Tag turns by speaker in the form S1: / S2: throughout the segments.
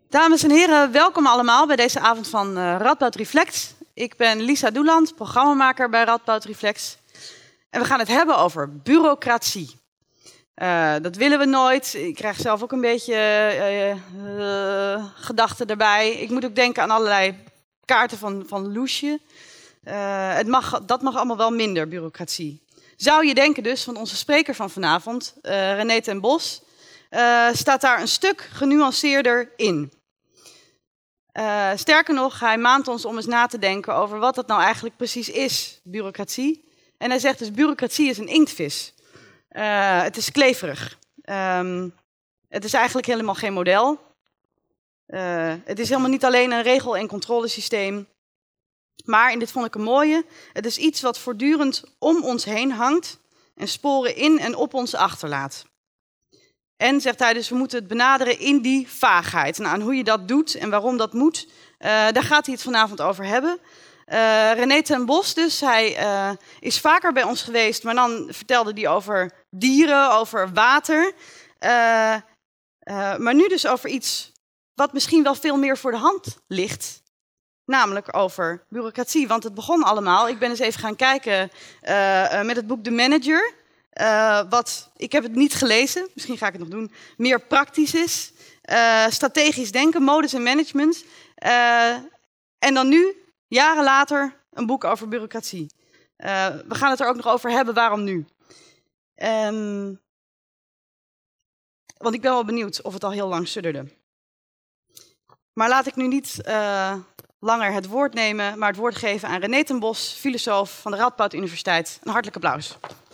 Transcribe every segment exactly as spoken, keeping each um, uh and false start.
S1: Dames en heren, welkom allemaal bij deze avond van uh, Radboud Reflect. Ik ben Lisa Doeland, programmamaker bij Radboud Reflect. En we gaan het hebben over bureaucratie. Uh, dat willen we nooit. Ik krijg zelf ook een beetje uh, uh, gedachten erbij. Ik moet ook denken aan allerlei kaarten van, van Loesje. Uh, het mag, dat mag allemaal wel minder, bureaucratie. Zou je denken dus van onze spreker van vanavond, uh, René ten Bos, uh, staat daar een stuk genuanceerder in. Uh, sterker nog, hij maant ons om eens na te denken over wat dat nou eigenlijk precies is, bureaucratie. En hij zegt dus, bureaucratie is een inktvis. Uh, het is kleverig. Um, het is eigenlijk helemaal geen model. Uh, het is helemaal niet alleen een regel- en controlesysteem. Maar, en dit vond ik een mooie, het is iets wat voortdurend om ons heen hangt en sporen in en op ons achterlaat. En, zegt hij dus, we moeten het benaderen in die vaagheid. Nou, en hoe je dat doet en waarom dat moet, uh, daar gaat hij het vanavond over hebben. Uh, René ten Bos dus, hij uh, is vaker bij ons geweest, maar dan vertelde hij over dieren, over water. Uh, uh, maar nu dus over iets wat misschien wel veel meer voor de hand ligt. Namelijk over bureaucratie, want het begon allemaal. Ik ben eens even gaan kijken uh, uh, met het boek The Manager. Uh, wat, ik heb het niet gelezen, misschien ga ik het nog doen, meer praktisch is. Uh, strategisch denken, modus en management. Uh, en dan nu, jaren later, een boek over bureaucratie. Uh, we gaan het er ook nog over hebben, waarom nu? Um, want ik ben wel benieuwd of het al heel lang sudderde. Maar laat ik nu niet uh, langer het woord nemen, maar het woord geven aan René ten Bos, filosoof van de Radboud Universiteit. Een hartelijk applaus.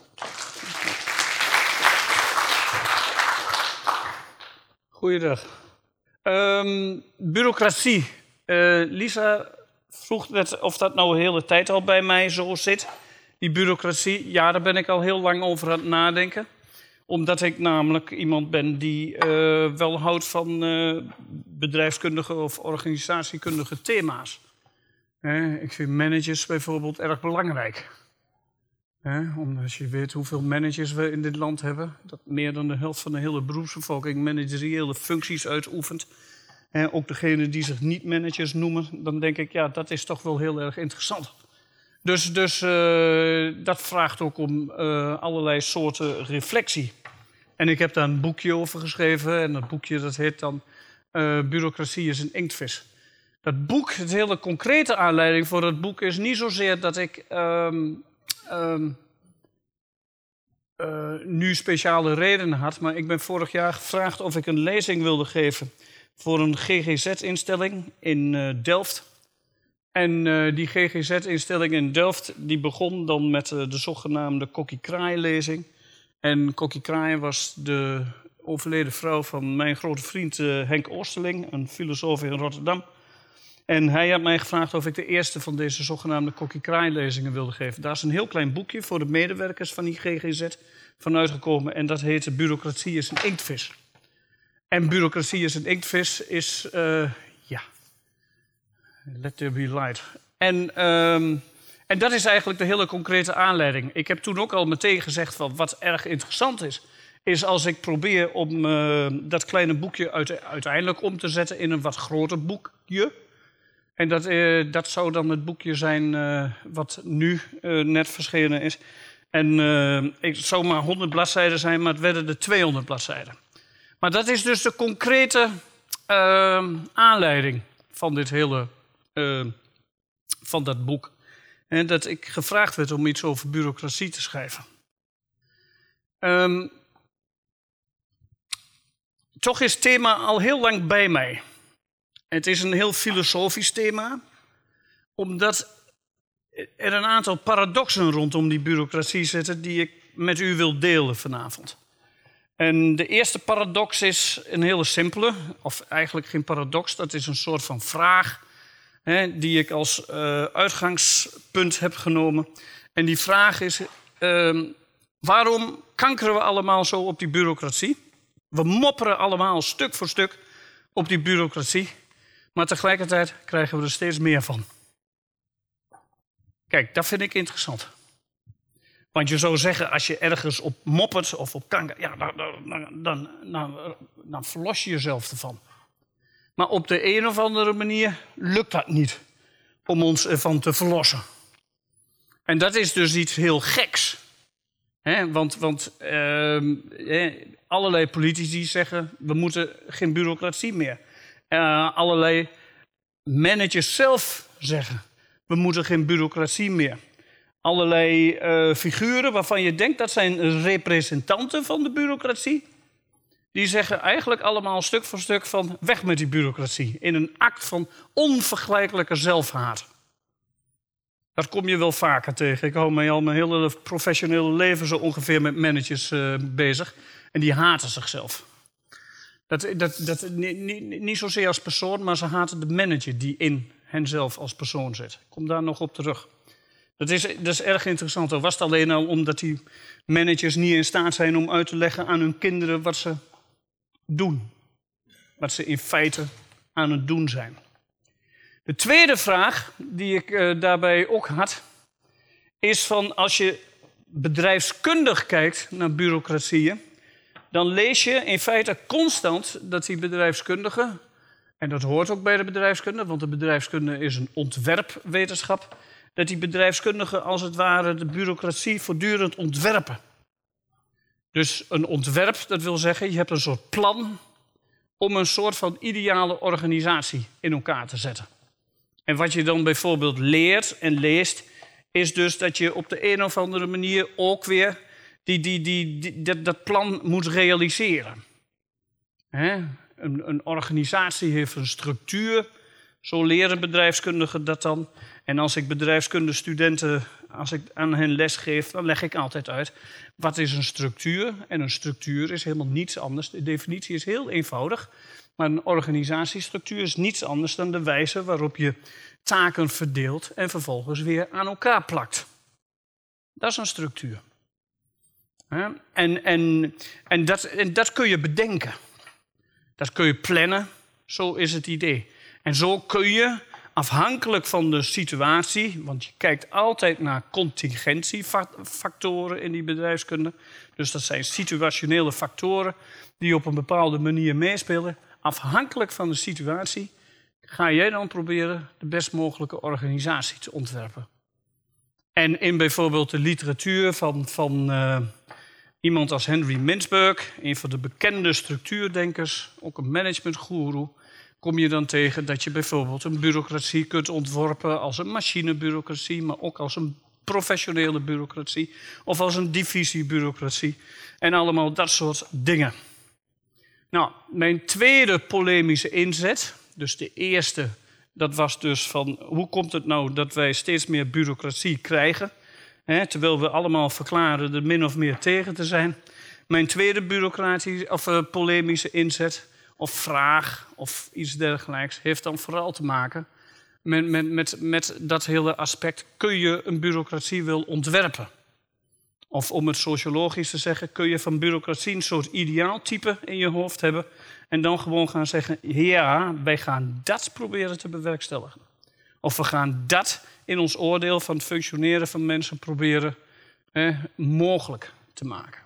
S2: Goeiedag. Um, bureaucratie. Uh, Lisa vroeg net of dat nou de hele tijd al bij mij zo zit. Die bureaucratie, ja, daar ben ik al heel lang over aan het nadenken. Omdat ik namelijk iemand ben die uh, wel houdt van uh, bedrijfskundige of organisatiekundige thema's. Uh, ik vind managers bijvoorbeeld erg belangrijk. Uh, omdat je weet hoeveel managers we in dit land hebben. Dat meer dan de helft van de hele beroepsbevolking manageriële functies uitoefent. Uh, ook degenen die zich niet managers noemen. Dan denk ik, ja, dat is toch wel heel erg interessant. Dus, dus uh, dat vraagt ook om uh, allerlei soorten reflectie. En ik heb daar een boekje over geschreven. En dat boekje dat heet dan uh, Bureaucratie is een inktvis. Dat boek, de hele concrete aanleiding voor dat boek is niet zozeer dat ik um, um, uh, nu speciale redenen had. Maar ik ben vorig jaar gevraagd of ik een lezing wilde geven voor een G G Z-instelling in uh, Delft. En uh, die G G Z-instelling in Delft die begon dan met uh, de zogenaamde Kokkie Kraai-lezing. En Kokkie Kraai was de overleden vrouw van mijn grote vriend uh, Henk Oosterling, een filosoof in Rotterdam. En hij had mij gevraagd of ik de eerste van deze zogenaamde Kokkie Kraai-lezingen wilde geven. Daar is een heel klein boekje voor de medewerkers van die G G Z van uitgekomen. En dat heette Bureaucratie is een inktvis. En bureaucratie is een inktvis is, uh, ja... Let there be light. En, um, en dat is eigenlijk de hele concrete aanleiding. Ik heb toen ook al meteen gezegd van wat erg interessant is, is als ik probeer om uh, dat kleine boekje uit, uiteindelijk om te zetten in een wat groter boekje. En dat, uh, dat zou dan het boekje zijn uh, wat nu uh, net verschenen is. En uh, het zou maar honderd bladzijden zijn, maar het werden er tweehonderd bladzijden. Maar dat is dus de concrete uh, aanleiding van dit hele Uh, van dat boek. En dat ik gevraagd werd om iets over bureaucratie te schrijven. Um, toch is het thema al heel lang bij mij. Het is een heel filosofisch thema, omdat er een aantal paradoxen rondom die bureaucratie zitten die ik met u wil delen vanavond. En de eerste paradox is een hele simpele, of eigenlijk geen paradox, dat is een soort van vraag He, die ik als uh, uitgangspunt heb genomen. En die vraag is, uh, waarom kankeren we allemaal zo op die bureaucratie? We mopperen allemaal stuk voor stuk op die bureaucratie. Maar tegelijkertijd krijgen we er steeds meer van. Kijk, dat vind ik interessant. Want je zou zeggen, als je ergens op moppert of op kanker, ja, dan, dan, dan, dan, dan verlos je jezelf ervan. Maar op de een of andere manier lukt dat niet om ons ervan te verlossen. En dat is dus iets heel geks. He, want want uh, he, allerlei politici zeggen, we moeten geen bureaucratie meer. Uh, allerlei managers zelf zeggen, we moeten geen bureaucratie meer. Allerlei uh, figuren waarvan je denkt dat zijn representanten van de bureaucratie, die zeggen eigenlijk allemaal stuk voor stuk van weg met die bureaucratie. In een act van onvergelijkelijke zelfhaat. Dat kom je wel vaker tegen. Ik hou mij al mijn hele professionele leven zo ongeveer met managers uh, bezig. En die haten zichzelf. Dat, dat, dat, niet, niet, niet zozeer als persoon, maar ze haten de manager die in henzelf als persoon zit. Ik kom daar nog op terug. Dat is, dat is erg interessant. Al was het alleen al omdat die managers niet in staat zijn om uit te leggen aan hun kinderen wat ze doen. Wat ze in feite aan het doen zijn. De tweede vraag die ik uh, daarbij ook had, is van als je bedrijfskundig kijkt naar bureaucratieën, dan lees je in feite constant dat die bedrijfskundigen, en dat hoort ook bij de bedrijfskunde, want de bedrijfskunde is een ontwerpwetenschap, dat die bedrijfskundigen als het ware de bureaucratie voortdurend ontwerpen. Dus een ontwerp, dat wil zeggen, je hebt een soort plan om een soort van ideale organisatie in elkaar te zetten. En wat je dan bijvoorbeeld leert en leest, is dus dat je op de een of andere manier ook weer die, die, die, die, dat, dat plan moet realiseren. Hè? Een, een organisatie heeft een structuur, zo leren bedrijfskundigen dat dan. En als ik bedrijfskundestudenten, als ik aan hen les geef, dan leg ik altijd uit, wat is een structuur? En een structuur is helemaal niets anders. De definitie is heel eenvoudig. Maar een organisatiestructuur is niets anders dan de wijze waarop je taken verdeelt en vervolgens weer aan elkaar plakt. Dat is een structuur. En, en, en, dat, en dat kun je bedenken. Dat kun je plannen. Zo is het idee. En zo kun je, afhankelijk van de situatie, want je kijkt altijd naar contingentiefactoren in die bedrijfskunde. Dus dat zijn situationele factoren die op een bepaalde manier meespelen. Afhankelijk van de situatie ga jij dan proberen de best mogelijke organisatie te ontwerpen. En in bijvoorbeeld de literatuur van, van uh, iemand als Henry Mintzberg, een van de bekende structuurdenkers, ook een managementgoeroe, kom je dan tegen dat je bijvoorbeeld een bureaucratie kunt ontworpen als een machinebureaucratie, maar ook als een professionele bureaucratie of als een divisiebureaucratie en allemaal dat soort dingen. Nou, mijn tweede polemische inzet, dus de eerste, dat was dus van hoe komt het nou dat wij steeds meer bureaucratie krijgen, hè, terwijl we allemaal verklaren er min of meer tegen te zijn. Mijn tweede bureaucratische of uh, polemische inzet of vraag of iets dergelijks heeft dan vooral te maken met, met, met, met dat hele aspect, kun je een bureaucratie wel ontwerpen? Of om het sociologisch te zeggen, kun je van bureaucratie een soort ideaaltype in je hoofd hebben en dan gewoon gaan zeggen, ja, wij gaan dat proberen te bewerkstelligen. Of we gaan dat in ons oordeel van het functioneren van mensen proberen eh, mogelijk te maken.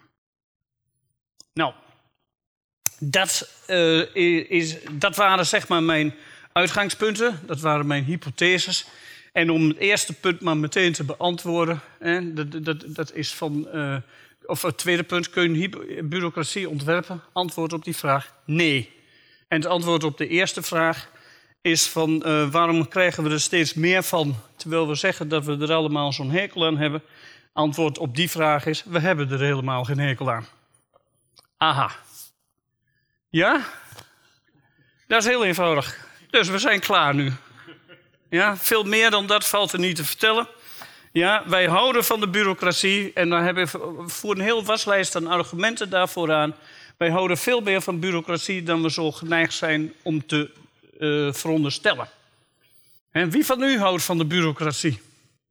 S2: Nou, dat, uh, is, dat waren zeg maar mijn uitgangspunten, dat waren mijn hypotheses. En om het eerste punt maar meteen te beantwoorden, hè, dat, dat, dat is van, uh, of het tweede punt, kun je bureaucratie ontwerpen? Antwoord op die vraag, nee. En het antwoord op de eerste vraag is van, uh, waarom krijgen we er steeds meer van, terwijl we zeggen dat we er allemaal zo'n hekel aan hebben? Antwoord op die vraag is, we hebben er helemaal geen hekel aan. Aha. Ja? Dat is heel eenvoudig. Dus we zijn klaar nu. Ja, veel meer dan dat valt er niet te vertellen. Ja, wij houden van de bureaucratie en dan hebben we voor een heel waslijst aan argumenten daarvoor aan. Wij houden veel meer van bureaucratie dan we zo geneigd zijn om te uh, veronderstellen. En wie van u houdt van de bureaucratie?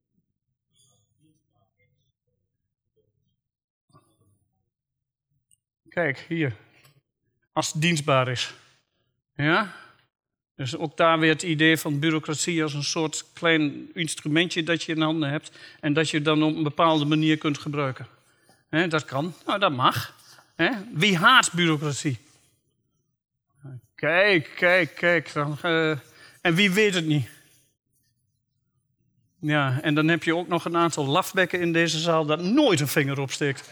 S2: Kijk, hier. Als het dienstbaar is. Ja? Dus ook daar weer het idee van bureaucratie als een soort klein instrumentje dat je in handen hebt en dat je dan op een bepaalde manier kunt gebruiken. He, dat kan, nou dat mag. He. Wie haat bureaucratie? Kijk, kijk, kijk. Dan, uh, en wie weet het niet? Ja, en dan heb je ook nog een aantal lafbekken in deze zaal dat nooit een vinger opsteekt.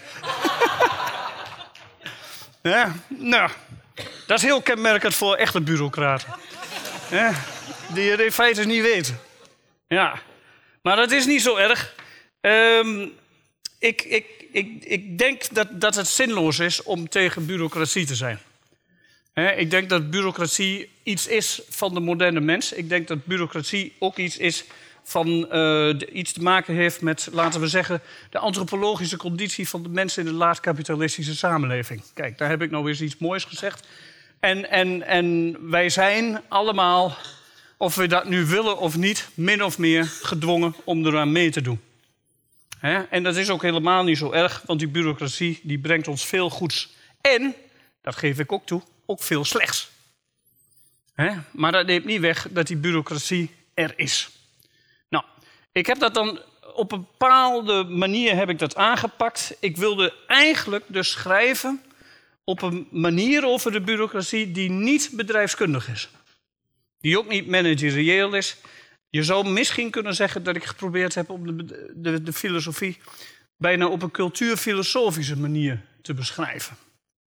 S2: Ja, nou, dat is heel kenmerkend voor echte bureaucraten. Ja, die het in feite niet weten. Ja, maar dat is niet zo erg. Um, ik, ik, ik, ik denk dat, dat het zinloos is om tegen bureaucratie te zijn. He, ik denk dat bureaucratie iets is van de moderne mens. Ik denk dat bureaucratie ook iets is van uh, de, iets te maken heeft met, laten we zeggen, de antropologische conditie van de mensen in de laat-kapitalistische samenleving. Kijk, daar heb ik nou weer iets moois gezegd. En, en, en wij zijn allemaal, of we dat nu willen of niet, min of meer gedwongen om eraan mee te doen. He? En dat is ook helemaal niet zo erg, want die bureaucratie die brengt ons veel goeds. En, dat geef ik ook toe, ook veel slechts. He? Maar dat neemt niet weg dat die bureaucratie er is. Nou, ik heb dat dan op een bepaalde manier heb ik dat aangepakt. Ik wilde eigenlijk dus schrijven op een manier over de bureaucratie die niet bedrijfskundig is. Die ook niet managerieel is. Je zou misschien kunnen zeggen dat ik geprobeerd heb om de, de, de filosofie bijna op een cultuurfilosofische manier te beschrijven.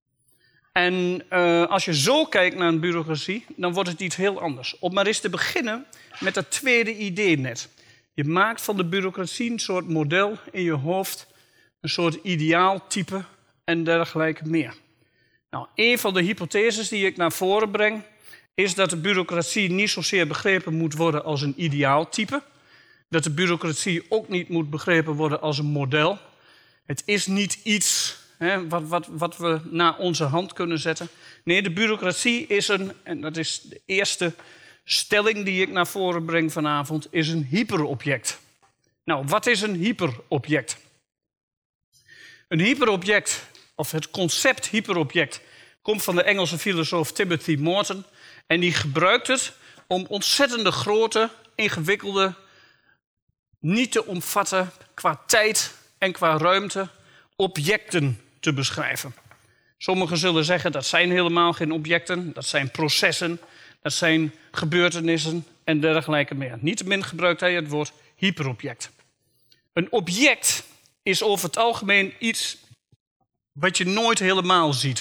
S2: En uh, als je zo kijkt naar een bureaucratie, dan wordt het iets heel anders. Om maar eens te beginnen met dat tweede idee net. Je maakt van de bureaucratie een soort model in je hoofd, een soort ideaaltype en dergelijke meer. Nou, een van de hypotheses die ik naar voren breng, is dat de bureaucratie niet zozeer begrepen moet worden als een ideaaltype. Dat de bureaucratie ook niet moet begrepen worden als een model. Het is niet iets hè, wat, wat, wat we naar onze hand kunnen zetten. Nee, de bureaucratie is een, en dat is de eerste stelling die ik naar voren breng vanavond, is een hyperobject. Nou, wat is een hyperobject? Een hyperobject, of het concept hyperobject, komt van de Engelse filosoof Timothy Morton. En die gebruikt het om ontzettende grote, ingewikkelde, niet te omvatten qua tijd en qua ruimte, objecten te beschrijven. Sommigen zullen zeggen dat zijn helemaal geen objecten, dat zijn processen, dat zijn gebeurtenissen en dergelijke meer. Niettemin gebruikt hij het woord hyperobject. Een object is over het algemeen iets wat je nooit helemaal ziet.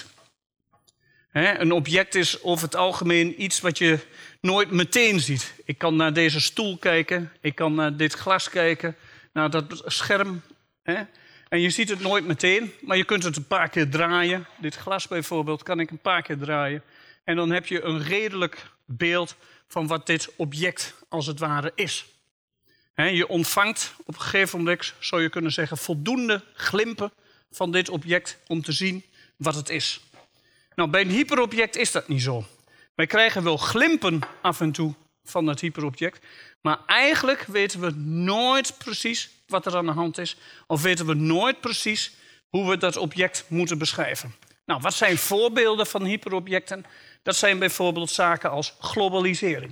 S2: He, een object is over het algemeen iets wat je nooit meteen ziet. Ik kan naar deze stoel kijken, ik kan naar dit glas kijken, naar dat scherm. He. En je ziet het nooit meteen, maar je kunt het een paar keer draaien. Dit glas bijvoorbeeld kan ik een paar keer draaien. En dan heb je een redelijk beeld van wat dit object als het ware is. He, je ontvangt op een gegeven moment, zou je kunnen zeggen, voldoende glimpen van dit object om te zien wat het is. Nou, bij een hyperobject is dat niet zo. Wij krijgen wel glimpen af en toe van het hyperobject, maar eigenlijk weten we nooit precies wat er aan de hand is, of weten we nooit precies hoe we dat object moeten beschrijven. Nou, wat zijn voorbeelden van hyperobjecten? Dat zijn bijvoorbeeld zaken als globalisering.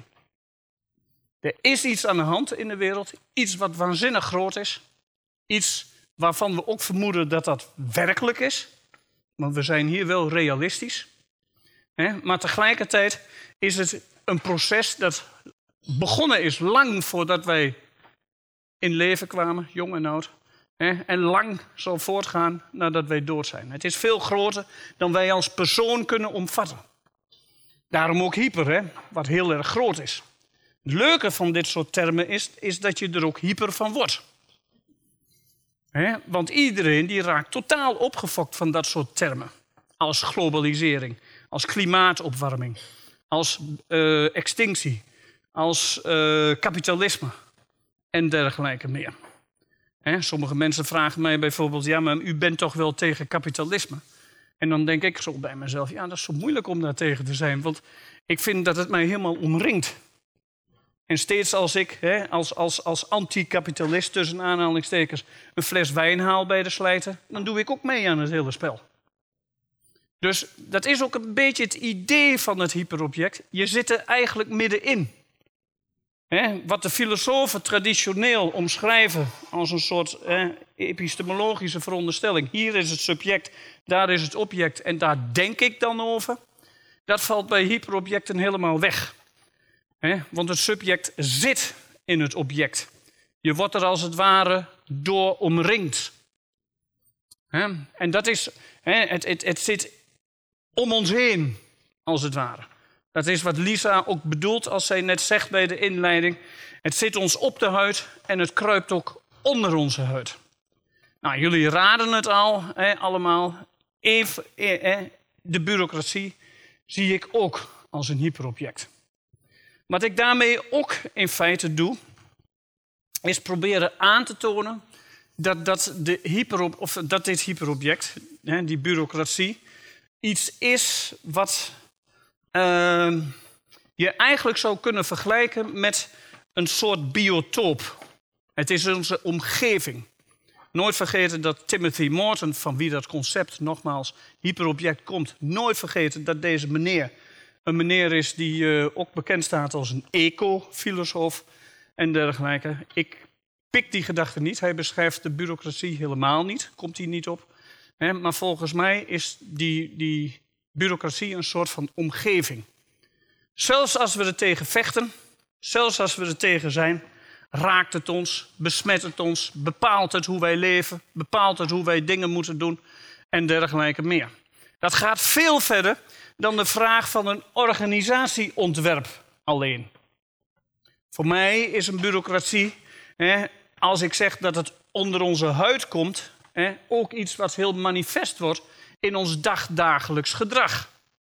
S2: Er is iets aan de hand in de wereld, iets wat waanzinnig groot is, iets waarvan we ook vermoeden dat dat werkelijk is. Want we zijn hier wel realistisch. Hè? Maar tegelijkertijd is het een proces dat begonnen is lang voordat wij in leven kwamen, jong en oud. Hè? En lang zal voortgaan nadat wij dood zijn. Het is veel groter dan wij als persoon kunnen omvatten. Daarom ook hyper, hè? Wat heel erg groot is. Het leuke van dit soort termen is, is dat je er ook hyper van wordt. He, want iedereen die raakt totaal opgefokt van dat soort termen. Als globalisering, als klimaatopwarming, als uh, extinctie, als uh, kapitalisme en dergelijke meer. He, sommige mensen vragen mij bijvoorbeeld, ja, maar u bent toch wel tegen kapitalisme? En dan denk ik zo bij mezelf, ja, dat is zo moeilijk om daar tegen te zijn, want ik vind dat het mij helemaal omringt. En steeds als ik hè, als, als, als anti-kapitalist tussen aanhalingstekens een fles wijn haal bij de slijter, dan doe ik ook mee aan het hele spel. Dus dat is ook een beetje het idee van het hyperobject. Je zit er eigenlijk middenin. Hè, wat de filosofen traditioneel omschrijven als een soort hè, epistemologische veronderstelling. Hier is het subject, daar is het object en daar denk ik dan over. Dat valt bij hyperobjecten helemaal weg. He, want het subject zit in het object. Je wordt er als het ware door omringd. He, en dat is, he, het, het, het zit om ons heen, als het ware. Dat is wat Lisa ook bedoelt als zij net zegt bij de inleiding. Het zit ons op de huid en het kruipt ook onder onze huid. Nou, jullie raden het al, he, allemaal. Even, he, de bureaucratie zie ik ook als een hyperobject. Wat ik daarmee ook in feite doe, is proberen aan te tonen dat, dat, de hyperop, of dat dit hyperobject, hè, die bureaucratie, iets is wat uh, je eigenlijk zou kunnen vergelijken met een soort biotoop. Het is onze omgeving. Nooit vergeten dat Timothy Morton, van wie dat concept nogmaals hyperobject komt, nooit vergeten dat deze meneer een meneer is die uh, ook bekend staat als een eco-filosoof en dergelijke. Ik pik die gedachte niet. Hij beschrijft de bureaucratie helemaal niet. Komt hij niet op. He, maar volgens mij is die, die bureaucratie een soort van omgeving. Zelfs als we er tegen vechten, zelfs als we er tegen zijn, raakt het ons, besmet het ons, bepaalt het hoe wij leven, bepaalt het hoe wij dingen moeten doen en dergelijke meer. Dat gaat veel verder dan de vraag van een organisatieontwerp alleen. Voor mij is een bureaucratie, hè, als ik zeg dat het onder onze huid komt, hè, ook iets wat heel manifest wordt in ons dagdagelijks gedrag.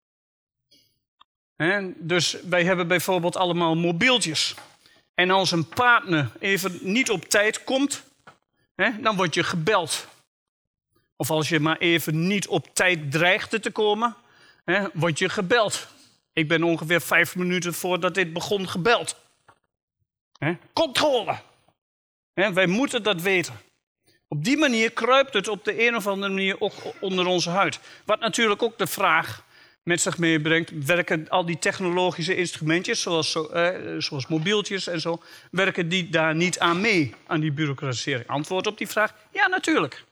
S2: Hè, dus wij hebben bijvoorbeeld allemaal mobieltjes. En als een partner even niet op tijd komt, hè, dan word je gebeld. Of als je maar even niet op tijd dreigde te komen, hè, word je gebeld. Ik ben ongeveer vijf minuten voordat dit begon gebeld. Hè? Controle. Hè, wij moeten dat weten. Op die manier kruipt het op de een of andere manier ook onder onze huid. Wat natuurlijk ook de vraag met zich meebrengt, werken al die technologische instrumentjes, zoals, eh, zoals mobieltjes en zo, werken die daar niet aan mee, aan die bureaucratisering? Antwoord op die vraag, ja, natuurlijk.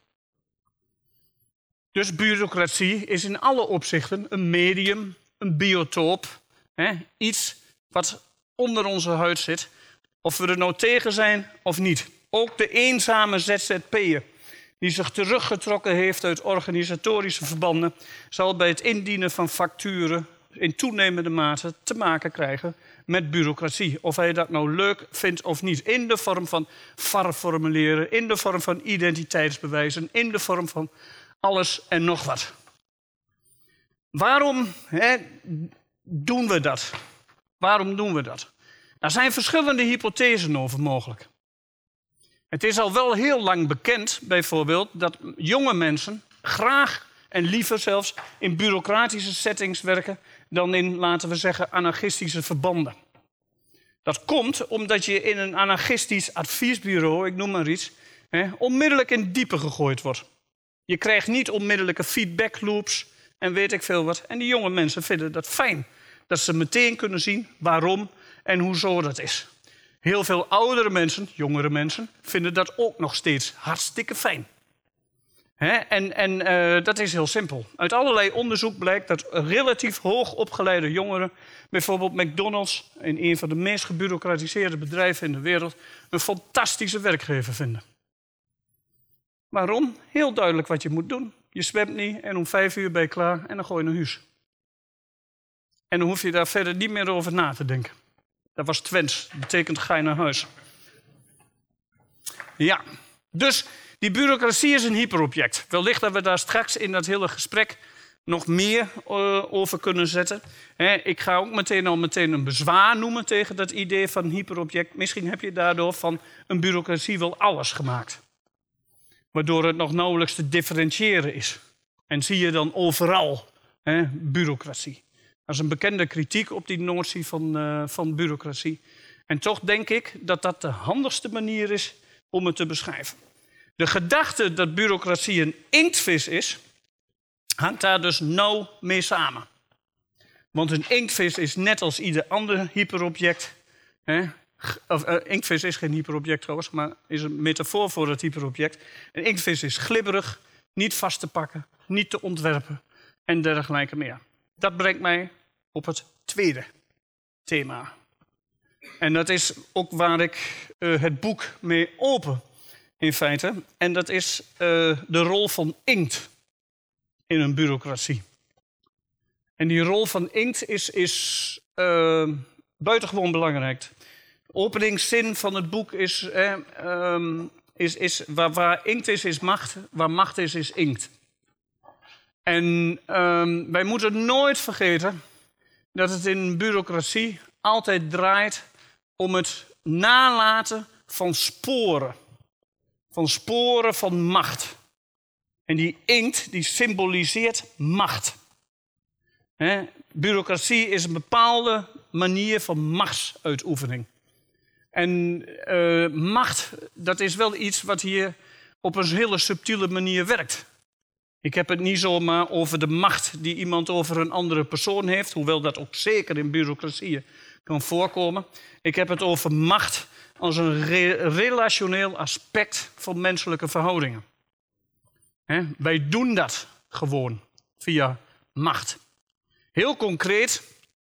S2: Dus bureaucratie is in alle opzichten een medium, een biotoop, hè, iets wat onder onze huid zit, of we er nou tegen zijn of niet. Ook de eenzame Z Z P'er die zich teruggetrokken heeft uit organisatorische verbanden, zal bij het indienen van facturen in toenemende mate te maken krijgen met bureaucratie. Of hij dat nou leuk vindt of niet. In de vorm van V A R-formulieren, in de vorm van identiteitsbewijzen, in de vorm van alles en nog wat. Waarom hè, doen we dat? Waarom doen we dat? Er zijn verschillende hypothesen over mogelijk. Het is al wel heel lang bekend, bijvoorbeeld, dat jonge mensen graag en liever zelfs in bureaucratische settings werken dan in, laten we zeggen, anarchistische verbanden. Dat komt omdat je in een anarchistisch adviesbureau, ik noem maar iets, hè, onmiddellijk in diepe gegooid wordt. Je krijgt niet onmiddellijke feedbackloops en weet ik veel wat. En die jonge mensen vinden dat fijn. Dat ze meteen kunnen zien waarom en hoezo dat is. Heel veel oudere mensen, jongere mensen, vinden dat ook nog steeds hartstikke fijn. Hè? En, en uh, dat is heel simpel. Uit allerlei onderzoek blijkt dat relatief hoog opgeleide jongeren, bijvoorbeeld McDonald's, in een van de meest gebureaucratiseerde bedrijven in de wereld, een fantastische werkgever vinden. Waarom? Heel duidelijk wat je moet doen. Je zwemt niet en om vijf uur ben je klaar en dan gooi je naar huis. En dan hoef je daar verder niet meer over na te denken. Dat was Twents, dat betekent ga je naar huis. Ja, dus die bureaucratie is een hyperobject. Wellicht dat we daar straks in dat hele gesprek nog meer uh, over kunnen zetten. He, ik ga ook meteen al meteen een bezwaar noemen tegen dat idee van hyperobject. Misschien heb je daardoor van een bureaucratie wel alles gemaakt. Waardoor het nog nauwelijks te differentiëren is. En zie je dan overal he, bureaucratie. Dat is een bekende kritiek op die notie van, uh, van bureaucratie. En toch denk ik dat dat de handigste manier is om het te beschrijven. De gedachte dat bureaucratie een inktvis is, hangt daar dus nauw mee samen. Want een inktvis is net als ieder ander hyperobject. Hè? Of, uh, inktvis is geen hyperobject trouwens, maar is een metafoor voor het hyperobject. Een inktvis is glibberig, niet vast te pakken, niet te ontwerpen en dergelijke meer. Dat brengt mij op het tweede thema. En dat is ook waar ik uh, het boek mee open, in feite. En dat is uh, de rol van inkt in een bureaucratie. En die rol van inkt is, is uh, buitengewoon belangrijk. De openingszin van het boek is, eh, um, is, is waar, waar inkt is, is macht. Waar macht is, is inkt. En um, wij moeten nooit vergeten dat het in een bureaucratie altijd draait om het nalaten van sporen. Van sporen van macht. En die inkt die symboliseert macht. He, bureaucratie is een bepaalde manier van machtsuitoefening. En uh, macht, dat is wel iets wat hier op een hele subtiele manier werkt. Ik heb het niet zomaar over de macht die iemand over een andere persoon heeft, hoewel dat ook zeker in bureaucratieën kan voorkomen. Ik heb het over macht als een re- relationeel aspect van menselijke verhoudingen. He, wij doen dat gewoon via macht. Heel concreet,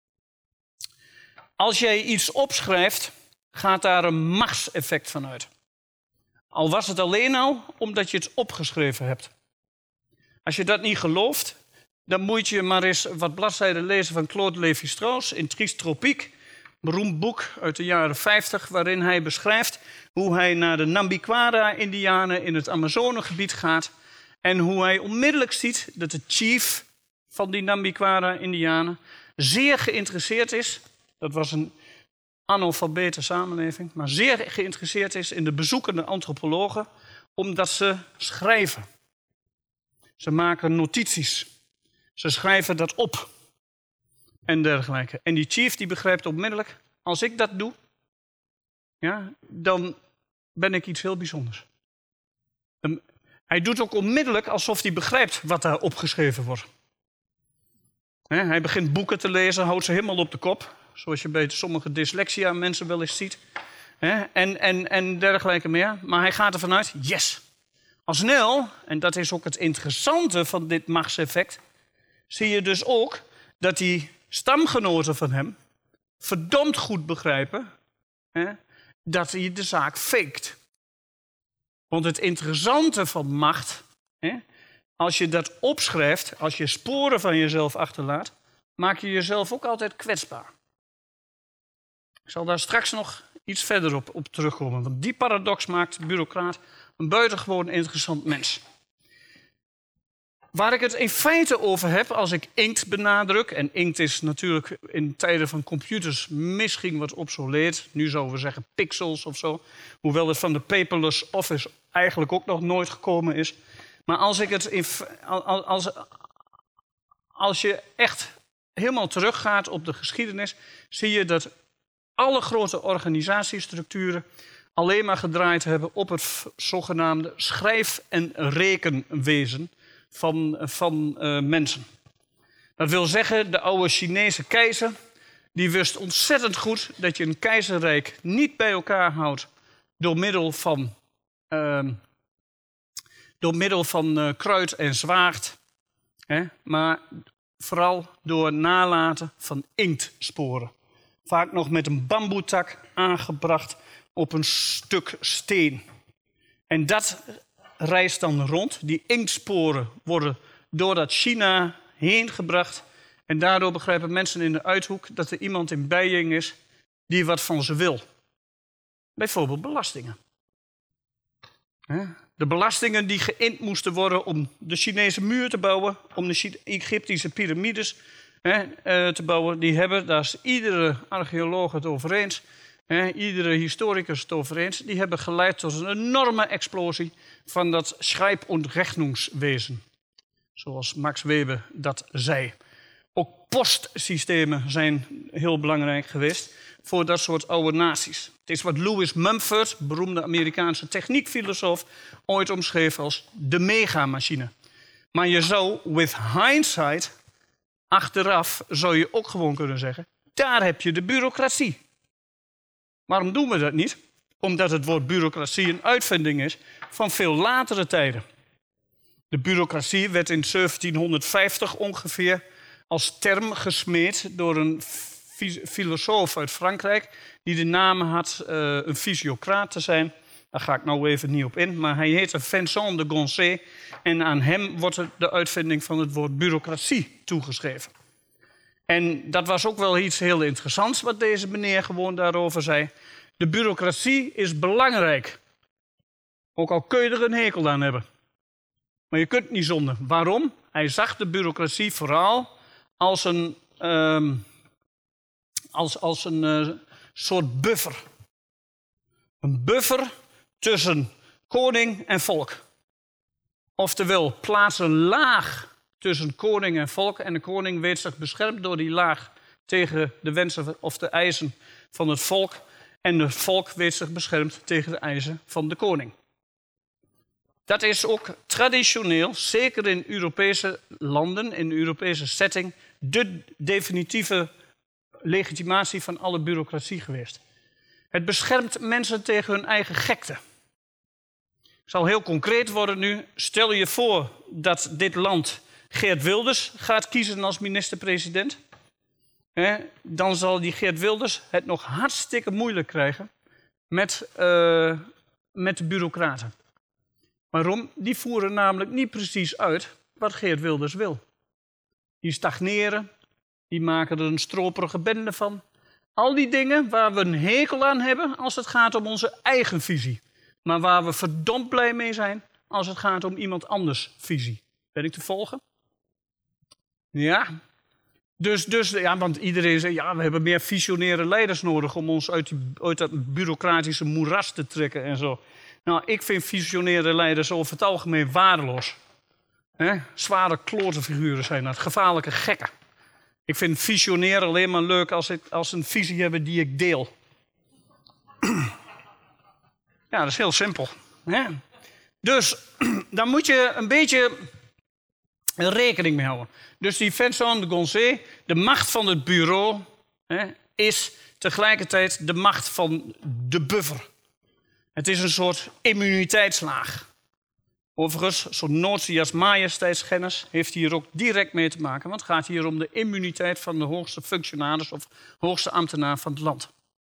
S2: als jij iets opschrijft, gaat daar een machtseffect van uit. Al was het alleen al omdat je het opgeschreven hebt. Als je dat niet gelooft, dan moet je maar eens wat bladzijden lezen van Claude Lévi-Strauss in Triest Tropique. Een beroemd boek uit de jaren vijftig, waarin hij beschrijft hoe hij naar de Nambiquara-Indianen in het Amazonegebied gaat. En hoe hij onmiddellijk ziet dat de chief van die Nambiquara-Indianen zeer geïnteresseerd is. Dat was een analfabete samenleving, maar zeer geïnteresseerd is in de bezoekende antropologen, omdat ze schrijven. Ze maken notities. Ze schrijven dat op. En dergelijke. En die chief die begrijpt onmiddellijk, als ik dat doe, ja, dan ben ik iets heel bijzonders. Um, hij doet ook onmiddellijk alsof hij begrijpt wat daar opgeschreven wordt. He, hij begint boeken te lezen, houdt ze helemaal op de kop. Zoals je bij sommige dyslexia mensen wel eens ziet. He, en, en, en dergelijke meer. Maar hij gaat ervan uit, yes. Al snel, en dat is ook het interessante van dit machtseffect, zie je dus ook dat die stamgenoten van hem verdomd goed begrijpen hè, dat hij de zaak faked. Want het interessante van macht, hè, als je dat opschrijft, als je sporen van jezelf achterlaat, maak je jezelf ook altijd kwetsbaar. Ik zal daar straks nog iets verder op, op terugkomen, want die paradox maakt de bureaucraat een buitengewoon interessant mens. Waar ik het in feite over heb, als ik inkt benadruk, en inkt is natuurlijk in tijden van computers misschien wat obsoleet, nu zouden we zeggen pixels of zo, hoewel het van de paperless office eigenlijk ook nog nooit gekomen is. Maar als, ik het in, als, als, als je echt helemaal teruggaat op de geschiedenis, zie je dat alle grote organisatiestructuren alleen maar gedraaid hebben op het zogenaamde schrijf- en rekenwezen van, van uh, mensen. Dat wil zeggen, de oude Chinese keizer, die wist ontzettend goed dat je een keizerrijk niet bij elkaar houdt door middel van, uh, door middel van uh, kruid en zwaard, hè, maar vooral door nalaten van inktsporen. Vaak nog met een bamboetak aangebracht op een stuk steen. En dat reist dan rond. Die inktsporen worden door dat China heen gebracht. En daardoor begrijpen mensen in de Uithoek dat er iemand in Beijing is die wat van ze wil. Bijvoorbeeld belastingen. De belastingen die geïnd moesten worden om de Chinese muur te bouwen, om de Egyptische piramides te bouwen, die hebben, daar is iedere archeoloog het over eens, iedere historicus het over eens, die hebben geleid tot een enorme explosie van dat Schreib- und Rechnungswesen. Zoals Max Weber dat zei. Ook postsystemen zijn heel belangrijk geweest voor dat soort oude naties. Het is wat Lewis Mumford, beroemde Amerikaanse techniekfilosoof, ooit omschreef als de megamachine. Maar je zou, with hindsight, achteraf zou je ook gewoon kunnen zeggen, daar heb je de bureaucratie. Waarom doen we dat niet? Omdat het woord bureaucratie een uitvinding is van veel latere tijden. De bureaucratie werd in zeventienhonderdvijftig ongeveer als term gesmeed door een filosoof uit Frankrijk die de naam had uh, een fysiocraat te zijn. Daar ga ik nou even niet op in, maar hij heette Vincent de Goncé en aan hem wordt de uitvinding van het woord bureaucratie toegeschreven. En dat was ook wel iets heel interessants wat deze meneer gewoon daarover zei. De bureaucratie is belangrijk, ook al kun je er een hekel aan hebben. Maar je kunt niet zonder. Waarom? Hij zag de bureaucratie vooral als een, um, als, als een uh, soort buffer. Een buffer tussen koning en volk. Oftewel, plaats een laag tussen koning en volk. En de koning weet zich beschermd door die laag tegen de wensen of de eisen van het volk. En het volk weet zich beschermd tegen de eisen van de koning. Dat is ook traditioneel, zeker in Europese landen, in de Europese setting, de definitieve legitimatie van alle bureaucratie geweest. Het beschermt mensen tegen hun eigen gekte. Ik zal heel concreet worden nu. Stel je voor dat dit land Geert Wilders gaat kiezen als minister-president. Dan zal die Geert Wilders het nog hartstikke moeilijk krijgen met, uh, met de bureaucraten. Waarom? Die voeren namelijk niet precies uit wat Geert Wilders wil. Die stagneren, die maken er een stroperige bende van. Al die dingen waar we een hekel aan hebben als het gaat om onze eigen visie. Maar waar we verdomd blij mee zijn als het gaat om iemand anders visie. Ben ik te volgen? Ja. Dus, dus ja, want iedereen zegt, ja, we hebben meer visionaire leiders nodig om ons uit, die, uit dat bureaucratische moeras te trekken en zo. Nou, ik vind visionaire leiders over het algemeen waardeloos. He? Zware klotenfiguren zijn dat, gevaarlijke gekken. Ik vind visionair alleen maar leuk als ik als een visie hebben die ik deel. Ja, dat is heel simpel. Hè? Dus daar moet je een beetje rekening mee houden. Dus die Vincent de Goncé, de macht van het bureau, hè, is tegelijkertijd de macht van de buffer. Het is een soort immuniteitslaag. Overigens, zo'n notie als majesteitsschennis heeft hier ook direct mee te maken. Want het gaat hier om de immuniteit van de hoogste functionaris of hoogste ambtenaar van het land.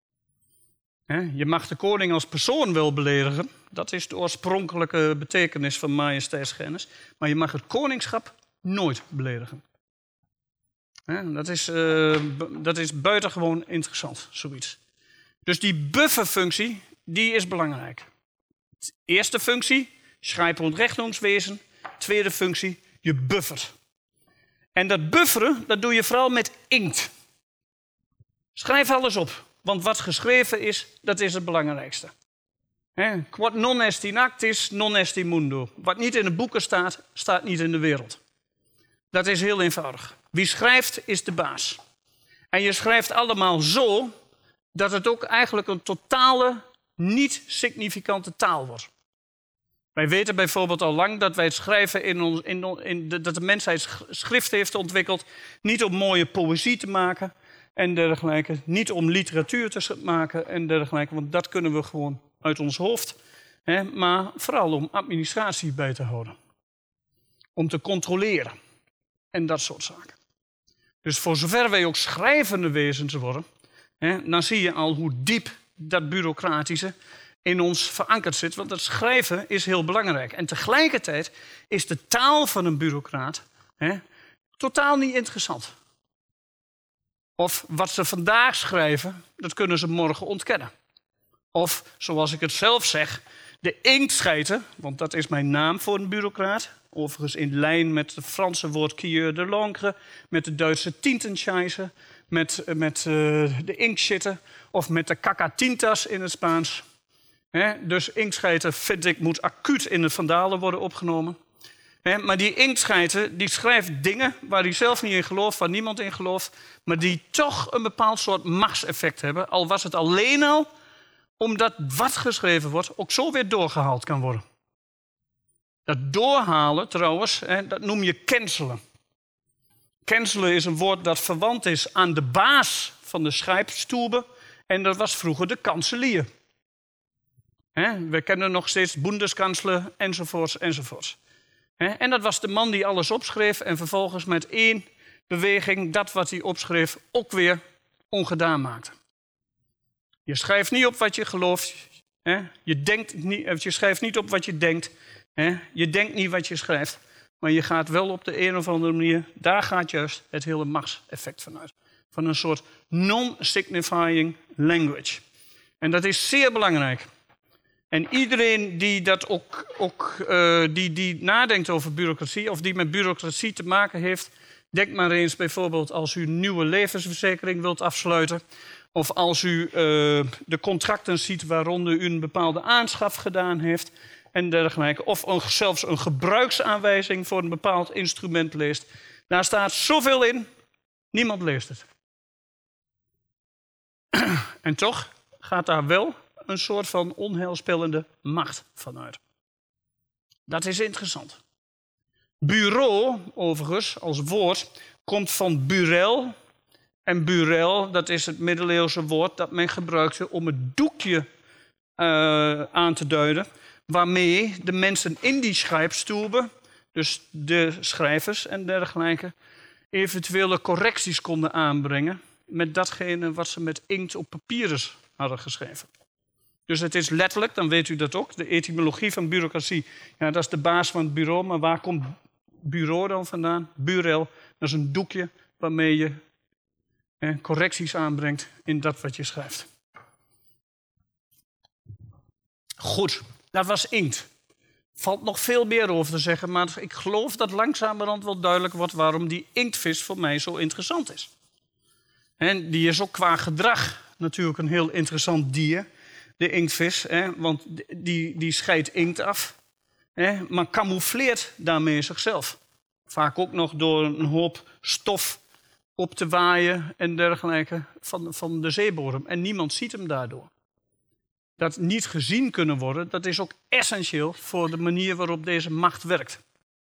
S2: Je mag de koning als persoon wel beledigen. Dat is de oorspronkelijke betekenis van majesteitsschennis. Maar je mag het koningschap nooit beledigen. Dat is, uh, dat is buitengewoon interessant, zoiets. Dus die bufferfunctie, die is belangrijk. Eerste functie, schrijpend rechtsnoemswezen. Tweede functie, je buffert. En dat bufferen, dat doe je vooral met inkt. Schrijf alles op. Want wat geschreven is, dat is het belangrijkste. He, quod non est in actis, non est in mundo. Wat niet in de boeken staat, staat niet in de wereld. Dat is heel eenvoudig. Wie schrijft, is de baas. En je schrijft allemaal zo, dat het ook eigenlijk een totale, niet significante taal wordt. Wij weten bijvoorbeeld al lang dat wij het schrijven in ons, in, in de, dat de mensheid schrift heeft ontwikkeld, niet om mooie poëzie te maken en dergelijke, niet om literatuur te maken en dergelijke, want dat kunnen we gewoon uit ons hoofd, hè, maar vooral om administratie bij te houden. Om te controleren en dat soort zaken. Dus voor zover wij ook schrijvende wezens worden, hè, dan zie je al hoe diep dat bureaucratische in ons verankerd zit. Want het schrijven is heel belangrijk. En tegelijkertijd is de taal van een bureaucraat hè, totaal niet interessant. Of wat ze vandaag schrijven, dat kunnen ze morgen ontkennen. Of, zoals ik het zelf zeg, de inktscheiten, want dat is mijn naam voor een bureaucraat. Overigens in lijn met het Franse woord quieur de l'encre, met de Duitse tintenscheisse, met, met uh, de inktschieten of met de cacatintas in het Spaans. He, dus inktscheiten, vind ik, moet acuut in de vandalen worden opgenomen. He, maar die inktscheiten, die schrijft dingen waar hij zelf niet in gelooft, waar niemand in gelooft, maar die toch een bepaald soort machtseffect hebben. Al was het alleen al omdat wat geschreven wordt ook zo weer doorgehaald kan worden. Dat doorhalen trouwens, he, dat noem je cancelen. Cancelen is een woord dat verwant is aan de baas van de schrijfstoelbe en dat was vroeger de kanselier. He, we kennen nog steeds Bundeskansler enzovoorts enzovoorts. He, en dat was de man die alles opschreef en vervolgens met één beweging dat wat hij opschreef ook weer ongedaan maakte. Je schrijft niet op wat je gelooft. Hè? Je, denkt niet, je schrijft niet op wat je denkt. Hè? Je denkt niet wat je schrijft. Maar je gaat wel op de een of andere manier... daar gaat juist het hele machtseffect vanuit. Van een soort non-signifying language. En dat is zeer belangrijk. En iedereen die, dat ook, ook, uh, die, die nadenkt over bureaucratie... of die met bureaucratie te maken heeft... denk maar eens bijvoorbeeld als u een nieuwe levensverzekering wilt afsluiten... of als u uh, de contracten ziet waaronder u een bepaalde aanschaf gedaan heeft... en dergelijke. Of een, zelfs een gebruiksaanwijzing voor een bepaald instrument leest. Daar staat zoveel in, niemand leest het. En toch gaat daar wel een soort van onheilspellende macht vanuit. Dat is interessant. Bureau, overigens, als woord, komt van burel. En burel, dat is het middeleeuwse woord dat men gebruikte om het doekje uh, aan te duiden... waarmee de mensen in die schrijfstoelbe, dus de schrijvers en dergelijke... eventuele correcties konden aanbrengen... met datgene wat ze met inkt op papieren hadden geschreven. Dus het is letterlijk, dan weet u dat ook... de etymologie van bureaucratie, ja, dat is de baas van het bureau... maar waar komt bureau dan vandaan? Burel, dat is een doekje waarmee je eh, correcties aanbrengt... in dat wat je schrijft. Goed, dat was inkt. Valt nog veel meer over te zeggen... maar ik geloof dat langzamerhand wel duidelijk wordt... waarom die inktvis voor mij zo interessant is. En die is ook qua gedrag natuurlijk een heel interessant dier... de inktvis, hè, want die, die scheidt inkt af... Hè, maar camoufleert daarmee zichzelf. Vaak ook nog door een hoop stof op te waaien en dergelijke van, van de zeebodem. En niemand ziet hem daardoor. Dat niet gezien kunnen worden, dat is ook essentieel voor de manier waarop deze macht werkt.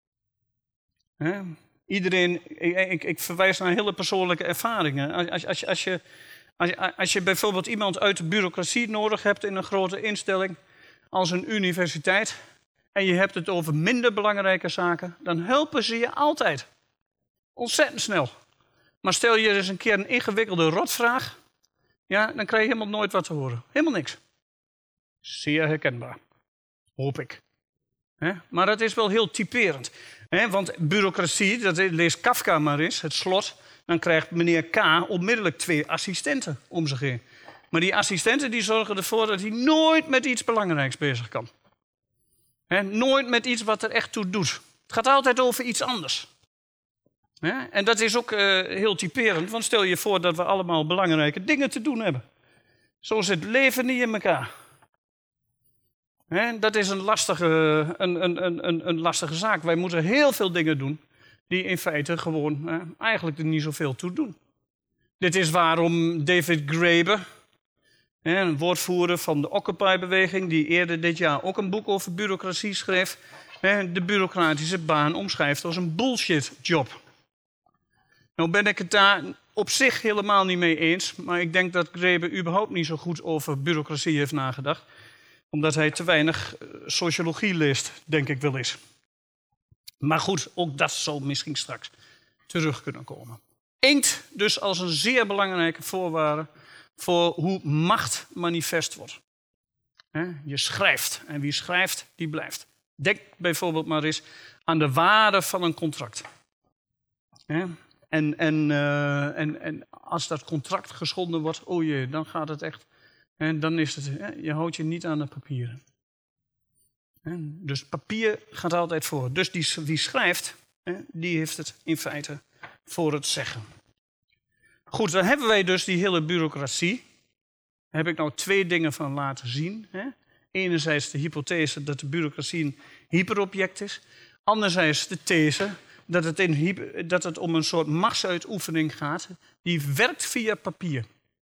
S2: Hè? Iedereen, ik, ik verwijs naar hele persoonlijke ervaringen. Als, als, als, je, als, je, als je bijvoorbeeld iemand uit de bureaucratie nodig hebt in een grote instelling, als een universiteit, en je hebt het over minder belangrijke zaken, dan helpen ze je altijd. Ontzettend snel. Maar stel je eens een keer een ingewikkelde rotvraag, ja, dan krijg je helemaal nooit wat te horen. Helemaal niks. Zeer herkenbaar. Hoop ik. He? Maar dat is wel heel typerend. He? Want bureaucratie, dat leest Kafka maar eens, het slot, dan krijgt meneer K. onmiddellijk twee assistenten om zich heen. Maar die assistenten die zorgen ervoor dat hij nooit met iets belangrijks bezig kan. He? Nooit met iets wat er echt toe doet. Het gaat altijd over iets anders. He? En dat is ook uh, heel typerend, want stel je voor dat we allemaal belangrijke dingen te doen hebben. Zo zit het leven niet in elkaar. He, dat is een lastige, een, een, een, een lastige zaak. Wij moeten heel veel dingen doen die in feite gewoon eh, eigenlijk er niet zoveel toe doen. Dit is waarom David Graeber, eh, een woordvoerder van de Occupy-beweging... die eerder dit jaar ook een boek over bureaucratie schreef... Eh, de bureaucratische baan omschrijft als een bullshit-job. Nou ben ik het daar op zich helemaal niet mee eens... maar ik denk dat Graeber überhaupt niet zo goed over bureaucratie heeft nagedacht... omdat hij te weinig sociologie leest, denk ik wel eens. Maar goed, ook dat zal misschien straks terug kunnen komen. Inkt dus als een zeer belangrijke voorwaarde... voor hoe macht manifest wordt. Je schrijft. En wie schrijft, die blijft. Denk bijvoorbeeld maar eens aan de waarde van een contract. En, en, uh, en, en als dat contract geschonden wordt... oh jee, dan gaat het echt... En dan is het, je houdt je niet aan de papieren. Dus papier gaat altijd voor. Dus die, wie schrijft, die heeft het in feite voor het zeggen. Goed, dan hebben wij dus die hele bureaucratie. Daar heb ik nou twee dingen van laten zien. Enerzijds de hypothese dat de bureaucratie een hyperobject is. Anderzijds de these dat het, in, dat het om een soort machtsuitoefening gaat... die werkt via papier.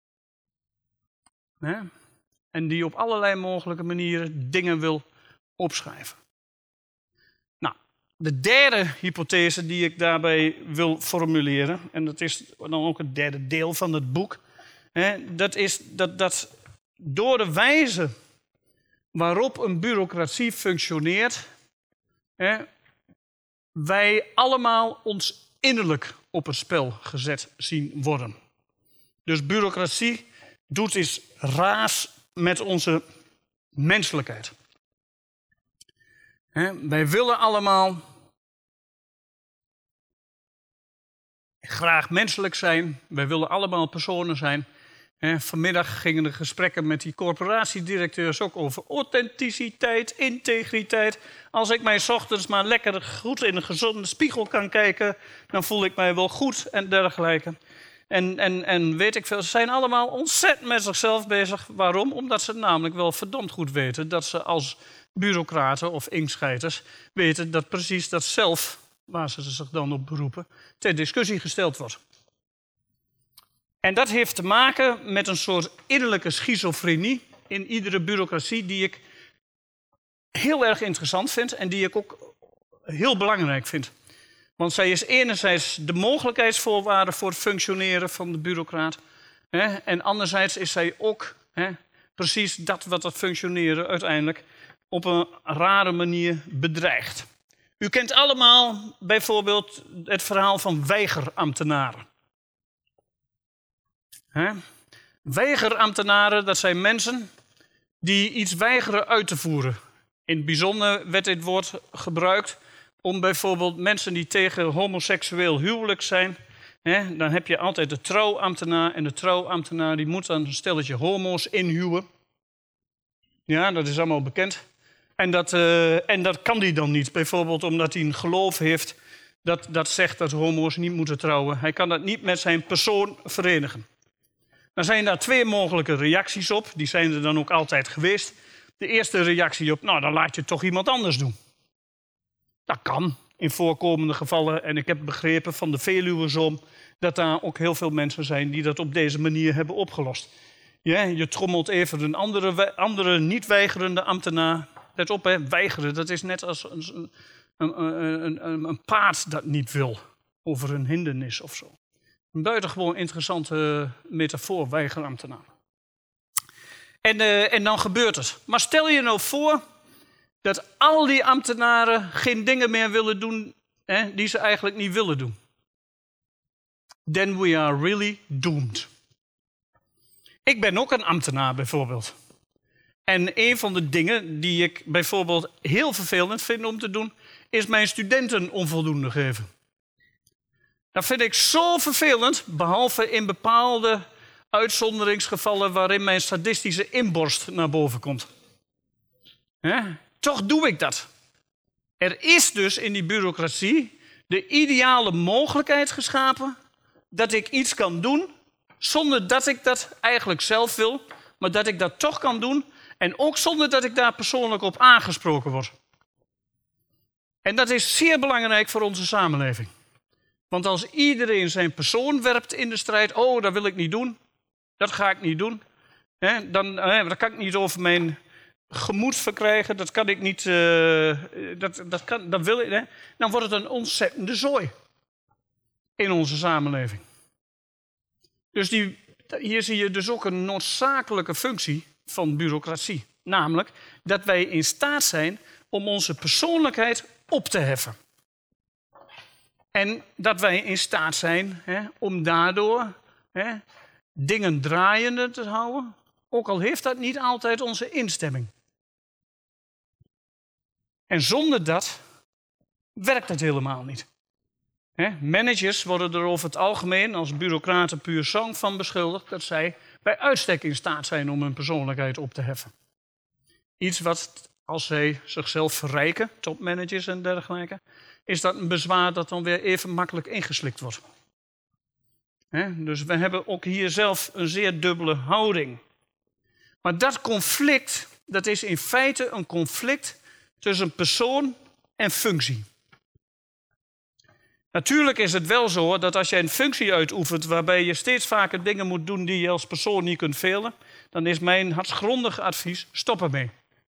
S2: He? En die op allerlei mogelijke manieren dingen wil opschrijven. Nou, de derde hypothese die ik daarbij wil formuleren... en dat is dan ook het derde deel van het boek... He, dat is dat, dat door de wijze waarop een bureaucratie functioneert... He, wij allemaal ons innerlijk op het spel gezet zien worden. Dus bureaucratie doet iets raars met onze menselijkheid. He, wij willen allemaal graag menselijk zijn. Wij willen allemaal personen zijn. He, vanmiddag gingen de gesprekken met die corporatiedirecteurs ook over authenticiteit, integriteit. Als ik mij 's ochtends maar lekker goed in een gezonde spiegel kan kijken, dan voel ik mij wel goed en dergelijke. En, en, en weet ik veel, ze zijn allemaal ontzettend met zichzelf bezig. Waarom? Omdat ze namelijk wel verdomd goed weten dat ze als bureaucraten of inscheiders weten dat precies dat zelf, waar ze zich dan op beroepen, ter discussie gesteld wordt. En dat heeft te maken met een soort innerlijke schizofrenie in iedere bureaucratie die ik heel erg interessant vind en die ik ook heel belangrijk vind. Want zij is enerzijds de mogelijkheidsvoorwaarde voor het functioneren van de bureaucraat. Hè, en anderzijds is zij ook hè, precies dat wat het functioneren uiteindelijk op een rare manier bedreigt. U kent allemaal bijvoorbeeld het verhaal van weigerambtenaren. Hè? Weigerambtenaren, dat zijn mensen die iets weigeren uit te voeren. In het bijzonder werd dit woord gebruikt om bijvoorbeeld mensen die tegen homoseksueel huwelijk zijn. Hè, dan heb je altijd de trouwambtenaar. En de trouwambtenaar die moet dan een stelletje homo's inhuwen. Ja, dat is allemaal bekend. En dat, uh, en dat kan hij dan niet. Bijvoorbeeld omdat hij een geloof heeft dat, dat zegt dat homo's niet moeten trouwen. Hij kan dat niet met zijn persoon verenigen. Dan zijn daar twee mogelijke reacties op. Die zijn er dan ook altijd geweest. De eerste reactie op, nou dan laat je het toch iemand anders doen. Dat kan in voorkomende gevallen. En ik heb begrepen van de Veluwezoom dat daar ook heel veel mensen zijn die dat op deze manier hebben opgelost. Ja, je trommelt even een andere, andere niet-weigerende ambtenaar. Let op, hè, weigeren, dat is net als een, een, een, een, een paard dat niet wil over een hindernis of zo. Een buitengewoon interessante metafoor, weigerambtenaar. En, uh, en dan gebeurt het. Maar stel je nou voor dat al die ambtenaren geen dingen meer willen doen hè, die ze eigenlijk niet willen doen. Then we are really doomed. Ik ben ook een ambtenaar bijvoorbeeld. En een van de dingen die ik bijvoorbeeld heel vervelend vind om te doen, is mijn studenten onvoldoende geven. Dat vind ik zo vervelend, behalve in bepaalde uitzonderingsgevallen waarin mijn sadistische inborst naar boven komt. Hè? Toch doe ik dat. Er is dus in die bureaucratie de ideale mogelijkheid geschapen dat ik iets kan doen zonder dat ik dat eigenlijk zelf wil, maar dat ik dat toch kan doen en ook zonder dat ik daar persoonlijk op aangesproken word. En dat is zeer belangrijk voor onze samenleving. Want als iedereen zijn persoon werpt in de strijd, oh, dat wil ik niet doen, dat ga ik niet doen, hè, dan, hè, dat kan ik niet over mijn gemoed verkrijgen, dat kan ik niet, uh, dat, dat, kan, dat wil ik, hè, dan wordt het een ontzettende zooi in onze samenleving. Dus die, hier zie je dus ook een noodzakelijke functie van bureaucratie. Namelijk dat wij in staat zijn om onze persoonlijkheid op te heffen. En dat wij in staat zijn hè, om daardoor hè, dingen draaiende te houden. Ook al heeft dat niet altijd onze instemming. En zonder dat werkt het helemaal niet. Hè, managers worden er over het algemeen als bureaucraten puur zang van beschuldigd dat zij bij uitstek in staat zijn om hun persoonlijkheid op te heffen. Iets wat, als zij zichzelf verrijken, topmanagers en dergelijke, is dat een bezwaar dat dan weer even makkelijk ingeslikt wordt. He, dus we hebben ook hier zelf een zeer dubbele houding. Maar dat conflict, dat is in feite een conflict tussen persoon en functie. Natuurlijk is het wel zo dat als jij een functie uitoefent waarbij je steeds vaker dingen moet doen die je als persoon niet kunt velen, dan is mijn hartsgrondige advies, stop ermee.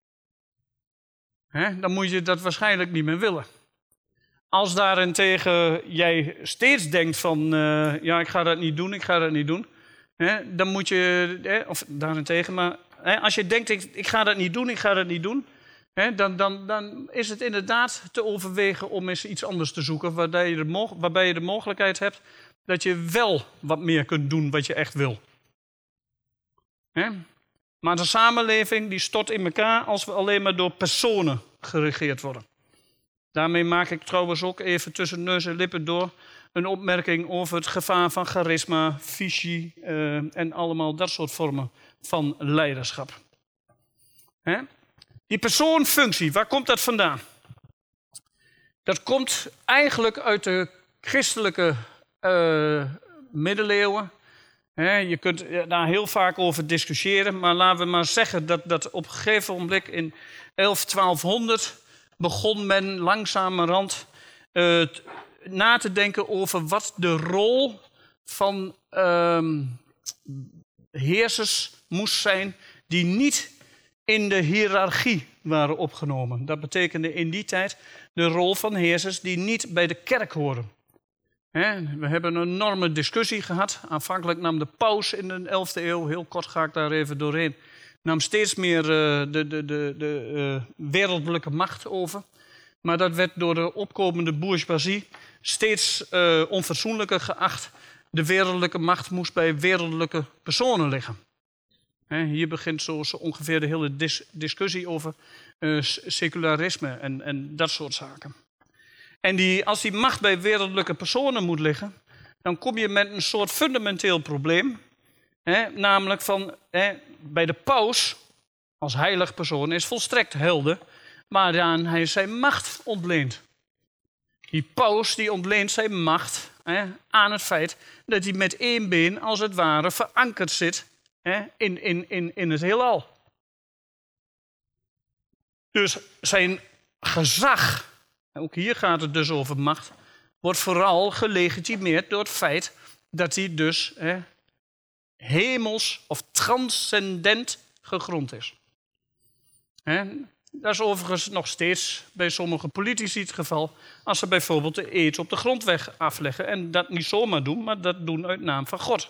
S2: He, dan moet je dat waarschijnlijk niet meer willen. Als daarentegen jij steeds denkt van, uh, ja, ik ga dat niet doen, ik ga dat niet doen. Hè, dan moet je, hè, of daarentegen, maar hè, als je denkt, ik, ik ga dat niet doen, ik ga dat niet doen. He, dan, dan, dan is het inderdaad te overwegen om eens iets anders te zoeken, waarbij je, de, waarbij je de mogelijkheid hebt dat je wel wat meer kunt doen wat je echt wil. He? Maar de samenleving die stort in elkaar als we alleen maar door personen geregeerd worden. Daarmee maak ik trouwens ook even tussen neus en lippen door een opmerking over het gevaar van charisma, visie uh, en allemaal dat soort vormen van leiderschap. He? Die persoonfunctie, waar komt dat vandaan? Dat komt eigenlijk uit de christelijke uh, middeleeuwen. He, je kunt daar heel vaak over discussiëren, maar laten we maar zeggen dat, dat op een gegeven moment in elf, twaalfhonderd begon men langzamerhand uh, na te denken over wat de rol van uh, heersers moest zijn die niet in de hiërarchie waren opgenomen. Dat betekende in die tijd de rol van heersers die niet bij de kerk horen. He, we hebben een enorme discussie gehad. Aanvankelijk nam de paus in de elfde eeuw, heel kort ga ik daar even doorheen, nam steeds meer uh, de, de, de, de uh, wereldlijke macht over. Maar dat werd door de opkomende bourgeoisie steeds uh, onfatsoenlijker geacht. De wereldlijke macht moest bij wereldlijke personen liggen. He, hier begint zo, zo ongeveer de hele dis- discussie over uh, secularisme en, en dat soort zaken. En die, als die macht bij wereldlijke personen moet liggen, dan kom je met een soort fundamenteel probleem. Hè, namelijk van, hè, bij de paus, als heilig persoon, is volstrekt helder, maar dan hij zijn macht ontleent. Die paus die ontleent zijn macht hè, aan het feit dat hij met één been, als het ware, verankerd zit hè, in, in, in, in het heelal. Dus zijn gezag, ook hier gaat het dus over macht, wordt vooral gelegitimeerd door het feit dat hij dus hè, hemels of transcendent gegrond is. Hè? Dat is overigens nog steeds bij sommige politici het geval als ze bijvoorbeeld de eed op de grondweg afleggen en dat niet zomaar doen, maar dat doen uit naam van God.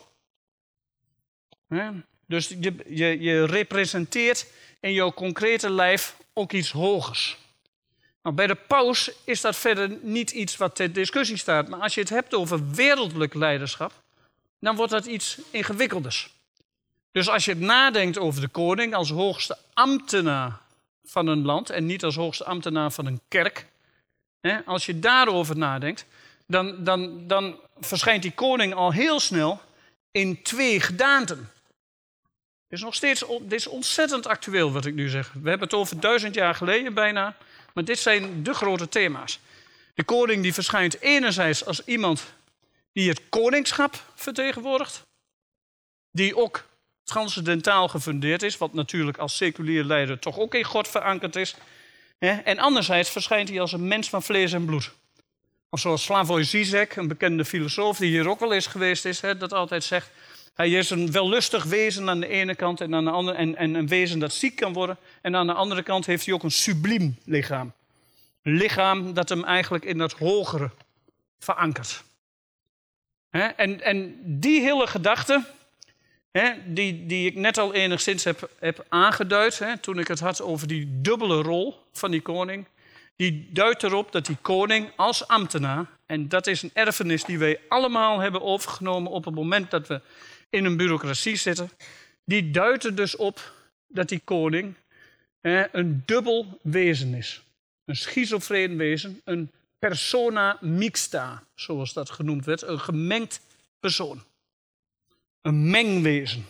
S2: Hè? Dus je, je, je representeert in jouw concrete lijf ook iets hogers. Nou, bij de paus is dat verder niet iets wat ter discussie staat. Maar als je het hebt over wereldlijk leiderschap, dan wordt dat iets ingewikkelders. Dus als je het nadenkt over de koning als hoogste ambtenaar van een land en niet als hoogste ambtenaar van een kerk, hè, als je daarover nadenkt, dan, dan, dan verschijnt die koning al heel snel in twee gedaanten. Dit is nog steeds dit is ontzettend actueel wat ik nu zeg. We hebben het over duizend jaar geleden bijna. Maar dit zijn de grote thema's. De koning die verschijnt enerzijds als iemand die het koningschap vertegenwoordigt. Die ook transcendentaal gefundeerd is. Wat natuurlijk als seculier leider toch ook in God verankerd is. En anderzijds verschijnt hij als een mens van vlees en bloed. Of zoals Slavoj Žižek, een bekende filosoof die hier ook wel eens geweest is. Dat altijd zegt, hij is een wellustig wezen aan de ene kant en, aan de andere, en, en een wezen dat ziek kan worden. En aan de andere kant heeft hij ook een subliem lichaam. Een lichaam dat hem eigenlijk in dat hogere verankert. He? En, en die hele gedachte, he, die, die ik net al enigszins heb, heb aangeduid, he, toen ik het had over die dubbele rol van die koning, die duidt erop dat die koning als ambtenaar, en dat is een erfenis die wij allemaal hebben overgenomen op het moment dat we in een bureaucratie zitten, die duidt er dus op dat die koning eh, een dubbel wezen is. Een schizofreen wezen, een persona mixta, zoals dat genoemd werd, een gemengd persoon. Een mengwezen.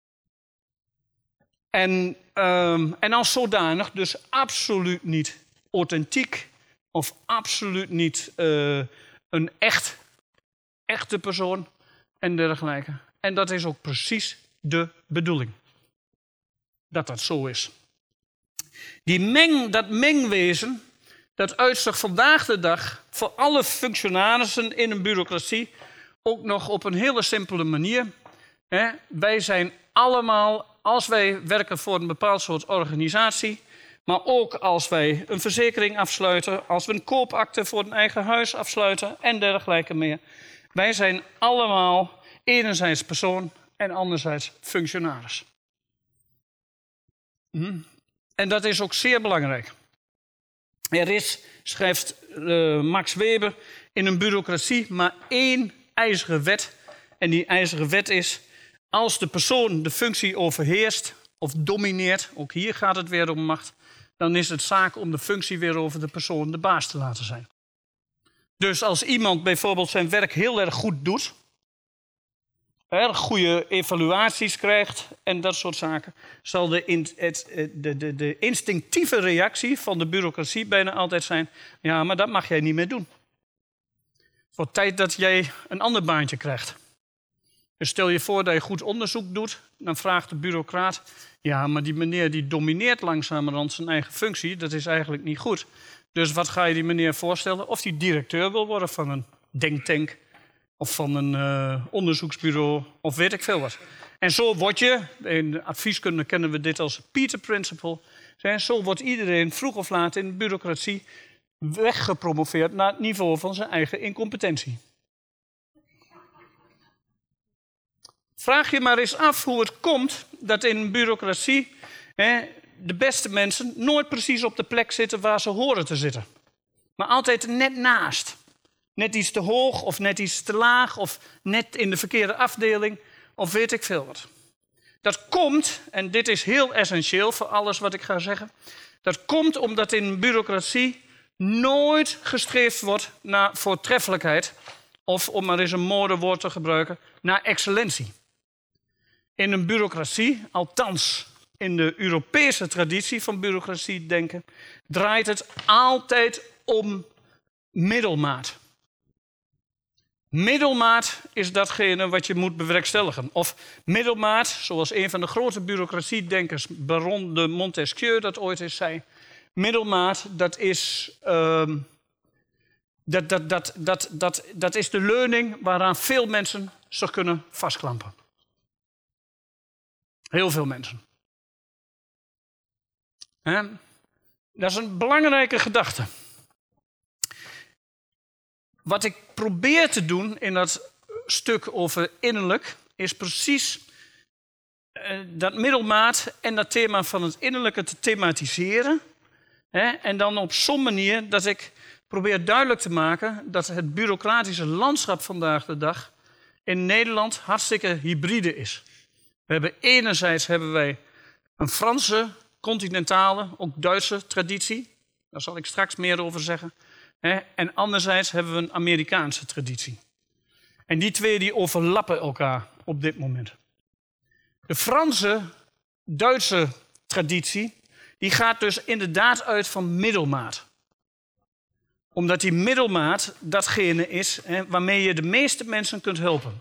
S2: En, um, en als zodanig dus absoluut niet authentiek of absoluut niet uh, een echt, echte persoon en dergelijke. En dat is ook precies de bedoeling. Dat dat zo is. Die meng, dat mengwezen, dat uit zich vandaag de dag voor alle functionarissen in een bureaucratie ook nog op een hele simpele manier. Hè, wij zijn allemaal, als wij werken voor een bepaald soort organisatie, maar ook als wij een verzekering afsluiten, als we een koopakte voor een eigen huis afsluiten en dergelijke meer. Wij zijn allemaal enerzijds persoon en anderzijds functionaris. Hm. En dat is ook zeer belangrijk. Er is, schrijft uh, Max Weber, in een bureaucratie maar één ijzeren wet. En die ijzeren wet is, als de persoon de functie overheerst of domineert, ook hier gaat het weer om macht, dan is het zaak om de functie weer over de persoon de baas te laten zijn. Dus als iemand bijvoorbeeld zijn werk heel erg goed doet, erg goede evaluaties krijgt en dat soort zaken, zal de, in, het, de, de, de instinctieve reactie van de bureaucratie bijna altijd zijn, ja, maar dat mag jij niet meer doen. Het wordt tijd dat jij een ander baantje krijgt. Dus stel je voor dat je goed onderzoek doet, dan vraagt de bureaucraat, ja, maar die meneer die domineert langzamerhand zijn eigen functie, dat is eigenlijk niet goed. Dus wat ga je die meneer voorstellen? Of die directeur wil worden van een denktank of van een uh, onderzoeksbureau of weet ik veel wat. En zo word je, in de advieskunde kennen we dit als Peter Principle, zo wordt iedereen vroeg of laat in de bureaucratie weggepromoveerd naar het niveau van zijn eigen incompetentie. Vraag je maar eens af hoe het komt dat in een bureaucratie hè, de beste mensen nooit precies op de plek zitten waar ze horen te zitten. Maar altijd net naast. Net iets te hoog of net iets te laag of net in de verkeerde afdeling of weet ik veel wat. Dat komt, en dit is heel essentieel voor alles wat ik ga zeggen, dat komt omdat in een bureaucratie nooit gestreefd wordt naar voortreffelijkheid of, om maar eens een modewoord te gebruiken, naar excellentie. In een bureaucratie, althans in de Europese traditie van bureaucratie denken, draait het altijd om middelmaat. Middelmaat is datgene wat je moet bewerkstelligen. Of middelmaat, zoals een van de grote bureaucratiedenkers, Baron de Montesquieu, dat ooit eens zei. Middelmaat, dat is, uh, dat, dat, dat, dat, dat, dat is de leuning waaraan veel mensen zich kunnen vastklampen. Heel veel mensen. He? Dat is een belangrijke gedachte. Wat ik probeer te doen in dat stuk over innerlijk, is precies uh, dat middelmaat en dat thema van het innerlijke te thematiseren. Hè? En dan op zo'n manier dat ik probeer duidelijk te maken dat het bureaucratische landschap vandaag de dag in Nederland hartstikke hybride is. We hebben enerzijds hebben wij een Franse, continentale, ook Duitse traditie. Daar zal ik straks meer over zeggen. En anderzijds hebben we een Amerikaanse traditie. En die twee die overlappen elkaar op dit moment. De Franse, Duitse traditie die gaat dus inderdaad uit van middelmaat. Omdat die middelmaat datgene is hè, waarmee je de meeste mensen kunt helpen.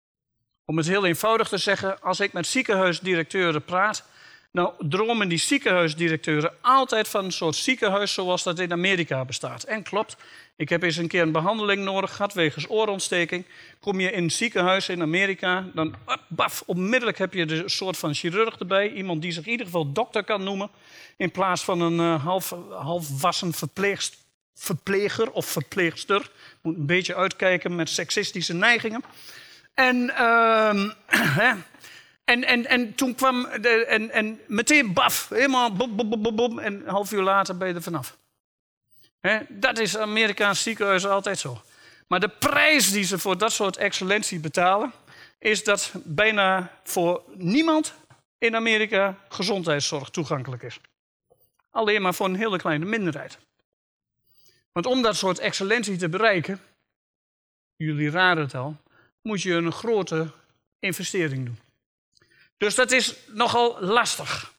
S2: Om het heel eenvoudig te zeggen, als ik met ziekenhuisdirecteuren praat, nou dromen die ziekenhuisdirecteuren altijd van een soort ziekenhuis zoals dat in Amerika bestaat. En klopt, ik heb eens een keer een behandeling nodig gehad wegens oorontsteking. Kom je in een ziekenhuis in Amerika, dan baf, onmiddellijk heb je de soort van chirurg erbij. Iemand die zich in ieder geval dokter kan noemen, in plaats van een uh, half, halfwassen verpleegst, verpleger of verpleegster. Moet een beetje uitkijken met seksistische neigingen. En, uh, en, en, en toen kwam, de, en, en meteen baf, helemaal bom, bom, bom, bom, bom, en een half uur later ben je er vanaf. He, dat is Amerikaans ziekenhuis altijd zo. Maar de prijs die ze voor dat soort excellentie betalen, is dat bijna voor niemand in Amerika gezondheidszorg toegankelijk is. Alleen maar voor een hele kleine minderheid. Want om dat soort excellentie te bereiken, jullie raden het al, moet je een grote investering doen. Dus dat is nogal lastig.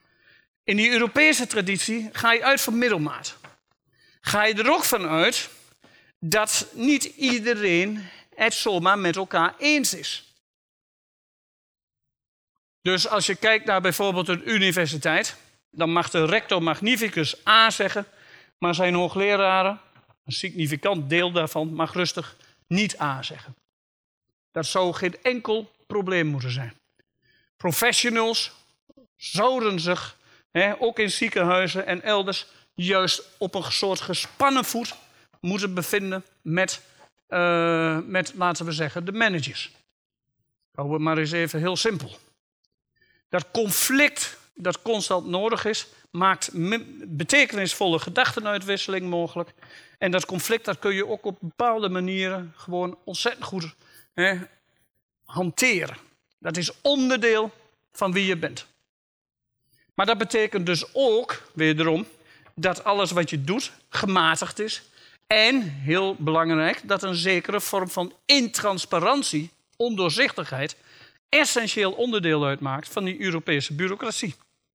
S2: In die Europese traditie ga je uit van middelmaat. Ga je er ook van uit dat niet iedereen het zomaar met elkaar eens is. Dus als je kijkt naar bijvoorbeeld een universiteit, dan mag de rector magnificus A zeggen, maar zijn hoogleraren, een significant deel daarvan, mag rustig niet A zeggen. Dat zou geen enkel probleem moeten zijn. Professionals zouden zich, hè, ook in ziekenhuizen en elders, juist op een soort gespannen voet moeten bevinden met, uh, met, laten we zeggen, de managers. Hou het maar eens even heel simpel. Dat conflict dat constant nodig is, maakt betekenisvolle gedachtenuitwisseling mogelijk. En dat conflict dat kun je ook op bepaalde manieren gewoon ontzettend goed hè, hanteren. Dat is onderdeel van wie je bent. Maar dat betekent dus ook, wederom, dat alles wat je doet gematigd is. En, heel belangrijk, dat een zekere vorm van intransparantie, ondoorzichtigheid, essentieel onderdeel uitmaakt van die Europese bureaucratie.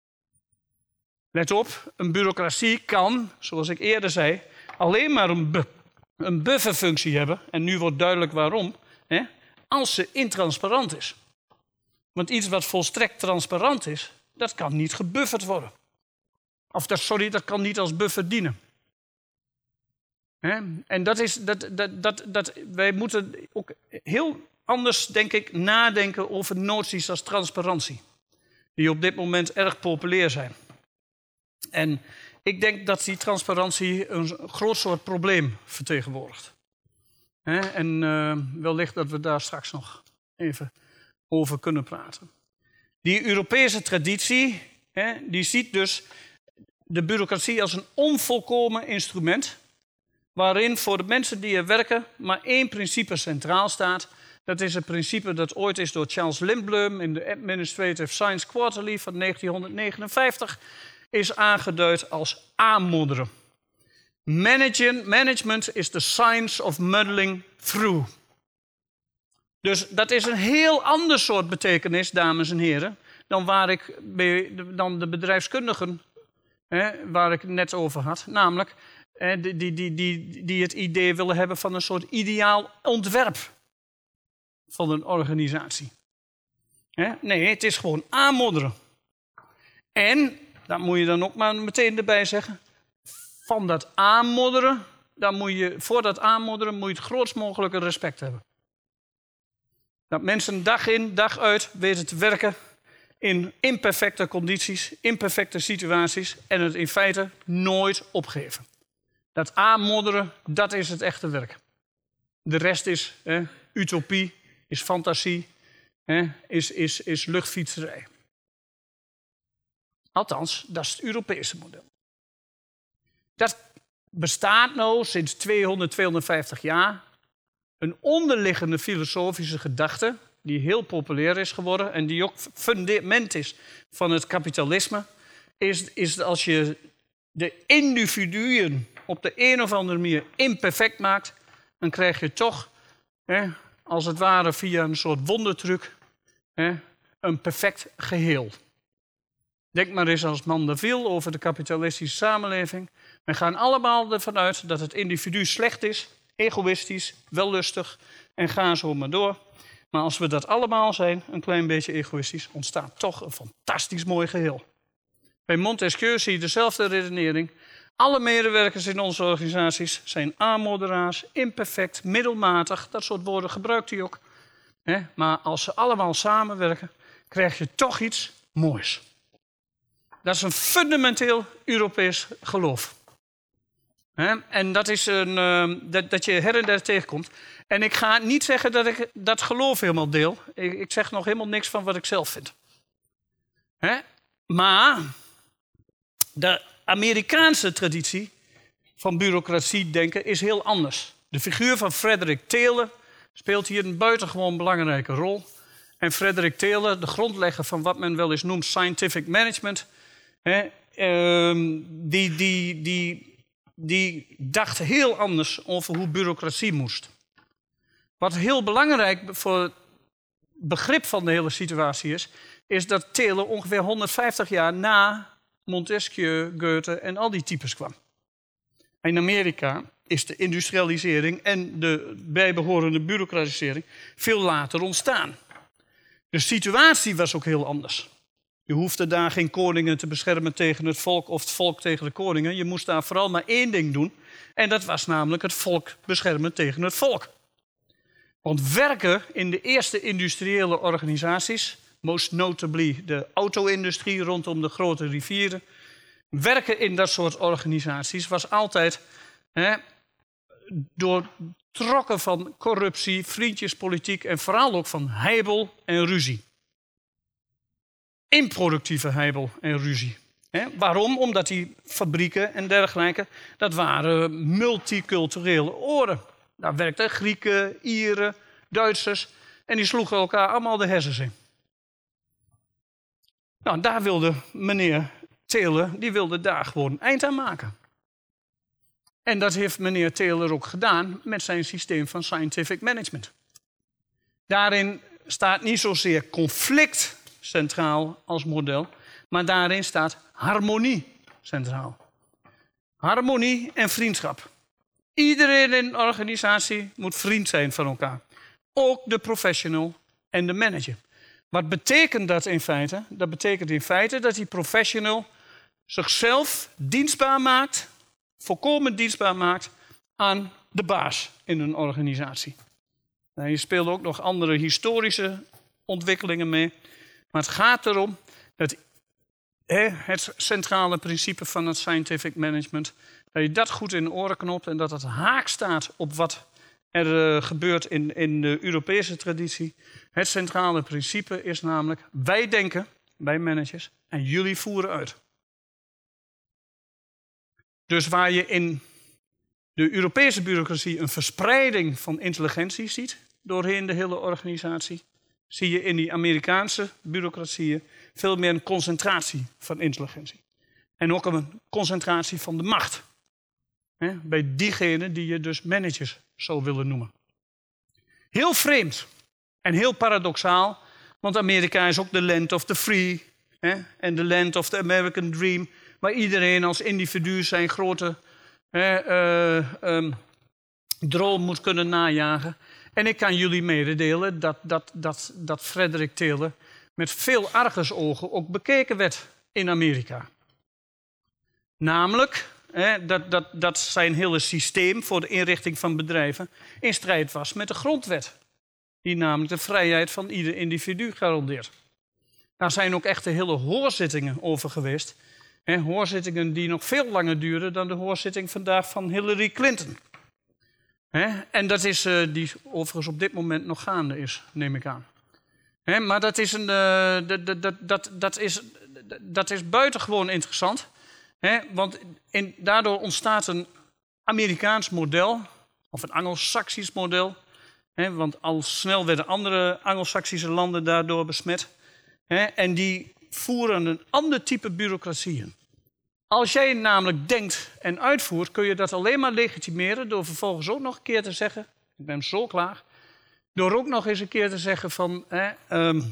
S2: Let op, een bureaucratie kan, zoals ik eerder zei, alleen maar een, bu een bufferfunctie hebben. En nu wordt duidelijk waarom, hè, als ze intransparant is. Want iets wat volstrekt transparant is, dat kan niet gebufferd worden. Of dat, sorry, dat kan niet als buffer dienen. Hè? En dat is, dat, dat, dat, dat, wij moeten ook heel anders, denk ik, nadenken over noties als transparantie. Die op dit moment erg populair zijn. En ik denk dat die transparantie een groot soort probleem vertegenwoordigt. Hè? En uh, wellicht dat we daar straks nog even over kunnen praten. Die Europese traditie, hè, die ziet dus de bureaucratie als een onvolkomen instrument, waarin voor de mensen die er werken maar één principe centraal staat. Dat is het principe dat ooit is door Charles Lindblom in de Administrative Science Quarterly van negentienhonderdnegenenvijftig is aangeduid als aanmodderen. Managen, management is the science of muddling through. Dus dat is een heel ander soort betekenis, dames en heren, dan, waar ik, dan de bedrijfskundigen hè, waar ik het net over had. Namelijk hè, die, die, die, die, die het idee willen hebben van een soort ideaal ontwerp van een organisatie. Hè? Nee, het is gewoon aanmodderen. En, dat moet je dan ook maar meteen erbij zeggen, van dat aanmodderen, dan moet je, voor dat aanmodderen moet je het grootst mogelijke respect hebben. Dat mensen dag in, dag uit weten te werken in imperfecte condities, imperfecte situaties en het in feite nooit opgeven. Dat aanmodderen, dat is het echte werk. De rest is hè, utopie, is fantasie, hè, is, is, is luchtfietserij. Althans, dat is het Europese model. Dat bestaat nou sinds tweehonderd, tweehonderdvijftig jaar. Een onderliggende filosofische gedachte die heel populair is geworden en die ook fundament is van het kapitalisme, is, is als je de individuen op de een of andere manier imperfect maakt, dan krijg je toch, hè, als het ware via een soort wondertruc, hè, een perfect geheel. Denk maar eens als Mandeville over de kapitalistische samenleving. We gaan allemaal ervan uit dat het individu slecht is, egoïstisch, wellustig en ga zo maar door. Maar als we dat allemaal zijn, een klein beetje egoïstisch, ontstaat toch een fantastisch mooi geheel. Bij Montesquieu zie je dezelfde redenering. Alle medewerkers in onze organisaties zijn aanmodderaars, imperfect, middelmatig. Dat soort woorden gebruikt hij ook. Maar als ze allemaal samenwerken, krijg je toch iets moois. Dat is een fundamenteel Europees geloof. En dat is een, uh, dat, dat je her en der tegenkomt. En ik ga niet zeggen dat ik dat geloof helemaal deel. Ik, ik zeg nog helemaal niks van wat ik zelf vind. Hè? Maar de Amerikaanse traditie van bureaucratie denken is heel anders. De figuur van Frederick Taylor speelt hier een buitengewoon belangrijke rol. En Frederick Taylor, de grondlegger van wat men wel eens noemt scientific management, hè, uh, die, die, die Die dacht heel anders over hoe bureaucratie moest. Wat heel belangrijk voor het begrip van de hele situatie is, is dat Taylor ongeveer honderdvijftig jaar na Montesquieu, Goethe en al die types kwam. In Amerika is de industrialisering en de bijbehorende bureaucratisering veel later ontstaan. De situatie was ook heel anders. Je hoefde daar geen koningen te beschermen tegen het volk of het volk tegen de koningen. Je moest daar vooral maar één ding doen. En dat was namelijk het volk beschermen tegen het volk. Want werken in de eerste industriële organisaties, most notably de auto-industrie rondom de grote rivieren, werken in dat soort organisaties was altijd hè, doortrokken van corruptie, vriendjespolitiek en vooral ook van heibel en ruzie. improductieve heibel en ruzie. He, waarom? Omdat die fabrieken en dergelijke, dat waren multiculturele oorden. Daar werkten Grieken, Ieren, Duitsers en die sloegen elkaar allemaal de hersens in. Nou, daar wilde meneer Taylor, die wilde daar gewoon een eind aan maken. En dat heeft meneer Taylor ook gedaan met zijn systeem van scientific management. Daarin staat niet zozeer conflict centraal als model, maar daarin staat harmonie centraal. Harmonie en vriendschap. Iedereen in een organisatie moet vriend zijn van elkaar. Ook de professional en de manager. Wat betekent dat in feite? Dat betekent in feite dat die professional zichzelf dienstbaar maakt, volkomen dienstbaar maakt aan de baas in een organisatie. Nou, hier spelen ook nog andere historische ontwikkelingen mee. Maar het gaat erom dat hè, het centrale principe van het scientific management, dat je dat goed in de oren knopt en dat het haak staat op wat er uh, gebeurt in, in de Europese traditie. Het centrale principe is namelijk, wij denken, wij managers, en jullie voeren uit. Dus waar je in de Europese bureaucratie een verspreiding van intelligentie ziet doorheen de hele organisatie, zie je in die Amerikaanse bureaucratieën veel meer een concentratie van intelligentie. En ook een concentratie van de macht. Hè, bij diegenen die je dus managers zou willen noemen. Heel vreemd en heel paradoxaal, want Amerika is ook de land of the free hè, en de land of the American dream, waar iedereen als individu zijn grote hè, uh, um, droom moet kunnen najagen. En ik kan jullie mededelen dat, dat, dat, dat Frederick Taylor met veel argusogen ook bekeken werd in Amerika. Namelijk hè, dat, dat, dat zijn hele systeem voor de inrichting van bedrijven in strijd was met de grondwet. Die namelijk de vrijheid van ieder individu garandeert. Daar zijn ook echt hele hoorzittingen over geweest. Hè, hoorzittingen die nog veel langer duren dan de hoorzitting vandaag van Hillary Clinton. Hè, en dat is uh, die overigens op dit moment nog gaande is, neem ik aan. Hè, maar dat is, een, uh, dat, dat, dat, dat, dat, is, dat is buitengewoon interessant. Hè, want in, daardoor ontstaat een Amerikaans model, of een Anglo-Saxisch model. Hè, want al snel werden andere Anglo-Saxische landen daardoor besmet. Hè, en die voeren een ander type bureaucratieën. Als jij namelijk denkt en uitvoert, kun je dat alleen maar legitimeren door vervolgens ook nog een keer te zeggen, ik ben zo klaar, door ook nog eens een keer te zeggen van, hè, um,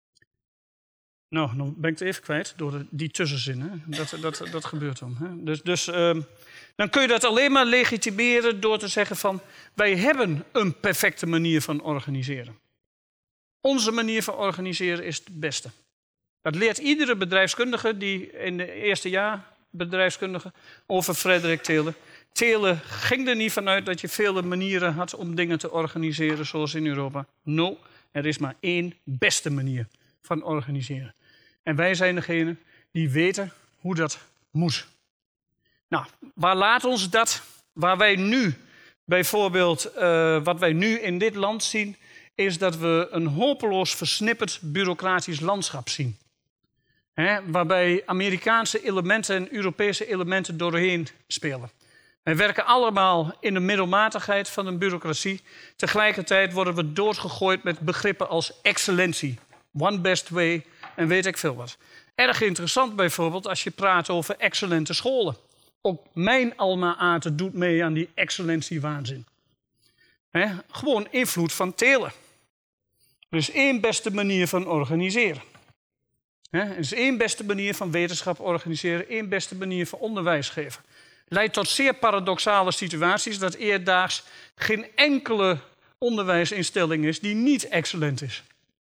S2: nou, dan ben ik het even kwijt door de, die tussenzin. Hè. Dat, dat, dat gebeurt dan. Hè. Dus, dus um, dan kun je dat alleen maar legitimeren door te zeggen van, wij hebben een perfecte manier van organiseren. Onze manier van organiseren is het beste. Dat leert iedere bedrijfskundige die in de eerste jaar bedrijfskundige over Frederick Taylor. Taylor ging er niet vanuit dat je vele manieren had om dingen te organiseren zoals in Europa. No, er is maar één beste manier van organiseren. En wij zijn degene die weten hoe dat moet. Nou, waar laat ons dat? Waar wij nu, bijvoorbeeld, uh, wat wij nu in dit land zien, is dat we een hopeloos versnipperd bureaucratisch landschap zien. He, waarbij Amerikaanse elementen en Europese elementen doorheen spelen. Wij werken allemaal in de middelmatigheid van een bureaucratie. Tegelijkertijd worden we doodgegooid met begrippen als excellentie, one best way en weet ik veel wat. Erg interessant bijvoorbeeld als je praat over excellente scholen. Ook mijn alma mater doet mee aan die excellentiewaanzin. He, gewoon invloed van Taylor. Dus één beste manier van organiseren. Er is één beste manier van wetenschap organiseren, één beste manier van onderwijs geven. Leidt tot zeer paradoxale situaties dat eerdaags geen enkele onderwijsinstelling is die niet excellent is.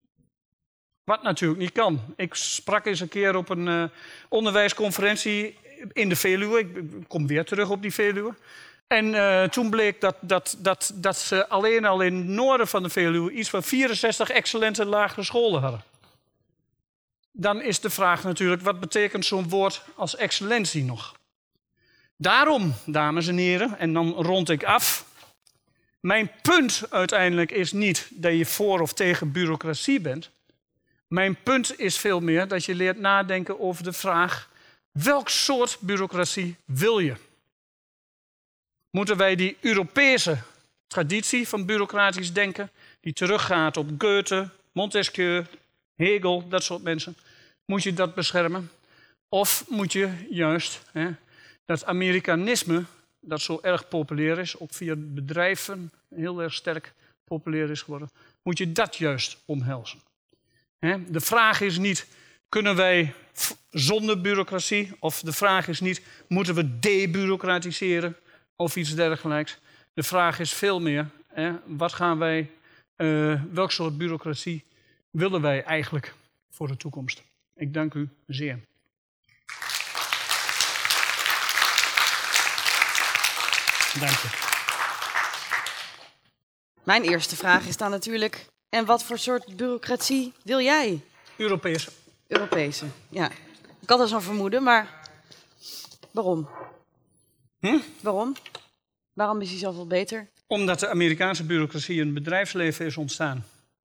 S2: Wat natuurlijk niet kan. Ik sprak eens een keer op een uh, onderwijsconferentie in de Veluwe. Ik kom weer terug op die Veluwe. En uh, toen bleek dat, dat, dat, dat ze alleen al in het noorden van de Veluwe iets van vierenzestig excellente lagere scholen hadden. Dan is de vraag natuurlijk, wat betekent zo'n woord als excellentie nog? Daarom, dames en heren, en dan rond ik af. Mijn punt uiteindelijk is niet dat je voor of tegen bureaucratie bent. Mijn punt is veel meer dat je leert nadenken over de vraag: welk soort bureaucratie wil je? Moeten wij die Europese traditie van bureaucratisch denken, die teruggaat op Goethe, Montesquieu, Hegel, dat soort mensen, moet je dat beschermen? Of moet je juist hè, dat Amerikanisme, dat zo erg populair is, ook via bedrijven heel erg sterk populair is geworden, moet je dat juist omhelzen? Hè? De vraag is niet, kunnen wij zonder bureaucratie? Of de vraag is niet, moeten we debureaucratiseren? Of iets dergelijks. De vraag is veel meer, hè, wat gaan wij, uh, welk soort bureaucratie willen wij eigenlijk voor de toekomst? Ik dank u zeer. Dank je.
S1: Mijn eerste vraag is dan natuurlijk, en wat voor soort bureaucratie wil jij?
S2: Europese.
S1: Europese, ja. Ik had al zo'n vermoeden, maar waarom?
S2: Hm?
S1: Waarom? Waarom is hij zoveel beter?
S2: Omdat de Amerikaanse bureaucratie in het bedrijfsleven is ontstaan.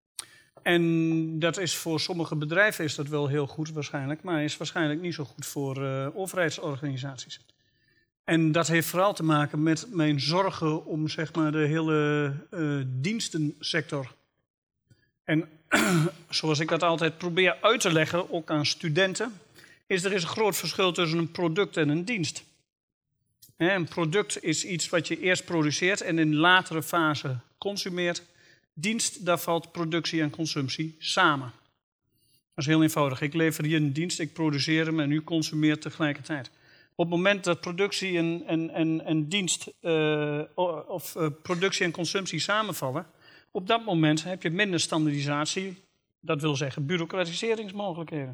S2: En dat is voor sommige bedrijven is dat wel heel goed waarschijnlijk, maar is waarschijnlijk niet zo goed voor uh, overheidsorganisaties. En dat heeft vooral te maken met mijn zorgen om zeg maar, de hele uh, dienstensector. En zoals ik dat altijd probeer uit te leggen, ook aan studenten, is er is een groot verschil tussen een product en een dienst. Een product is iets wat je eerst produceert en in latere fase consumeert. Dienst, daar valt productie en consumptie samen. Dat is heel eenvoudig. Ik lever hier een dienst, ik produceer hem en u consumeert tegelijkertijd. Op het moment dat productie en, en, en, en dienst uh, of uh, productie en consumptie samenvallen, op dat moment heb je minder standaardisatie, dat wil zeggen bureaucratiseringsmogelijkheden.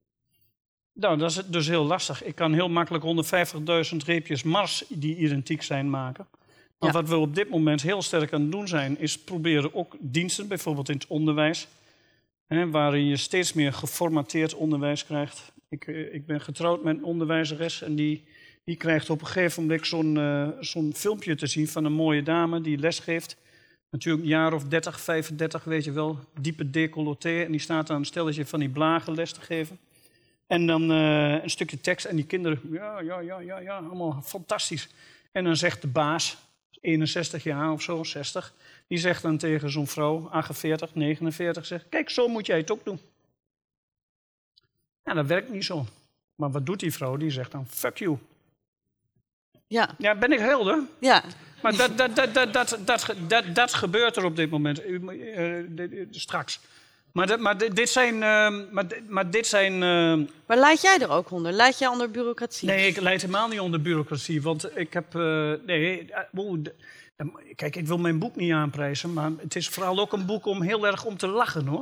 S2: Nou, dat is dus heel lastig. Ik kan heel makkelijk honderdvijftigduizend reepjes Mars die identiek zijn maken. Maar ja. Wat we op dit moment heel sterk aan het doen zijn, is proberen ook diensten, bijvoorbeeld in het onderwijs, hè, waarin je steeds meer geformateerd onderwijs krijgt. Ik, ik ben getrouwd met een onderwijzeres en die, die krijgt op een gegeven moment zo'n uh, zo'n filmpje te zien van een mooie dame die lesgeeft. Natuurlijk een jaar of dertig, vijfendertig, weet je wel, diepe decolleté. En die staat aan een stelletje van die blagen les te geven. En dan uh, een stukje tekst en die kinderen, ja, ja, ja, ja, ja, allemaal fantastisch. En dan zegt de baas, eenenzestig jaar of zo, zestig, die zegt dan tegen zo'n vrouw, achtenveertig, negenenveertig, zegt, kijk, zo moet jij het ook doen. Ja, dat werkt niet zo. Maar wat doet die vrouw? Die zegt dan, fuck you.
S1: Ja.
S2: Ja, ben ik helder?
S1: Ja.
S2: Maar dat, dat, dat, dat, dat, dat, dat, dat gebeurt er op dit moment, uh, uh, straks. Maar, de, maar de, dit zijn... Uh, maar, de, maar dit zijn... Uh...
S1: Maar leid jij er ook onder? Leid jij onder bureaucratie?
S2: Nee, ik leid helemaal niet onder bureaucratie. Want ik heb... Uh, nee, uh, de, uh, kijk, ik wil mijn boek niet aanprijzen, maar het is vooral ook een boek om heel erg om te lachen, hoor.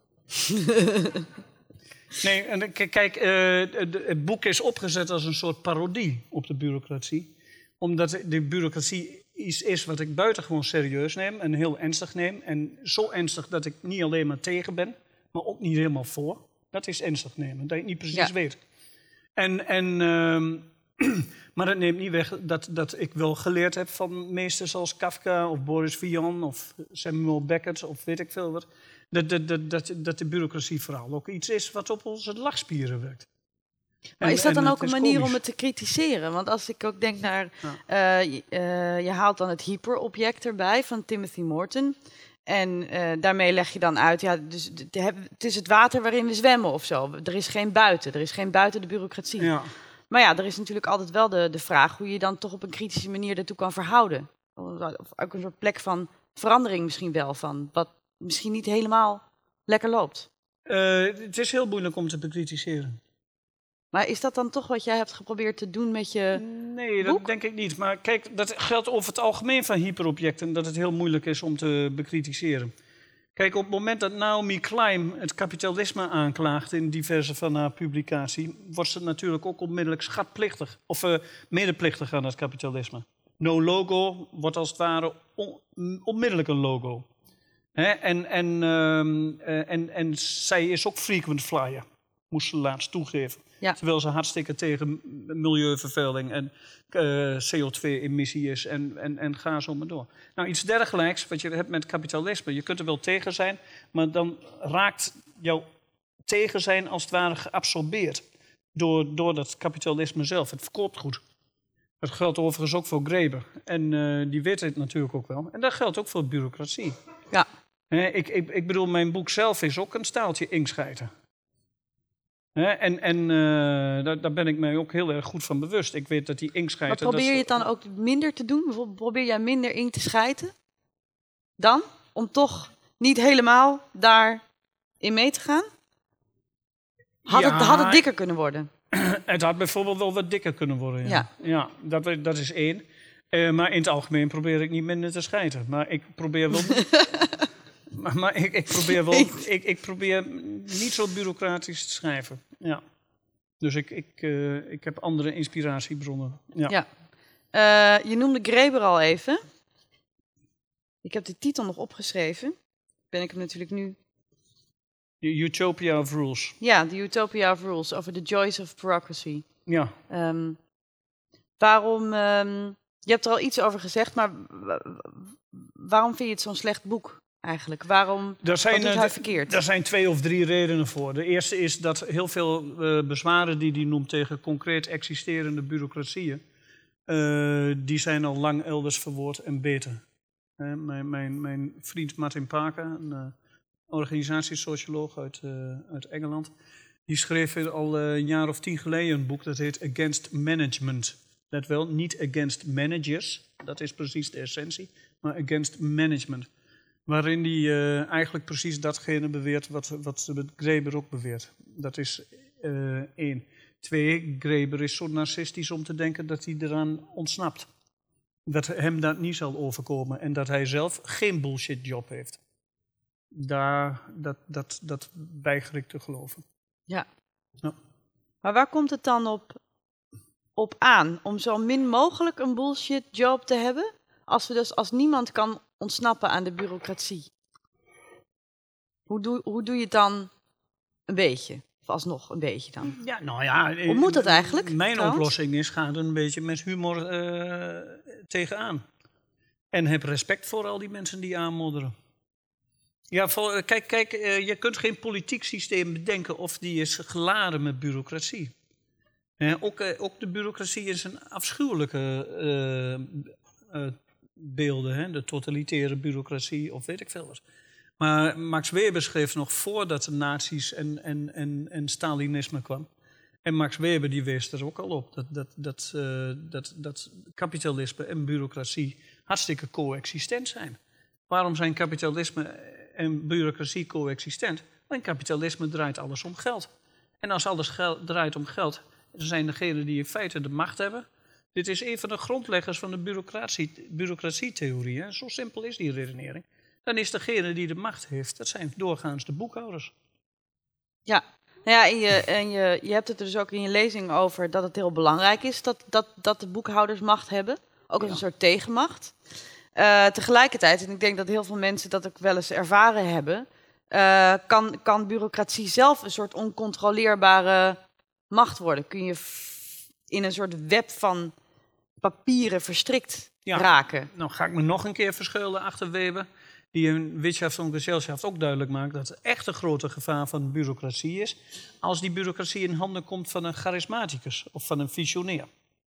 S2: Nee, en kijk, uh, het boek is opgezet als een soort parodie op de bureaucratie. Omdat de bureaucratie iets is wat ik buitengewoon serieus neem en heel ernstig neem. En zo ernstig dat ik niet alleen maar tegen ben, maar ook niet helemaal voor. Dat is ernstig nemen, dat je het niet precies ja. weet. En, en, uh, maar dat neemt niet weg dat, dat ik wel geleerd heb van meesters als Kafka of Boris Vian of Samuel Beckett of weet ik veel wat. Dat, dat, dat, dat, dat de bureaucratie vooral ook iets is wat op onze lachspieren werkt.
S1: Maar en, is dat dan ook een manier komisch. om het te kritiseren? Want als ik ook denk naar... Ja. Uh, uh, je haalt dan het hyperobject erbij van Timothy Morton. En uh, daarmee leg je dan uit... Ja, dus het is het water waarin we zwemmen of zo. Er is geen buiten. Er is geen buiten de bureaucratie. Ja. Maar ja, er is natuurlijk altijd wel de, de vraag... hoe je dan toch op een kritische manier daartoe kan verhouden. Of ook een soort plek van verandering misschien wel. Van wat misschien niet helemaal lekker loopt.
S2: Uh, het is heel moeilijk om te bekritiseren.
S1: Maar is dat dan toch wat jij hebt geprobeerd te doen met je
S2: Nee,
S1: boek?
S2: Dat denk ik niet. Maar kijk, dat geldt over het algemeen van hyperobjecten... dat het heel moeilijk is om te bekritiseren. Kijk, op het moment dat Naomi Klein het kapitalisme aanklaagt... in diverse van haar publicaties... wordt ze natuurlijk ook onmiddellijk schatplichtig... of uh, medeplichtig aan het kapitalisme. No logo wordt als het ware on, onmiddellijk een logo. Hè? En, en, um, uh, en, en zij is ook frequent flyer... moest ze laatst toegeven. Ja. Terwijl ze hartstikke tegen milieuvervuiling en uh, C O twee emissie is en, en, en ga zo maar door. Nou, iets dergelijks wat je hebt met kapitalisme. Je kunt er wel tegen zijn, maar dan raakt jouw tegen zijn als het ware geabsorbeerd door, door dat kapitalisme zelf. Het verkoopt goed. Dat geldt overigens ook voor Graeber. En uh, die weet het natuurlijk ook wel. En dat geldt ook voor bureaucratie.
S1: Ja.
S2: He, ik, ik, ik bedoel, mijn boek zelf is ook een staaltje inkschijten. He, en en uh, daar, daar ben ik mij ook heel erg goed van bewust. Ik weet dat die inkschijten...
S1: Maar probeer je
S2: dat
S1: het dan ook minder te doen? Bijvoorbeeld, probeer jij minder ink te schijten? Dan? Om toch niet helemaal daarin mee te gaan? Had,
S2: ja,
S1: het, had het dikker kunnen worden?
S2: Het had bijvoorbeeld wel wat dikker kunnen worden. Ja,
S1: ja.
S2: ja dat, dat is één. Uh, maar in het algemeen probeer ik niet minder te schijten. Maar ik probeer wel... maar, maar ik, ik, probeer wel ik, ik probeer niet zo bureaucratisch te schrijven. Ja. Dus ik, ik, uh, ik heb andere inspiratiebronnen. Ja.
S1: ja. Uh, je noemde Graeber al even. Ik heb de titel nog opgeschreven. Ben ik hem natuurlijk nu...
S2: The Utopia of Rules.
S1: Ja, The Utopia of Rules, over the joys of bureaucracy.
S2: Ja.
S1: Um, waarom... Um, je hebt er al iets over gezegd, maar waarom vind je het zo'n slecht boek eigenlijk? Waarom
S2: daar zijn,
S1: wat doet hij verkeerd?
S2: Daar zijn twee of drie redenen voor. De eerste is dat heel veel uh, bezwaren die hij noemt tegen concreet existerende bureaucratieën, uh, die zijn al lang elders verwoord en beter. Uh, mijn, mijn, mijn vriend Martin Parker, een uh, organisatiesocioloog uit, uh, uit Engeland, die schreef al uh, een jaar of tien geleden een boek dat heet Against Management. Let wel, niet against managers, dat is precies de essentie, maar against management. Waarin hij uh, eigenlijk precies datgene beweert wat, wat Graeber ook beweert. Dat is uh, één. Twee, Graeber is zo narcistisch om te denken dat hij eraan ontsnapt. Dat hem dat niet zal overkomen en dat hij zelf geen bullshit job heeft. Daar, dat, dat, dat weiger ik te geloven.
S1: Ja.
S2: ja.
S1: Maar waar komt het dan op, op aan? Om zo min mogelijk een bullshit job te hebben? Als, we dus, als niemand kan ontsnappen aan de bureaucratie. Hoe doe, hoe doe je het dan een beetje? Of alsnog een beetje dan?
S2: Ja, nou ja,
S1: hoe moet dat eigenlijk?
S2: Mijn
S1: trouwens?
S2: oplossing is, ga er een beetje met humor uh, tegenaan. En heb respect voor al die mensen die aanmodderen. Ja, voor, kijk, kijk uh, je kunt geen politiek systeem bedenken of die is geladen met bureaucratie. Uh, ook, uh, ook de bureaucratie is een afschuwelijke uh, uh, beelden, hè? De totalitaire bureaucratie of weet ik veel wat. Maar Max Weber schreef nog voordat de nazi's en, en, en, en Stalinisme kwam. En Max Weber die wees er ook al op dat, dat, dat, uh, dat, dat kapitalisme en bureaucratie hartstikke coexistent zijn. Waarom zijn kapitalisme en bureaucratie coexistent? Want kapitalisme draait alles om geld. En als alles geld, draait om geld, dan zijn degenen die in feite de macht hebben. Dit is een van de grondleggers van de bureaucratie, bureaucratietheorie. Hè? Zo simpel is die redenering. Dan is degene die de macht heeft, dat zijn doorgaans de boekhouders.
S1: Ja, nou ja en, je, en je, je hebt het er dus ook in je lezing over dat het heel belangrijk is dat, dat, dat de boekhouders macht hebben. Ook als ja. een soort tegenmacht. Uh, tegelijkertijd, en ik denk dat heel veel mensen dat ook wel eens ervaren hebben, uh, kan, kan bureaucratie zelf een soort oncontroleerbare macht worden. Kun je f- in een soort web van papieren verstrikt ja. raken.
S2: Nou ga ik me nog een keer verschuilen achter Weber, die in Wirtschaft und Gesellschaft ook duidelijk maakt dat het echt een grote gevaar van bureaucratie is als die bureaucratie in handen komt van een charismaticus of van een visionair.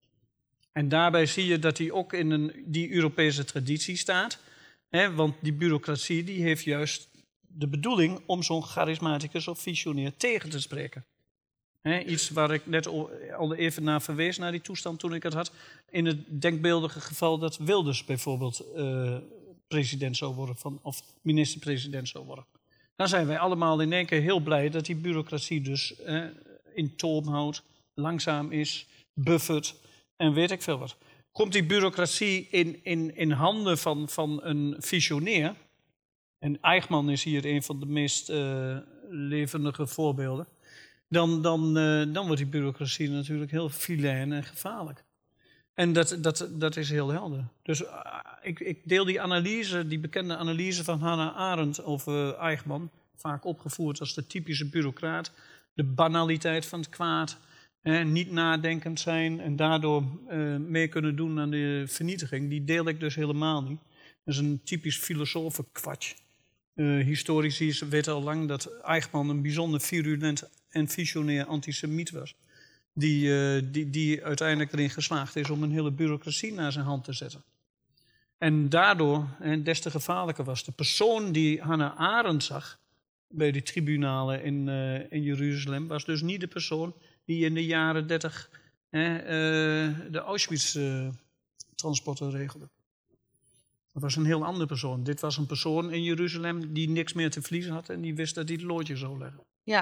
S2: En daarbij zie je dat hij ook in een, die Europese traditie staat. Hè, want die bureaucratie die heeft juist de bedoeling om zo'n charismaticus of visionair tegen te spreken. Hè, iets waar ik net al even naar verwees, naar die toestand toen ik het had. In het denkbeeldige geval dat Wilders bijvoorbeeld uh, president zou worden van, of minister-president zou worden. Dan zijn wij allemaal in één keer heel blij dat die bureaucratie dus uh, in toom houdt, langzaam is, buffert. En weet ik veel wat. Komt die bureaucratie in, in, in handen van, van een visionair, en Eichmann is hier een van de meest uh, levendige voorbeelden, dan, dan, uh, dan wordt die bureaucratie natuurlijk heel filijn en gevaarlijk. En dat, dat, dat is heel helder. Dus uh, ik, ik deel die analyse, die bekende analyse van Hannah Arendt over Eichmann, vaak opgevoerd als de typische bureaucraat, de banaliteit van het kwaad, Eh, niet nadenkend zijn en daardoor uh, mee kunnen doen aan de vernietiging, die deel ik dus helemaal niet. Dat is een typisch filosofenkwatsch. Uh, historici weten al lang dat Eichmann een bijzonder virulent en visionair antisemiet was. Die, uh, die, die uiteindelijk erin geslaagd is om een hele bureaucratie naar zijn hand te zetten. En daardoor, en des te gevaarlijker was, de persoon die Hannah Arendt zag bij die tribunalen in, uh, in Jeruzalem, was dus niet de persoon die in de jaren dertig uh, de Auschwitz-transporten uh, regelde. Dat was een heel andere persoon. Dit was een persoon in Jeruzalem die niks meer te verliezen had en die wist dat hij het loodje zou leggen.
S1: Ja.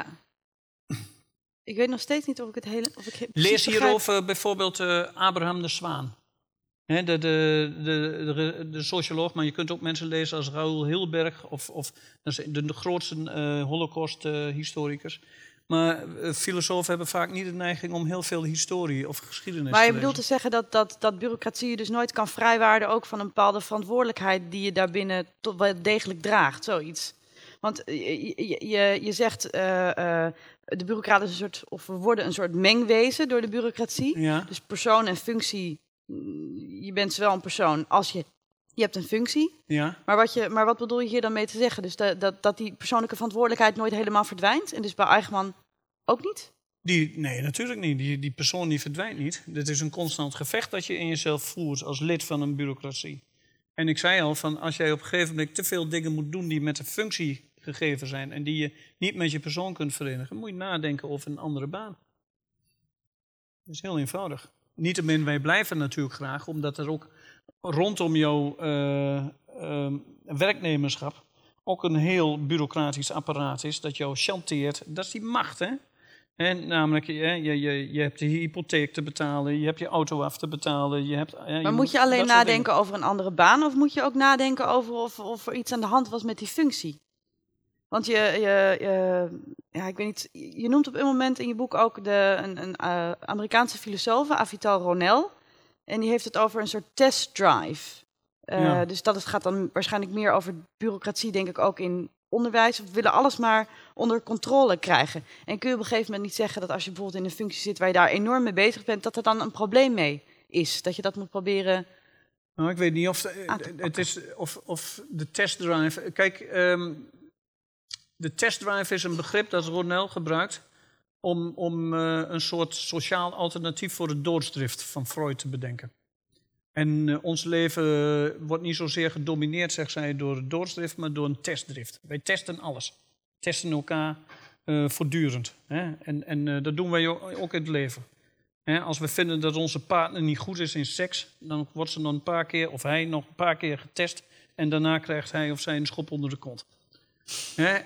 S1: Ik weet nog steeds niet of ik het hele... Of ik
S2: Lees hierover bijvoorbeeld uh, Abraham de Zwaan. He, de, de, de, de, de socioloog, maar je kunt ook mensen lezen als Raoul Hilberg of, of de, de grootste uh, Holocaust-historicus. Uh, maar uh, filosofen hebben vaak niet de neiging om heel veel historie of geschiedenis
S1: maar
S2: te
S1: je
S2: lezen.
S1: bedoelt te zeggen dat, dat, dat bureaucratie je dus nooit kan vrijwaarden, ook van een bepaalde verantwoordelijkheid die je daarbinnen tot wel degelijk draagt, zoiets. Want je, je, je zegt, uh, uh, de bureaucraat is een soort, of we worden een soort mengwezen door de bureaucratie.
S2: Ja.
S1: Dus persoon en functie, je bent zowel een persoon als je, je hebt een functie.
S2: Ja.
S1: Maar, wat je, maar wat bedoel je hier dan mee te zeggen? Dus dat, dat, dat die persoonlijke verantwoordelijkheid nooit helemaal verdwijnt? En dus bij Eichmann ook niet?
S2: Die, nee, natuurlijk niet. Die, die persoon die verdwijnt niet. Dit is een constant gevecht dat je in jezelf voert als lid van een bureaucratie. En ik zei al, van als jij op een gegeven moment te veel dingen moet doen die met een functie gegeven zijn en die je niet met je persoon kunt verenigen, moet je nadenken over een andere baan. Dat is heel eenvoudig. Niettemin, wij blijven natuurlijk graag, omdat er ook rondom jouw uh, uh, werknemerschap ook een heel bureaucratisch apparaat is dat jou chanteert. Dat is die macht, hè? En namelijk, je, je, je, je hebt de hypotheek te betalen, je hebt je auto af te betalen. Je hebt,
S1: maar
S2: je
S1: moet je alleen
S2: dat soort
S1: nadenken
S2: dingen.
S1: over een andere baan, of moet je ook nadenken over of, of er iets aan de hand was met die functie? Want je, je, je, ja, ik weet niet, je noemt op een moment in je boek ook de, een, een uh, Amerikaanse filosoof, Avital Ronell. En die heeft het over een soort test drive. Uh,
S2: Ja.
S1: Dus dat het gaat dan waarschijnlijk meer over bureaucratie, denk ik ook in onderwijs. We willen alles maar onder controle krijgen. En kun je op een gegeven moment niet zeggen dat als je bijvoorbeeld in een functie zit waar je daar enorm mee bezig bent, dat er dan een probleem mee is. Dat je dat moet proberen.
S2: Nou, ik weet niet of de,
S1: aan te
S2: het is of, of de testdrive. Kijk, um, de testdrive is een begrip dat Ronell gebruikt om, om uh, een soort sociaal alternatief voor de doodsdrift van Freud te bedenken. En uh, ons leven uh, wordt niet zozeer gedomineerd, zegt zij, door de doodsdrift, maar door een testdrift. Wij testen alles. Testen elkaar uh, voortdurend. Hè? En, en uh, dat doen wij ook in het leven. Hè? Als we vinden dat onze partner niet goed is in seks, dan wordt ze nog een paar keer, of hij nog een paar keer getest. En daarna krijgt hij of zij een schop onder de kont. Hè?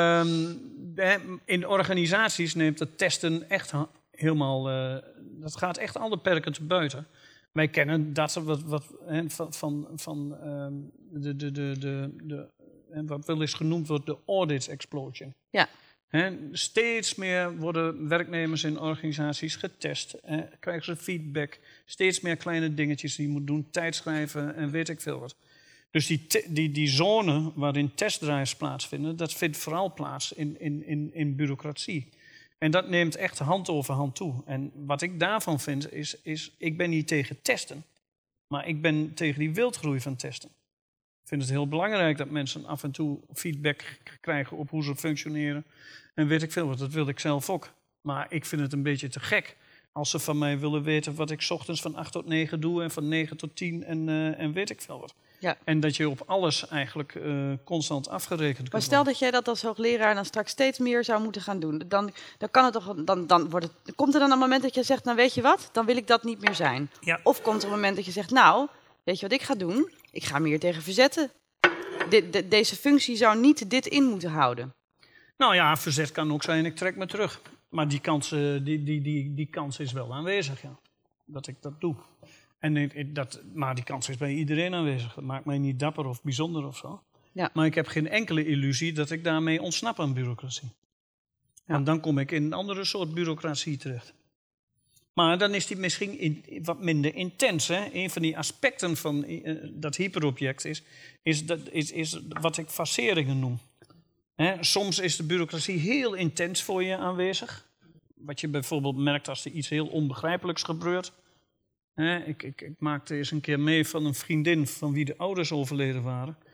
S2: Uh, in organisaties neemt het testen echt helemaal, uh, dat gaat echt alle perken te buiten. Wij kennen dat wat, wat, he, van, van, van um, de, de, de, de, de, wat wel eens genoemd wordt de audit explosion.
S1: Ja.
S2: He, steeds meer worden werknemers in organisaties getest, he, krijgen ze feedback, steeds meer kleine dingetjes die je moet doen, tijdschrijven en weet ik veel wat. Dus die, te, die, die zone waarin testdrives plaatsvinden, dat vindt vooral plaats in, in, in, in bureaucratie. En dat neemt echt hand over hand toe. En wat ik daarvan vind is, is, ik ben niet tegen testen. Maar ik ben tegen die wildgroei van testen. Ik vind het heel belangrijk dat mensen af en toe feedback krijgen op hoe ze functioneren. En weet ik veel wat, dat wil ik zelf ook. Maar ik vind het een beetje te gek als ze van mij willen weten wat ik 's ochtends van acht tot negen doe en van negen tot tien en, uh, en weet ik veel wat.
S1: Ja.
S2: En dat je op alles eigenlijk uh, constant afgerekend kunt
S1: Maar stel
S2: worden.
S1: dat jij dat als hoogleraar dan straks steeds meer zou moeten gaan doen. Dan, dan kan het toch, dan, dan wordt het, komt er dan een moment dat je zegt, nou weet je wat, dan wil ik dat niet meer zijn.
S2: Ja.
S1: Of komt er een moment dat je zegt, nou, weet je wat ik ga doen? Ik ga me hier tegen verzetten. De, de, deze functie zou niet dit in moeten houden.
S2: Nou ja, verzet kan ook zijn, ik trek me terug. Maar die kans, uh, die, die, die, die kans is wel aanwezig, ja. Dat ik dat doe. En ik, dat, maar die kans is bij iedereen aanwezig. Dat maakt mij niet dapper of bijzonder of zo.
S1: Ja.
S2: Maar ik heb geen enkele illusie dat ik daarmee ontsnap aan bureaucratie.
S1: Ja.
S2: Want dan kom ik in een andere soort bureaucratie terecht. Maar dan is die misschien in, wat minder intens. Hè? Een van die aspecten van uh, dat hyperobject is, is, dat, is, is wat ik faceringen noem. Hè? Soms is de bureaucratie heel intens voor je aanwezig. Wat je bijvoorbeeld merkt als er iets heel onbegrijpelijks gebeurt. Hè? Ik, ik, ik maakte eens een keer mee van een vriendin van wie de ouders overleden waren.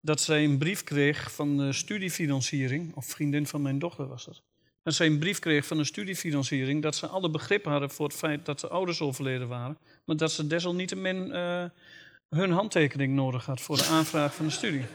S2: dat zij een brief kreeg van de studiefinanciering, of vriendin van mijn dochter was dat. Dat zij een brief kreeg van de studiefinanciering dat ze alle begrip hadden voor het feit dat de ouders overleden waren, maar dat ze desalniettemin uh, hun handtekening nodig had voor de aanvraag van de studie.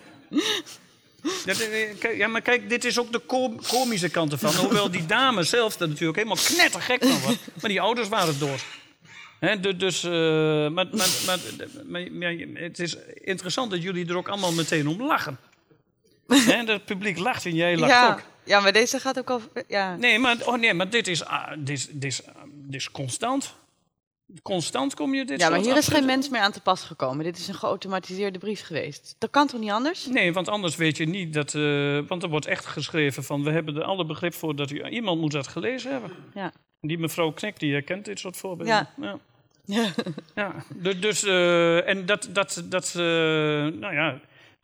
S2: Ja, maar kijk, dit is ook de komische kant ervan. Hoewel die dame zelf er natuurlijk helemaal knettergek van was. Maar die ouders waren dood. He, dus, uh, maar, maar, maar, maar, maar het is interessant dat jullie er ook allemaal meteen om lachen. He, het publiek lacht en jij lacht
S1: ja,
S2: ook.
S1: Ja, maar deze gaat ook al... Ja.
S2: Nee, maar, oh nee, maar dit, is, uh, dit, is, dit, is, uh, dit is constant. Constant kom je dit
S1: Ja, maar hier
S2: absoluut...
S1: is geen mens meer aan te pas gekomen. Dit is een geautomatiseerde brief geweest. Dat kan toch niet anders?
S2: Nee, want anders weet je niet dat... Uh, want er wordt echt geschreven van... we hebben er alle begrip voor dat u... Iemand moet dat gelezen hebben.
S1: Ja.
S2: Die mevrouw Knek, die herkent dit soort voorbeelden.
S1: Ja.
S2: Ja. Ja. Ja. Dus... Uh, en dat... dat, dat uh, nou ja...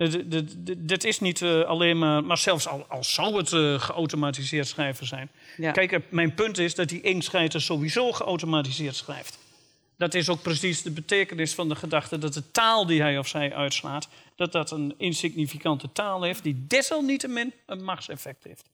S2: Dit is niet uh, alleen maar... Maar zelfs al, al zou het uh, geautomatiseerd schrijven zijn. Ja. Kijk, mijn punt is dat die inschrijver sowieso geautomatiseerd schrijft. Dat is ook precies de betekenis van de gedachte dat de taal die hij of zij uitslaat, dat dat een insignificante taal heeft die desalniettemin een machtseffect heeft.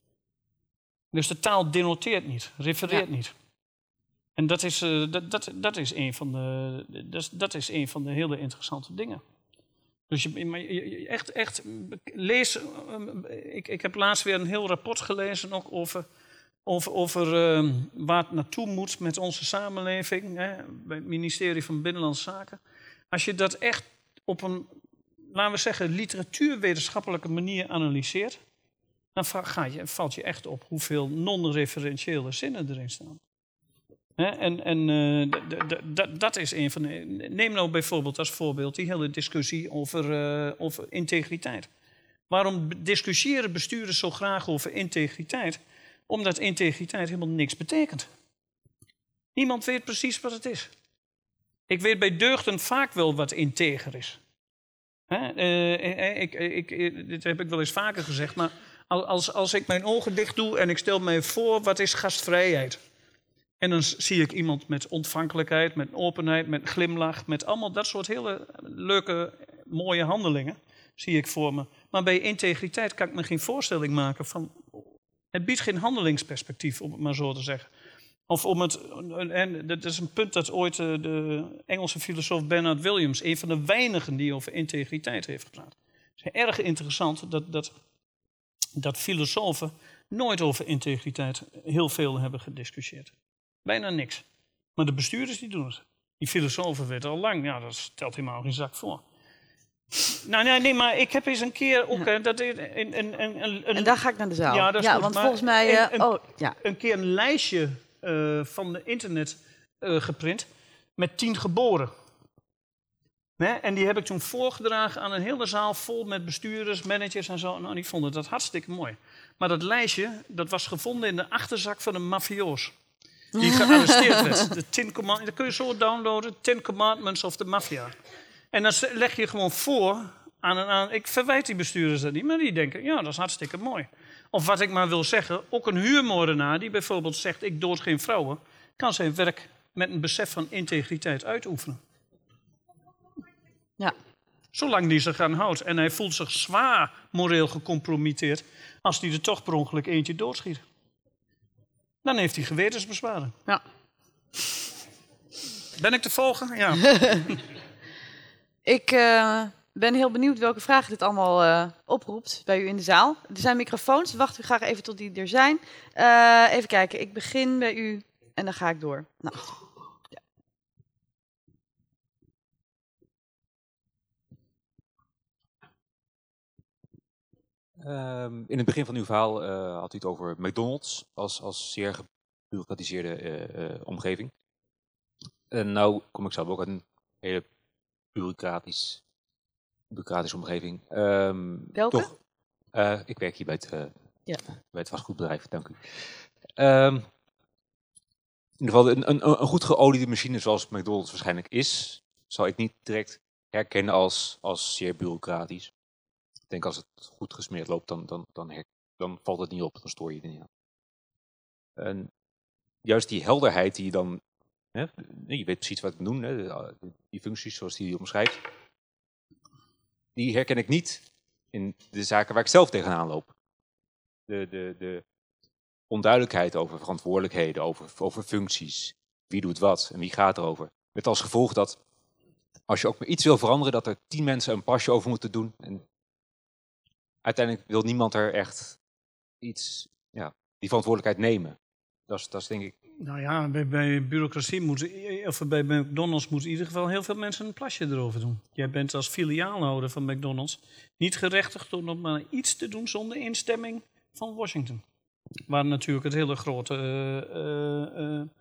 S2: Dus de taal denoteert niet, refereert ja. niet. En dat is, uh, dat, dat, dat, is een van de, dat, dat is een van de hele interessante dingen. Dus je, maar je, echt, echt lees... Um, ik, ik heb laatst weer een heel rapport gelezen ook over... Over, over uh, waar het naartoe moet met onze samenleving, hè, bij het ministerie van Binnenlandse Zaken. Als je dat echt op een, laten we zeggen, literatuurwetenschappelijke manier analyseert, dan ga je, valt je echt op hoeveel non-referentiële zinnen erin staan. Hè, en en uh, d- d- d- dat is een van de... Neem nou bijvoorbeeld als voorbeeld die hele discussie over, uh, over integriteit. Waarom discussiëren bestuurders zo graag over integriteit? Omdat integriteit helemaal niks betekent. Niemand weet precies wat het is. Ik weet bij deugden vaak wel wat integer is. Hè? Uh, ik, ik, ik, dit heb ik wel eens vaker gezegd, maar als, als ik mijn ogen dicht doe en ik stel mij voor wat is gastvrijheid. En dan zie ik iemand met ontvankelijkheid, met openheid, met glimlach, met allemaal dat soort hele leuke, mooie handelingen zie ik voor me. Maar bij integriteit kan ik me geen voorstelling maken van... Het biedt geen handelingsperspectief, om het maar zo te zeggen. Of om het, en dat is een punt dat ooit de Engelse filosoof Bernard Williams, een van de weinigen die over integriteit heeft gepraat. Het is erg interessant dat, dat, dat filosofen nooit over integriteit heel veel hebben gediscussieerd. Bijna niks. Maar de bestuurders die doen het. Die filosofen weten al lang, ja, dat stelt helemaal geen zak voor. Nou, nee, nee, maar ik heb eens een keer ook... Ja. Dat, een, een, een, een,
S1: en daar ga ik naar de zaal.
S2: Ja, dat is
S1: ja
S2: goed,
S1: want
S2: maar
S1: volgens mij... Uh,
S2: een, een,
S1: oh, ja.
S2: een keer een lijstje uh, van de internet uh, geprint met tien geboren. Nee? En die heb ik toen voorgedragen aan een hele zaal vol met bestuurders, managers en zo. Nou, die vonden dat hartstikke mooi. Maar dat lijstje, dat was gevonden in de achterzak van een mafioos. Die gearresteerd werd. De Ten Command- dat kun je zo downloaden. Ten Commandments of the Mafia. En dan leg je gewoon voor aan een aan. Ik verwijt die bestuurders dat niet, maar die denken, ja, dat is hartstikke mooi. Of wat ik maar wil zeggen, ook een huurmoordenaar die bijvoorbeeld zegt, ik dood geen vrouwen, kan zijn werk met een besef van integriteit uitoefenen.
S1: Ja.
S2: Zolang die zich aan houdt. En hij voelt zich zwaar moreel gecompromitteerd als hij er toch per ongeluk eentje doodschiet. Dan heeft hij gewetensbezwaren.
S1: Ja.
S2: Ben ik te volgen? Ja.
S1: Ik uh, ben heel benieuwd welke vragen dit allemaal uh, oproept bij u in de zaal. Er zijn microfoons. Wacht u graag even tot die er zijn. Uh, even kijken. Ik begin bij u en dan ga ik door. Nou. Ja.
S3: Um, in het begin van uw verhaal uh, had u het over McDonald's als, als zeer gebureaucratiseerde uh, uh, omgeving. En nou kom ik zelf ook uit een hele bureaucratisch, bureaucratische omgeving. Um,
S1: Welke?
S3: Toch, uh, ik werk hier bij het, uh,
S1: ja.
S3: bij het vastgoedbedrijf, dank u. Um, in ieder geval, een, een, een goed geoliede machine zoals McDonald's waarschijnlijk is, zal ik niet direct herkennen als, als zeer bureaucratisch. Ik denk als het goed gesmeerd loopt, dan, dan, dan, her, dan valt het niet op, dan stoor je er niet aan. En juist die helderheid die je dan, hè, je weet precies wat we doen, hè, die functies zoals die omschrijft, die herken ik niet in de zaken waar ik zelf tegenaan loop. De, de, de onduidelijkheid over verantwoordelijkheden, over, over functies. Wie doet wat en wie gaat erover. Met als gevolg dat als je ook maar iets wil veranderen, dat er tien mensen een pasje over moeten doen. En uiteindelijk wil niemand er echt iets, ja, die verantwoordelijkheid nemen. Dat is, dat is denk ik...
S2: Nou ja, bij, bij bureaucratie moet, of bij McDonald's moeten in ieder geval heel veel mensen een plasje erover doen. Jij bent als filiaalhouder van McDonald's niet gerechtigd om maar iets te doen zonder instemming van Washington. Waar natuurlijk het hele grote uh, uh, uh,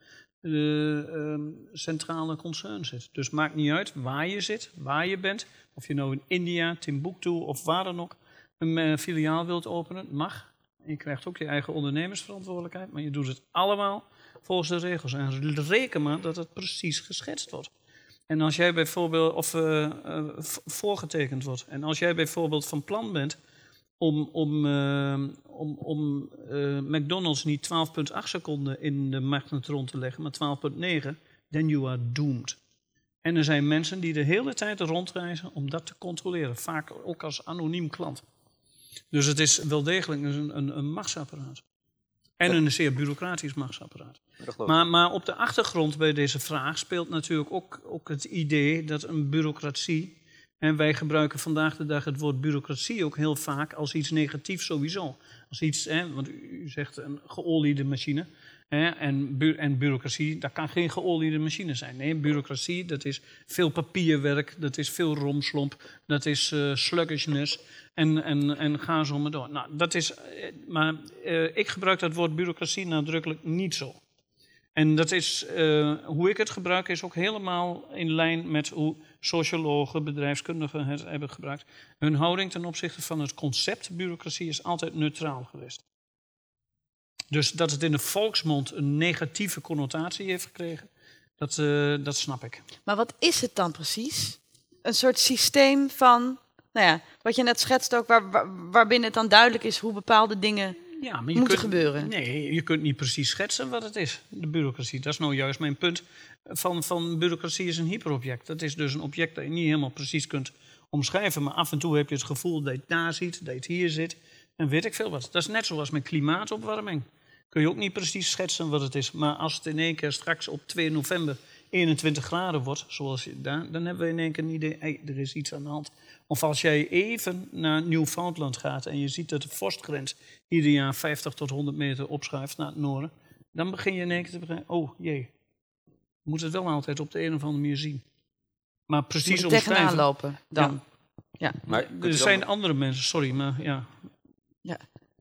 S2: uh, uh, centrale concern zit. Dus het maakt niet uit waar je zit, waar je bent. Of je nou in India, Timbuktu of waar dan ook een uh, filiaal wilt openen, het mag. Je krijgt ook je eigen ondernemersverantwoordelijkheid, maar je doet het allemaal volgens de regels. En reken maar dat het precies geschetst wordt. En als jij bijvoorbeeld, of uh, uh, voorgetekend wordt. En als jij bijvoorbeeld van plan bent om, om, uh, om, om uh, McDonald's niet twaalf komma acht seconden in de magnetron te leggen, maar twaalf komma negen, then you are doomed. En er zijn mensen die de hele tijd rondreizen om dat te controleren. Vaak ook als anoniem klant. Dus het is wel degelijk een, een, een machtsapparaat. En een zeer bureaucratisch machtsapparaat. Maar, maar op de achtergrond bij deze vraag speelt natuurlijk ook, ook het idee dat een bureaucratie... En wij gebruiken vandaag de dag het woord bureaucratie ook heel vaak als iets negatiefs sowieso. Als iets, hè, want u zegt een geoliede machine. Hè, en, bu- en bureaucratie, dat kan geen geoliede machine zijn. Nee, bureaucratie, dat is veel papierwerk, dat is veel romslomp, dat is uh, sluggishness en, en, en ga zo maar door. Nou, dat is, maar uh, ik gebruik dat woord bureaucratie nadrukkelijk niet zo. En dat is, uh, hoe ik het gebruik is ook helemaal in lijn met hoe sociologen, bedrijfskundigen het hebben gebruikt. Hun houding ten opzichte van het concept bureaucratie is altijd neutraal geweest. Dus dat het in de volksmond een negatieve connotatie heeft gekregen, dat, uh, dat snap ik.
S1: Maar wat is het dan precies? Een soort systeem van, nou ja, wat je net schetst ook, waar, waar, waarbinnen het dan duidelijk is hoe bepaalde dingen
S2: ja, maar je
S1: moeten
S2: kunt,
S1: gebeuren.
S2: Nee, je kunt niet precies schetsen wat het is, de bureaucratie. Dat is nou juist mijn punt. Van, van bureaucratie is een hyperobject. Dat is dus een object dat je niet helemaal precies kunt omschrijven. Maar af en toe heb je het gevoel dat je het daar ziet, dat je het hier zit. En weet ik veel wat. Dat is net zoals met klimaatopwarming. Kun je ook niet precies schetsen wat het is. Maar als het in één keer straks op twee november eenentwintig graden wordt, zoals je daar, dan hebben we in één keer een idee, hey, er is iets aan de hand. Of als jij even naar Newfoundland gaat en je ziet dat de vorstgrens ieder jaar vijftig tot honderd meter opschuift naar het noorden, dan begin je in één keer te begrijpen, oh jee, we moeten het wel altijd op de een of andere manier zien. Maar precies
S1: omschrijven. Tegenaan lopen dan.
S2: Ja.
S1: Ja.
S2: Maar er zijn dan... andere mensen, sorry, maar ja.
S1: Ja.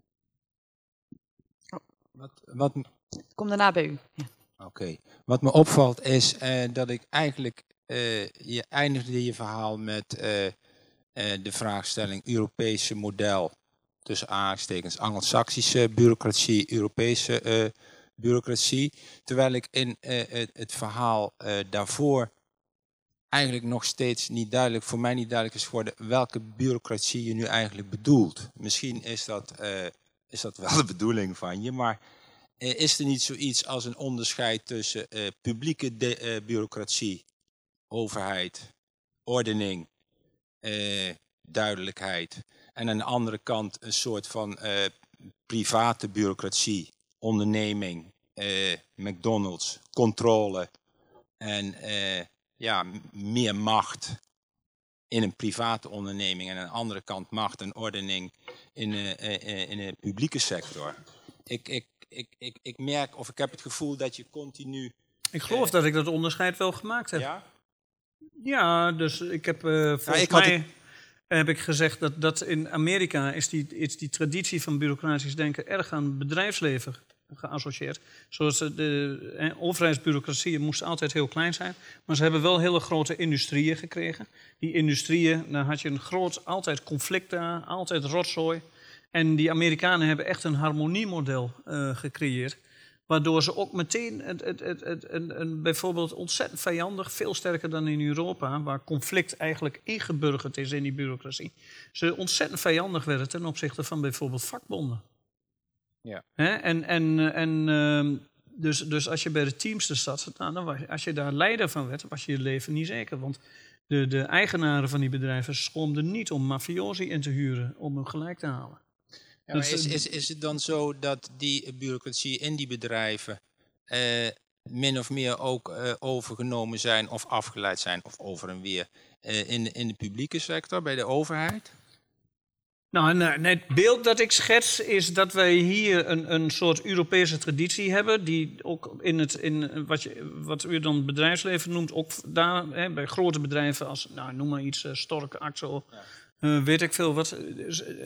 S4: Wat, wat...
S1: Kom daarna bij u. Ja.
S4: Oké. Okay. Wat me opvalt is uh, dat ik eigenlijk, uh, je eindigde je verhaal met uh, uh, de vraagstelling Europese model, tussen aanstekens Anglo-Saxische bureaucratie, Europese uh, bureaucratie. Terwijl ik in uh, het, het verhaal uh, daarvoor eigenlijk nog steeds niet duidelijk, voor mij niet duidelijk is geworden welke bureaucratie je nu eigenlijk bedoelt. Misschien is dat, uh, is dat wel de bedoeling van je, maar uh, is er niet zoiets als een onderscheid tussen uh, publieke de, uh, bureaucratie, overheid, ordening, uh, duidelijkheid en aan de andere kant een soort van uh, private bureaucratie, onderneming, uh, McDonald's, controle en uh, ja, meer macht in een private onderneming en aan de andere kant macht en ordening in een uh, in een publieke sector. Ik, ik, ik, ik, ik merk of ik heb het gevoel dat je continu...
S2: Ik geloof uh, dat ik dat onderscheid wel gemaakt heb.
S4: Ja?
S2: Ja, dus ik heb uh, volgens ja, ik mij... Het... heb ik gezegd dat, dat in Amerika is die, is die traditie van bureaucratisch denken erg aan het bedrijfsleven geassocieerd. Zoals de, de eh, overheidsbureaucratie moest altijd heel klein zijn, maar ze hebben wel hele grote industrieën gekregen. Die industrieën, daar had je een groot, altijd conflict daar, altijd rotzooi. En die Amerikanen hebben echt een harmoniemodel uh, gecreëerd, waardoor ze ook meteen het, het, het, het, het, het, bijvoorbeeld ontzettend vijandig, veel sterker dan in Europa, waar conflict eigenlijk ingeburgerd is in die bureaucratie, ze ontzettend vijandig werden ten opzichte van bijvoorbeeld vakbonden.
S3: Ja.
S2: Hè? En, en, en uh, dus, dus als je bij de Teamsters zat, nou, dan was, als je daar leider van werd, was je je leven niet zeker. Want De, de eigenaren van die bedrijven schroomden niet om mafiosi in te huren om hem gelijk te halen.
S4: Ja, maar
S2: Dus,
S4: is,
S2: eh,
S4: is, is het dan zo dat die bureaucratie in die bedrijven eh, min of meer ook eh, overgenomen zijn of afgeleid zijn of over en weer eh, in, in de publieke sector, bij de overheid?
S2: Nou, en, eh, het beeld dat ik schets is dat wij hier een, een soort Europese traditie hebben, die ook in het, in wat, je, wat u dan bedrijfsleven noemt, ook daar, hè, bij grote bedrijven als, nou, noem maar iets, uh, Stork, Axel, ja. uh, weet ik veel wat. Dus, uh,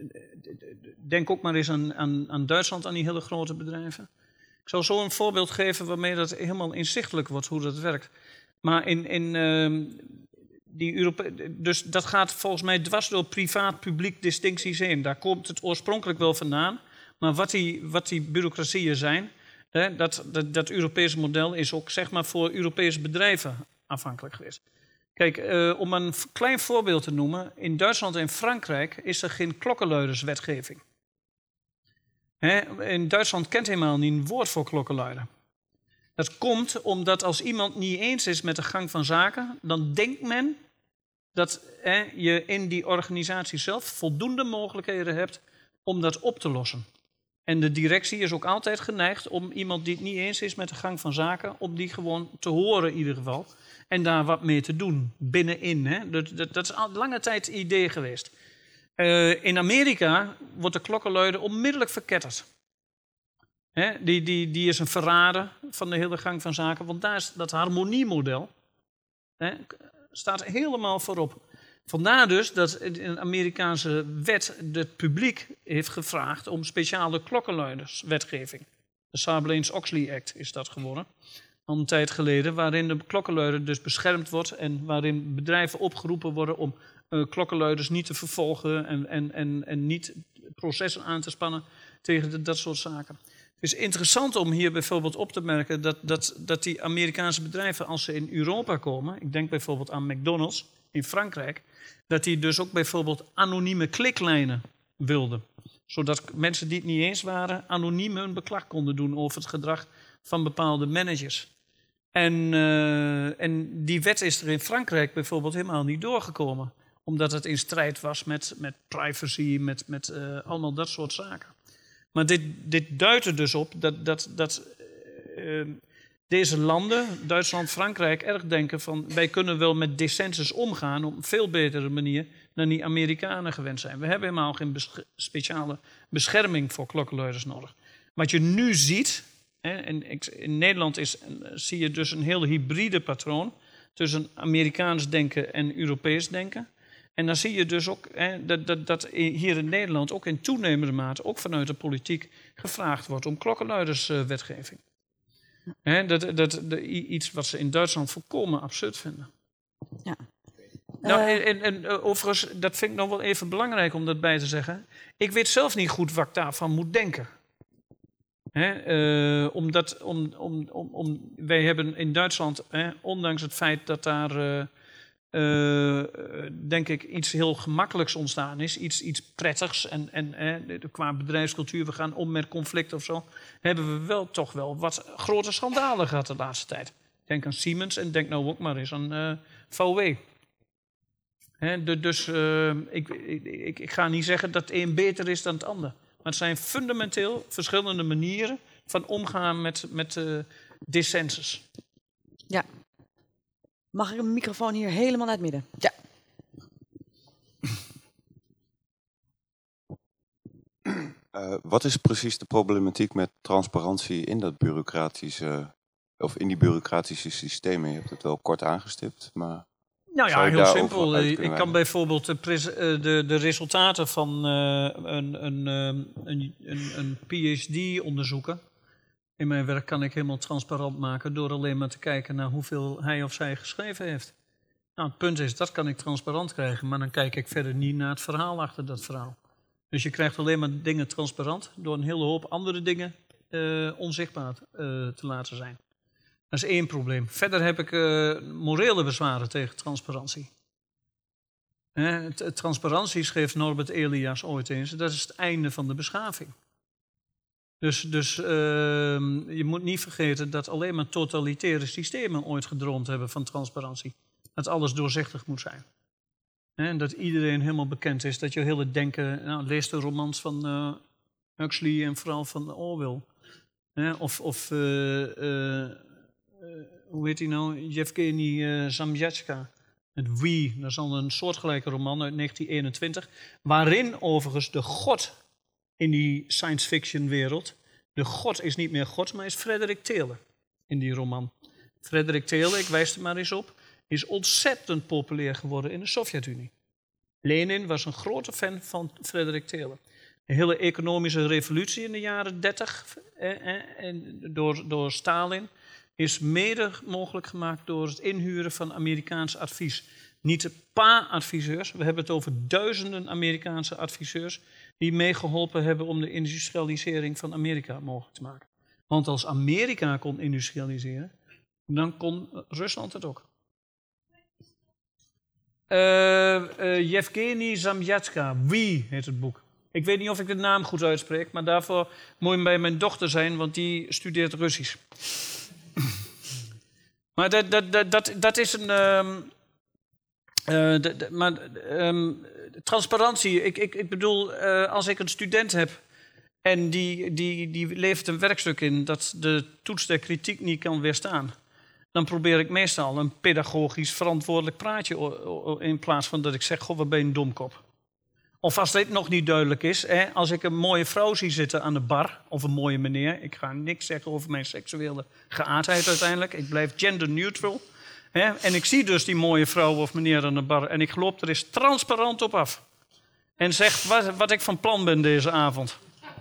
S2: denk ook maar eens aan, aan, aan Duitsland, aan die hele grote bedrijven. Ik zal zo een voorbeeld geven waarmee dat helemaal inzichtelijk wordt hoe dat werkt. Maar in... in uh, Die Europe- dus dat gaat volgens mij dwars door privaat-publiek distincties heen. Daar komt het oorspronkelijk wel vandaan. Maar wat die, wat die bureaucratieën zijn, hè, dat, dat, dat Europese model is ook zeg maar voor Europese bedrijven afhankelijk geweest. Kijk, uh, om een klein voorbeeld te noemen. In Duitsland en Frankrijk is er geen klokkenluiderswetgeving. Hè, in Duitsland kent helemaal niet een woord voor klokkenluider. Dat komt omdat als iemand niet eens is met de gang van zaken, dan denkt men dat hè, je in die organisatie zelf voldoende mogelijkheden hebt om dat op te lossen. En de directie is ook altijd geneigd om iemand die het niet eens is met de gang van zaken, om die gewoon te horen in ieder geval. En daar wat mee te doen, binnenin. Hè. Dat, dat, dat is al lange tijd het idee geweest. Uh, in Amerika wordt de klokkenluider onmiddellijk verketterd. He, die, die, die is een verrader van de hele gang van zaken. Want daar is dat harmoniemodel. He, staat helemaal voorop. Vandaar dus dat in een Amerikaanse wet het publiek heeft gevraagd om speciale klokkenluiderswetgeving. De Sarbanes-Oxley Act is dat geworden. Al een tijd geleden, waarin de klokkenluider dus beschermd wordt en waarin bedrijven opgeroepen worden om uh, klokkenluiders niet te vervolgen en, en, en, en niet processen aan te spannen tegen de, dat soort zaken. Het is interessant om hier bijvoorbeeld op te merken dat, dat, dat die Amerikaanse bedrijven, als ze in Europa komen, ik denk bijvoorbeeld aan McDonald's in Frankrijk, dat die dus ook bijvoorbeeld anonieme kliklijnen wilden. Zodat mensen die het niet eens waren, anoniem hun beklag konden doen over het gedrag van bepaalde managers. En, uh, en die wet is er in Frankrijk bijvoorbeeld helemaal niet doorgekomen. Omdat het in strijd was met, met privacy, met, met uh, allemaal dat soort zaken. Maar dit, dit duidt er dus op dat, dat, dat uh, deze landen, Duitsland, Frankrijk, erg denken van wij kunnen wel met dissensus omgaan op een veel betere manier dan die Amerikanen gewend zijn. We hebben helemaal geen besch- speciale bescherming voor klokkenluiders nodig. Wat je nu ziet, hè, en in Nederland is, zie je dus een heel hybride patroon tussen Amerikaans denken en Europees denken. En dan zie je dus ook hè, dat, dat, dat hier in Nederland ook in toenemende mate, ook vanuit de politiek, gevraagd wordt om klokkenluiderswetgeving. Hè, dat, dat, dat, iets wat ze in Duitsland volkomen absurd vinden.
S1: Ja.
S2: Nou,
S1: Uh,
S2: en, en overigens, dat vind ik nog wel even belangrijk om dat bij te zeggen. Ik weet zelf niet goed wat ik daarvan moet denken. Hè, uh, omdat, om, om, om, om, wij hebben in Duitsland, hè, ondanks het feit dat daar... Uh, Uh, denk ik iets heel gemakkelijks ontstaan is. Iets, iets prettigs. En, en eh, qua bedrijfscultuur, we gaan om met conflict of zo. Hebben we wel toch wel wat grote schandalen gehad de laatste tijd. Denk aan Siemens en denk nou ook maar eens aan uh, V W. Hè, de, dus uh, ik, ik, ik ga niet zeggen dat het een beter is dan het ander. Maar het zijn fundamenteel verschillende manieren van omgaan met, met uh, dissensus.
S1: Ja. Mag ik een microfoon hier helemaal naar het midden? Ja.
S5: Uh, wat is precies de problematiek met transparantie in dat bureaucratische, of in die bureaucratische systemen? Je hebt het wel kort aangestipt, maar...
S2: Nou ja, heel simpel. Ik kan
S5: wijden?
S2: bijvoorbeeld de, de, de resultaten van uh, een, een, een, een, een P H D-onderzoeker. In mijn werk kan ik helemaal transparant maken door alleen maar te kijken naar hoeveel hij of zij geschreven heeft. Nou, het punt is, dat kan ik transparant krijgen, maar dan kijk ik verder niet naar het verhaal achter dat verhaal. Dus je krijgt alleen maar dingen transparant door een hele hoop andere dingen uh, onzichtbaar uh, te laten zijn. Dat is één probleem. Verder heb ik uh, morele bezwaren tegen transparantie. Hè, t- transparantie, schreef Norbert Elias ooit eens, dat is het einde van de beschaving. Dus, dus uh, je moet niet vergeten dat alleen maar totalitaire systemen ooit gedroomd hebben van transparantie. dat alles doorzichtig moet zijn. Hè, en dat iedereen helemaal bekend is. Dat je hele denken... Nou, lees de romans van uh, Huxley en vooral van Orwell. Hè, of... of uh, uh, uh, hoe heet hij nou? Yevgeny uh, Zamyatka. Het Wie, dat is al een soortgelijke roman uit negentien eenentwintig. Waarin overigens de God in die science fiction wereld... De God is niet meer God, maar is Frederik Taylor in die roman. Frederik Taylor, ik wijs er maar eens op, is ontzettend populair geworden in de Sovjet-Unie. Lenin was een grote fan van Frederik Taylor. De hele economische revolutie in de jaren dertig eh, eh, en door, door Stalin is mede mogelijk gemaakt door het inhuren van Amerikaans advies. Niet een paar adviseurs, we hebben het over duizenden Amerikaanse adviseurs die meegeholpen hebben om de industrialisering van Amerika mogelijk te maken. Want als Amerika kon industrialiseren, dan kon Rusland het ook. Uh, uh, Yevgeny Zamyatka, Wie heet het boek. Ik weet niet of ik de naam goed uitspreek, maar daarvoor moet je bij mijn dochter zijn, want die studeert Russisch. Maar dat, dat, dat, dat, dat is een... Um, uh, de, de, maar, um, transparantie, ik, ik, ik bedoel, uh, als ik een student heb en die, die, die levert een werkstuk in dat de toets der kritiek niet kan weerstaan, dan probeer ik meestal een pedagogisch verantwoordelijk praatje in plaats van dat ik zeg, goh, wat ben je een domkop. Of als dit nog niet duidelijk is, hè, als ik een mooie vrouw zie zitten aan de bar, of een mooie meneer, ik ga niks zeggen over mijn seksuele geaardheid uiteindelijk, ik blijf gender neutral. Hè, en ik zie dus die mooie vrouw of meneer aan de bar en ik loop er eens transparant op af. En zeg wat, wat ik van plan ben deze avond.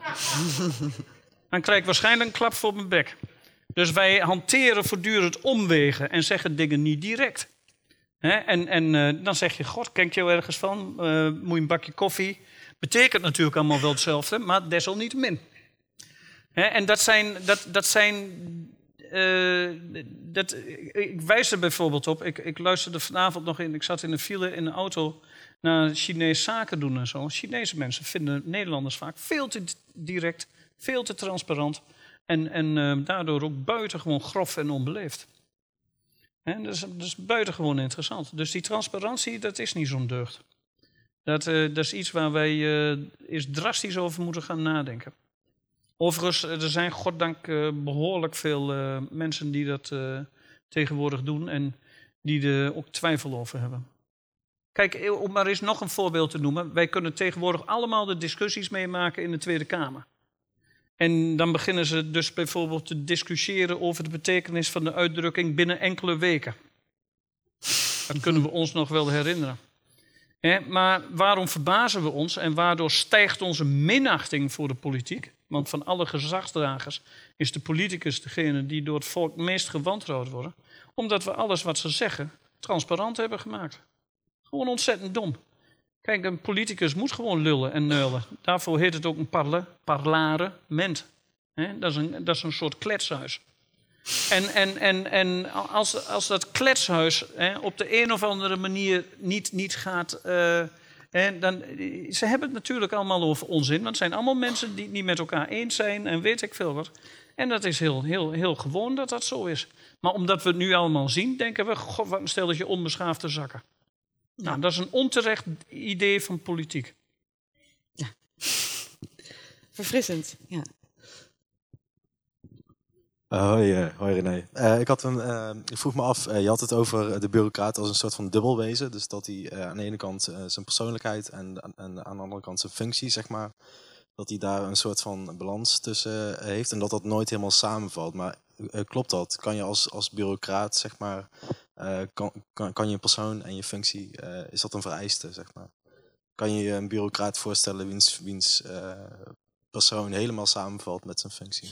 S2: Dan krijg ik waarschijnlijk een klap voor mijn bek. Dus wij hanteren voortdurend omwegen en zeggen dingen niet direct. He, en en uh, dan zeg je, god, ken ik jou ergens van? Uh, moet je een bakje koffie? Betekent natuurlijk allemaal wel hetzelfde, maar desalniettemin. He, en dat zijn... Dat, dat zijn uh, dat, ik wijs er bijvoorbeeld op. Ik, ik luisterde vanavond nog in... Ik zat in een file in de auto naar Chinees zaken doen en zo. Chinese mensen vinden Nederlanders vaak veel te direct, veel te transparant. En, en uh, daardoor ook buitengewoon grof en onbeleefd. He, dat, is, dat is buitengewoon interessant. Dus die transparantie, dat is niet zo'n deugd. Dat, uh, dat is iets waar wij uh, eens drastisch over moeten gaan nadenken. Overigens, er zijn goddank uh, behoorlijk veel uh, mensen die dat uh, tegenwoordig doen en die er ook twijfel over hebben. Kijk, om maar eens nog een voorbeeld te noemen. Wij kunnen tegenwoordig allemaal de discussies meemaken in de Tweede Kamer. En dan beginnen ze dus bijvoorbeeld te discussiëren over de betekenis van de uitdrukking binnen enkele weken. Dat kunnen we ons nog wel herinneren. He, maar waarom verbazen we ons en waardoor stijgt onze minachting voor de politiek? Want van alle gezagsdragers is de politicus degene die door het volk meest gewantrouwd worden. Omdat we alles wat ze zeggen transparant hebben gemaakt. Gewoon ontzettend dom. Kijk, een politicus moet gewoon lullen en neulen. Daarvoor heet het ook een parle, parlarement. He, dat is een, dat is een soort kletshuis. En, en, en, en als, als dat kletshuis he, op de een of andere manier niet, niet gaat... Uh, he, dan, ze hebben het natuurlijk allemaal over onzin. Want het zijn allemaal mensen die het niet met elkaar eens zijn en weet ik veel wat. En dat is heel, heel, heel gewoon dat dat zo is. Maar omdat we het nu allemaal zien, denken we... God, wat een stelletje onbeschaafde zakken. Ja. Nou, dat is een onterecht idee van politiek.
S1: Ja. Verfrissend, ja.
S6: Uh, hoi, uh, hoi René. Uh, ik, had een, uh, ik vroeg me af, uh, je had het over de bureaucraat als een soort van dubbelwezen. Dus dat hij uh, aan de ene kant uh, zijn persoonlijkheid en, en aan de andere kant zijn functie, zeg maar. Dat hij daar een soort van balans tussen uh, heeft en dat dat nooit helemaal samenvalt. Maar uh, klopt dat? Kan je als, als bureaucraat, zeg maar, uh, kan, kan, kan je persoon en je functie, uh, is dat een vereiste, zeg maar? Kan je je een bureaucraat voorstellen wiens, wiens uh, persoon helemaal samenvalt met zijn functie?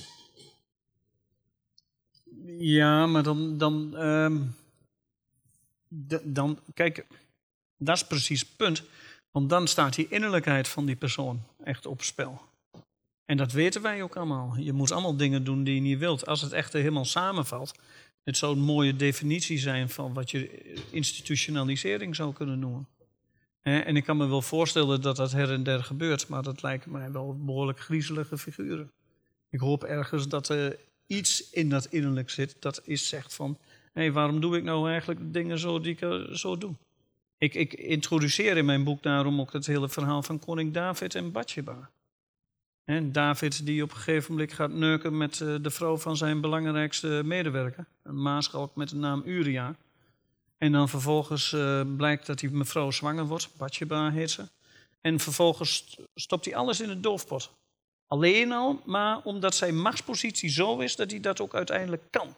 S2: Ja, maar dan, dan, um, d- dan, kijk, dat is precies het punt. Want dan staat die innerlijkheid van die persoon echt op spel. En dat weten wij ook allemaal. Je moet allemaal dingen doen die je niet wilt. Als het echt helemaal samenvalt. Het zou een mooie definitie zijn van wat je institutionalisering zou kunnen noemen. He, en ik kan me wel voorstellen dat dat her en der gebeurt. Maar dat lijken mij wel behoorlijk griezelige figuren. Ik hoop ergens dat er iets in dat innerlijk zit dat is zegt van... Hé, waarom doe ik nou eigenlijk de dingen zo die ik uh, zo doe? Ik, ik introduceer in mijn boek daarom ook het hele verhaal van koning David en Batsheba. En David die op een gegeven moment gaat neuken met uh, de vrouw van zijn belangrijkste medewerker. Een maarschalk met de naam Uria. En dan vervolgens uh, blijkt dat die mevrouw zwanger wordt. Batsheba heet ze. En vervolgens stopt hij alles in de doofpot. Alleen al, maar omdat zijn machtspositie zo is dat hij dat ook uiteindelijk kan.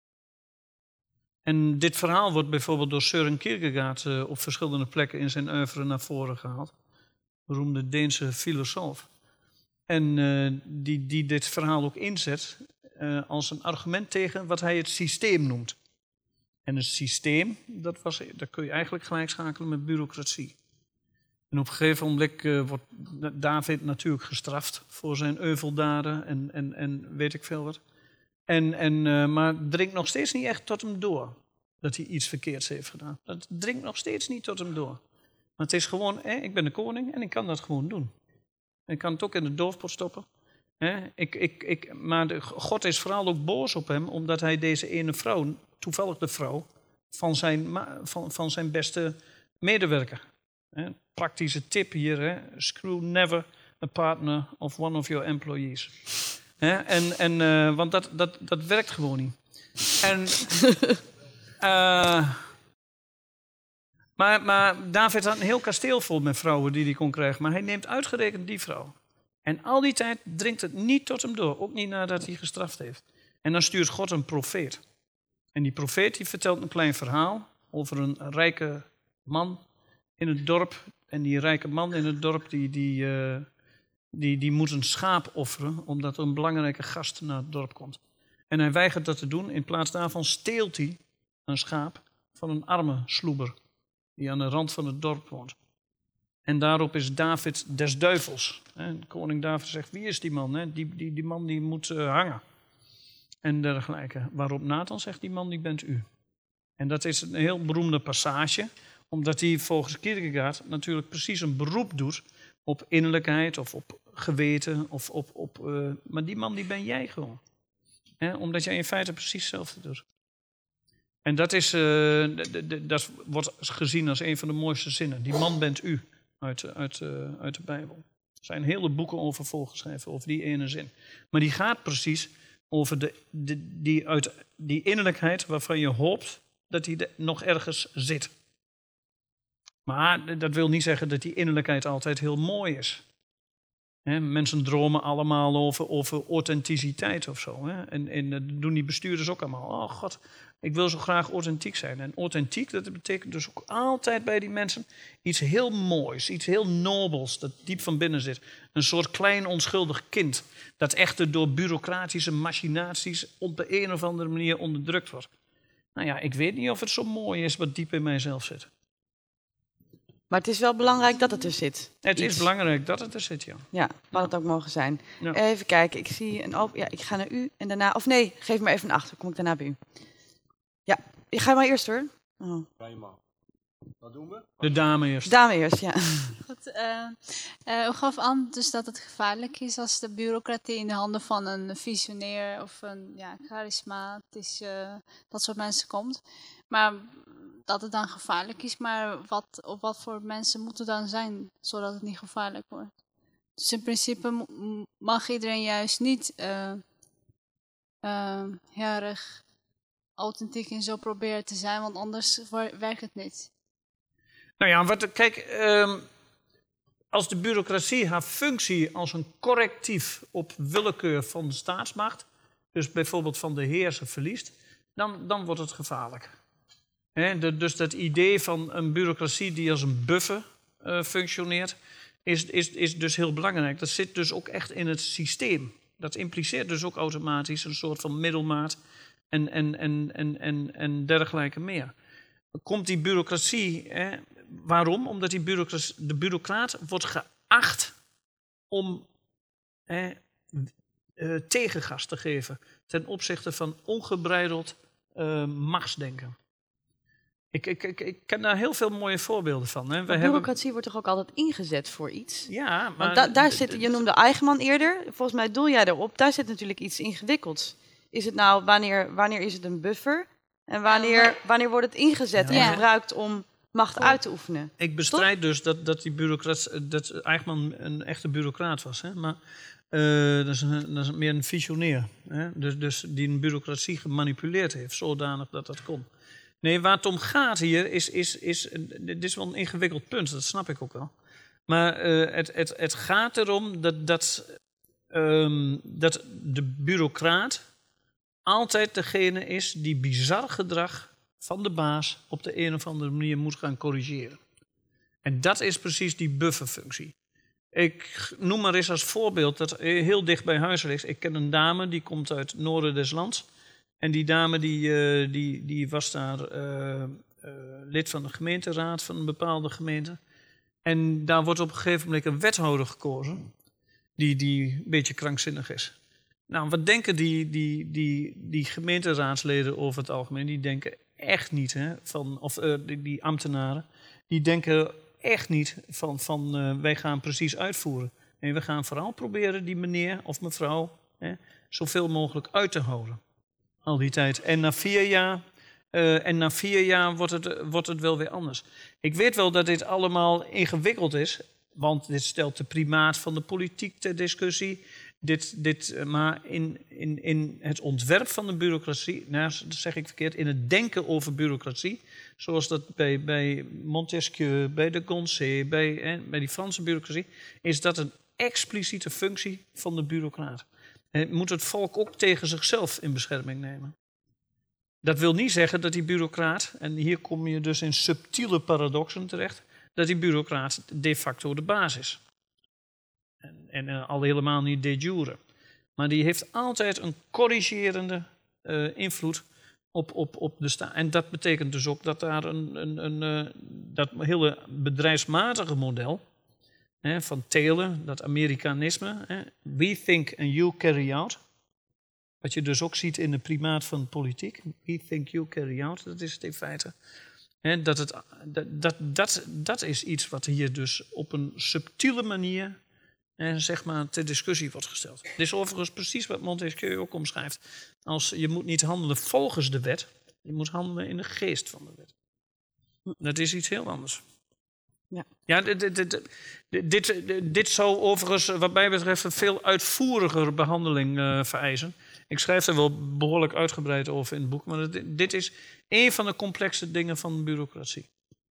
S2: En dit verhaal wordt bijvoorbeeld door Søren Kierkegaard uh, op verschillende plekken in zijn oeuvre naar voren gehaald. Beroemde Deense filosoof. En uh, die, die dit verhaal ook inzet uh, als een argument tegen wat hij het systeem noemt. En het systeem, dat, was, dat kun je eigenlijk gelijk schakelen met bureaucratie. En op een gegeven moment uh, wordt David natuurlijk gestraft voor zijn euveldaden en, en, en weet ik veel wat. En, en, uh, maar het dringt nog steeds niet echt tot hem door dat hij iets verkeerds heeft gedaan. Dat dringt nog steeds niet tot hem door. Maar het is gewoon, eh, ik ben de koning en ik kan dat gewoon doen. Ik kan het ook in de doofpot stoppen. Eh, ik, ik, ik, maar de, God is vooral ook boos op hem, omdat hij deze ene vrouw, toevallig de vrouw, van zijn, van, van zijn beste medewerker. Eh, praktische tip hier, hè, screw never a partner of one of your employees. He, en, en, uh, want dat, dat, dat werkt gewoon niet. En, uh, maar, maar David had een heel kasteel vol met vrouwen die hij kon krijgen. Maar hij neemt uitgerekend die vrouw. En al die tijd dringt het niet tot hem door. Ook niet nadat hij gestraft heeft. En dan stuurt God een profeet. En die profeet die vertelt een klein verhaal over een rijke man in het dorp. En die rijke man in het dorp die... die uh, Die, die moet een schaap offeren, omdat er een belangrijke gast naar het dorp komt. En hij weigert dat te doen. In plaats daarvan steelt hij een schaap van een arme sloeber, die aan de rand van het dorp woont. En daarop is David des duivels. Koning David zegt, wie is die man? Die, die, die man die moet uh, hangen. En dergelijke. Waarop Nathan zegt, die man die bent u. En dat is een heel beroemde passage, omdat hij volgens Kierkegaard natuurlijk precies een beroep doet op innerlijkheid of op geweten. Of op, op, uh, maar die man die ben jij gewoon. He, omdat jij in feite precies hetzelfde doet. En dat, is, uh, de, de, de, dat wordt gezien als een van de mooiste zinnen. Die man bent u uit, uit, uh, uit de Bijbel. Er zijn hele boeken over volgeschreven, over die ene zin. Maar die gaat precies over de, de, die, uit, die innerlijkheid waarvan je hoopt dat die nog ergens zit. Maar dat wil niet zeggen dat die innerlijkheid altijd heel mooi is. He, mensen dromen allemaal over, over authenticiteit of zo. He. En, en dat doen die bestuurders ook allemaal. Oh god, ik wil zo graag authentiek zijn. En authentiek, dat betekent dus ook altijd bij die mensen iets heel moois, iets heel nobels, dat diep van binnen zit. Een soort klein onschuldig kind, dat echter door bureaucratische machinaties op de een of andere manier onderdrukt wordt. Nou ja, ik weet niet of het zo mooi is wat diep in mijzelf zit.
S1: Maar het is wel belangrijk dat het er zit.
S2: Het
S1: Iets.
S2: is belangrijk dat het er zit, ja.
S1: Ja, kan het ook mogen zijn.
S2: Ja.
S1: Even kijken, ik zie een open... Ja, ik ga naar u en daarna... Of nee, geef me even een achter, kom ik daarna bij u. Ja, ik ga maar eerst hoor. Oh.
S6: Wat doen we?
S2: De dame eerst.
S1: Dame eerst, ja.
S7: Goed, uh, uh, u gaf aan dus dat het gevaarlijk is als de bureaucratie in de handen van een visionair of een ja, charismatisch, uh, dat soort mensen komt. Maar dat het dan gevaarlijk is, maar wat, op wat voor mensen moet het dan zijn, zodat het niet gevaarlijk wordt? Dus in principe mag iedereen juist niet uh, uh, heel erg authentiek en zo proberen te zijn, want anders werkt het niet.
S2: Nou ja, wat, kijk, uh, als de bureaucratie haar functie als een correctief op willekeur van de staatsmacht, dus bijvoorbeeld van de heerser verliest, dan, dan wordt het gevaarlijk. He, de, dus dat idee van een bureaucratie die als een buffer uh, functioneert, is, is, is dus heel belangrijk. Dat zit dus ook echt in het systeem. Dat impliceert dus ook automatisch een soort van middelmaat en, en, en, en, en, en dergelijke meer. Komt die bureaucratie, hè, waarom? Omdat die bureaucratie, de bureaucraat wordt geacht om hè, uh, tegengas te geven ten opzichte van ongebreideld uh, machtsdenken. Ik, ik, ik, ik ken daar heel veel mooie voorbeelden van. Hè. We
S1: bureaucratie
S2: hebben...
S1: wordt toch ook altijd ingezet voor iets?
S2: Ja, maar...
S1: Want da daar zit, je noemde Eigenman eerder, volgens mij doel jij erop, daar zit natuurlijk iets ingewikkelds. Is het nou, wanneer, wanneer is het een buffer? En wanneer, wanneer wordt het ingezet en
S7: Ja.
S1: gebruikt om macht uit te oefenen?
S2: Ik bestrijd dus dat, dat die bureaucrat, dat Eichmann een echte bureaucraat was. Hè? Maar uh, dat, is een, dat is meer een visionair. Hè? Dus, dus die een bureaucratie gemanipuleerd heeft, zodanig dat dat kon. Nee, waar het om gaat hier is, is, is, dit is wel een ingewikkeld punt, dat snap ik ook wel. Maar uh, het, het, het gaat erom dat, dat, um, dat de bureaucraat altijd degene is die bizar gedrag van de baas op de een of andere manier moet gaan corrigeren. En dat is precies die bufferfunctie. Ik noem maar eens als voorbeeld dat heel dicht bij huis ligt. Ik ken een dame die komt uit het noorden des lands. En die dame die, uh, die, die was daar uh, uh, lid van de gemeenteraad van een bepaalde gemeente. En daar wordt op een gegeven moment een wethouder gekozen die, die een beetje krankzinnig is. Nou, wat denken die, die, die, die gemeenteraadsleden over het algemeen? Die denken echt niet, hè, van, of uh, die, die ambtenaren, die denken echt niet van, van uh, wij gaan precies uitvoeren. Nee, we gaan vooral proberen die meneer of mevrouw hè, zoveel mogelijk uit te houden. Al die tijd. En na vier jaar, uh, en na vier jaar wordt het, wordt het wel weer anders. Ik weet wel dat dit allemaal ingewikkeld is, want dit stelt de primaat van de politiek ter discussie. Dit, dit, maar in, in, in het ontwerp van de bureaucratie, nou, dat zeg ik verkeerd, in het denken over bureaucratie, zoals dat bij, bij Montesquieu, bij de Goncé, bij, eh, bij die Franse bureaucratie, is dat een expliciete functie van de bureaucraat. En moet het volk ook tegen zichzelf in bescherming nemen. Dat wil niet zeggen dat die bureaucraat, en hier kom je dus in subtiele paradoxen terecht, dat die bureaucraat de facto de baas is. En, en uh, al helemaal niet de jure. Maar die heeft altijd een corrigerende uh, invloed op, op, op de staat. En dat betekent dus ook dat daar een, een, een, uh, dat hele bedrijfsmatige model hè, van Taylor, dat Amerikanisme, hè, we think and you carry out. Wat je dus ook ziet in de primaat van politiek. We think you carry out, dat is het in feite. Hè, dat, het, dat, dat, dat, dat is iets wat hier dus op een subtiele manier en zeg maar ter discussie wordt gesteld. Dit is overigens precies wat Montesquieu ook omschrijft. Als je moet niet handelen volgens de wet, je moet handelen in de geest van de wet. Dat is iets heel anders.
S1: Ja,
S2: ja dit, dit, dit, dit, dit zou overigens wat mij betreft een veel uitvoeriger behandeling uh, vereisen. Ik schrijf er wel behoorlijk uitgebreid over in het boek, maar dit, dit is een van de complexe dingen van de bureaucratie.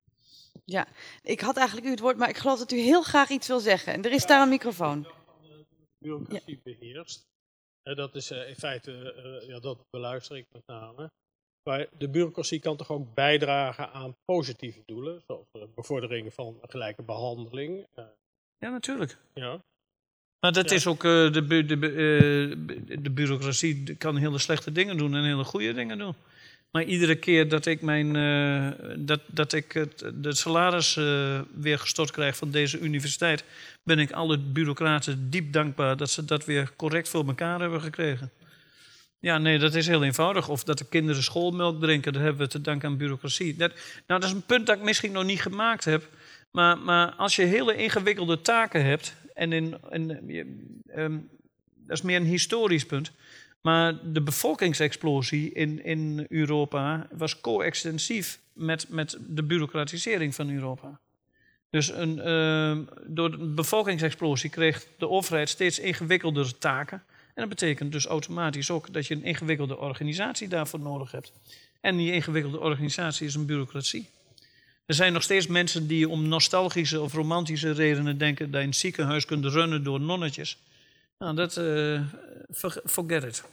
S1: Ja, ik had eigenlijk u het woord, maar ik geloof dat u heel graag iets wil zeggen. En er is daar een microfoon.
S8: De bureaucratie ja. beheerst. En dat is uh, in feite, uh, ja, dat beluister ik met name. Maar de bureaucratie kan toch ook bijdragen aan positieve doelen, zoals de bevordering van gelijke behandeling. Uh,
S2: ja, natuurlijk.
S8: Ja.
S2: Maar dat ja. is ook, uh, de, bu- de, uh, de bureaucratie kan hele slechte dingen doen en hele goede dingen doen. Maar iedere keer dat ik, mijn, uh, dat, dat ik het de salaris uh, weer gestort krijg van deze universiteit, ben ik alle bureaucraten diep dankbaar dat ze dat weer correct voor elkaar hebben gekregen. Ja, nee, dat is heel eenvoudig. Of dat de kinderen schoolmelk drinken, dat hebben we te danken aan bureaucratie. Dat, nou, dat is een punt dat ik misschien nog niet gemaakt heb. Maar, maar als je hele ingewikkelde taken hebt, en in, in, um, dat is meer een historisch punt. Maar de bevolkingsexplosie in, in Europa was co-extensief met, met de bureaucratisering van Europa. Dus een, uh, door de bevolkingsexplosie kreeg de overheid steeds ingewikkeldere taken. En dat betekent dus automatisch ook dat je een ingewikkelde organisatie daarvoor nodig hebt. En die ingewikkelde organisatie is een bureaucratie. Er zijn nog steeds mensen die om nostalgische of romantische redenen denken dat je een ziekenhuis kunt runnen door nonnetjes. Nou, dat, uh, forget it.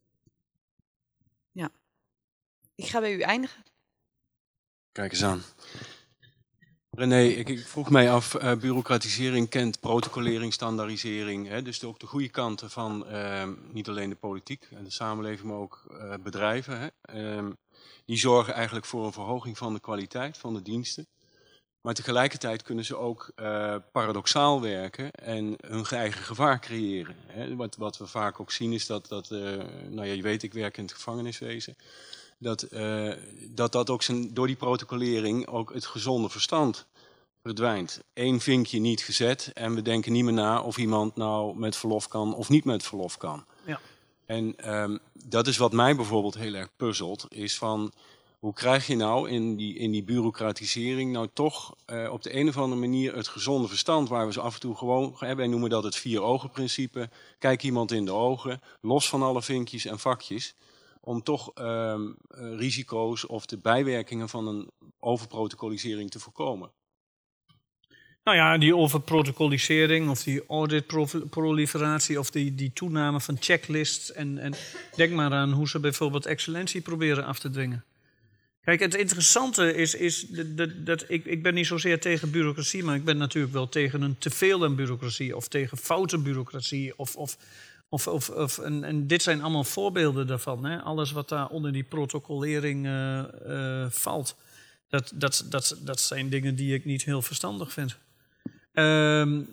S1: Ja. Ik ga bij u eindigen.
S9: Kijk eens aan. René, ik, ik vroeg mij af, uh, bureaucratisering kent protocolering, standaardisering. Hè, dus de, ook de goede kanten van uh, niet alleen de politiek en de samenleving, maar ook uh, bedrijven. Hè. Uh, die zorgen eigenlijk voor een verhoging van de kwaliteit van de diensten. Maar tegelijkertijd kunnen ze ook uh, paradoxaal werken en hun eigen gevaar creëren. Hè. Wat, wat we vaak ook zien is dat, dat uh, nou ja, je weet, ik werk in het gevangeniswezen. Dat, uh, dat dat ook zijn, door die protocolering ook het gezonde verstand verdwijnt. Eén vinkje niet gezet en we denken niet meer na of iemand nou met verlof kan of niet met verlof kan.
S2: Ja.
S9: En um, dat is wat mij bijvoorbeeld heel erg puzzelt, is van Hoe krijg je nou in die, in die bureaucratisering nou toch uh, op de een of andere manier het gezonde verstand, waar we zo af en toe gewoon, hè, wij noemen dat het vier ogen principe, kijk iemand in de ogen, los van alle vinkjes en vakjes, om toch uh, uh, risico's of de bijwerkingen van een overprotocolisering te voorkomen.
S2: Nou ja, die overprotocolisering of die auditproliferatie of die, die toename van checklists. En, en denk maar aan hoe ze bijvoorbeeld excellentie proberen af te dwingen. Kijk, het interessante is, is dat, dat, dat ik, ik ben niet zozeer tegen bureaucratie, maar ik ben natuurlijk wel tegen een teveel aan bureaucratie of tegen foute bureaucratie. Of, of, of, of, of, en, en dit zijn allemaal voorbeelden daarvan. Hè? Alles wat daar onder die protocolering uh, uh, valt, dat, dat, dat, dat zijn dingen die ik niet heel verstandig vind. Um,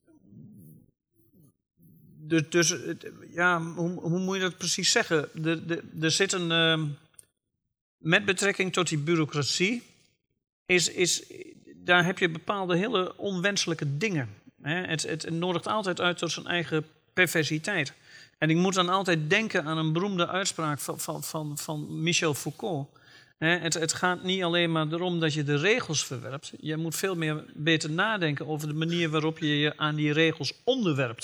S2: dus, dus ja, hoe, hoe moet je dat precies zeggen? De, de, er zit een, uh, met betrekking tot die bureaucratie, is, is, daar heb je bepaalde hele onwenselijke dingen. Hè? Het, het nodigt altijd uit tot zijn eigen perversiteit. En ik moet dan altijd denken aan een beroemde uitspraak van, van, van, van Michel Foucault. Het, het gaat niet alleen maar erom dat je de regels verwerpt. Je moet veel meer beter nadenken over de manier waarop je je aan die regels onderwerpt.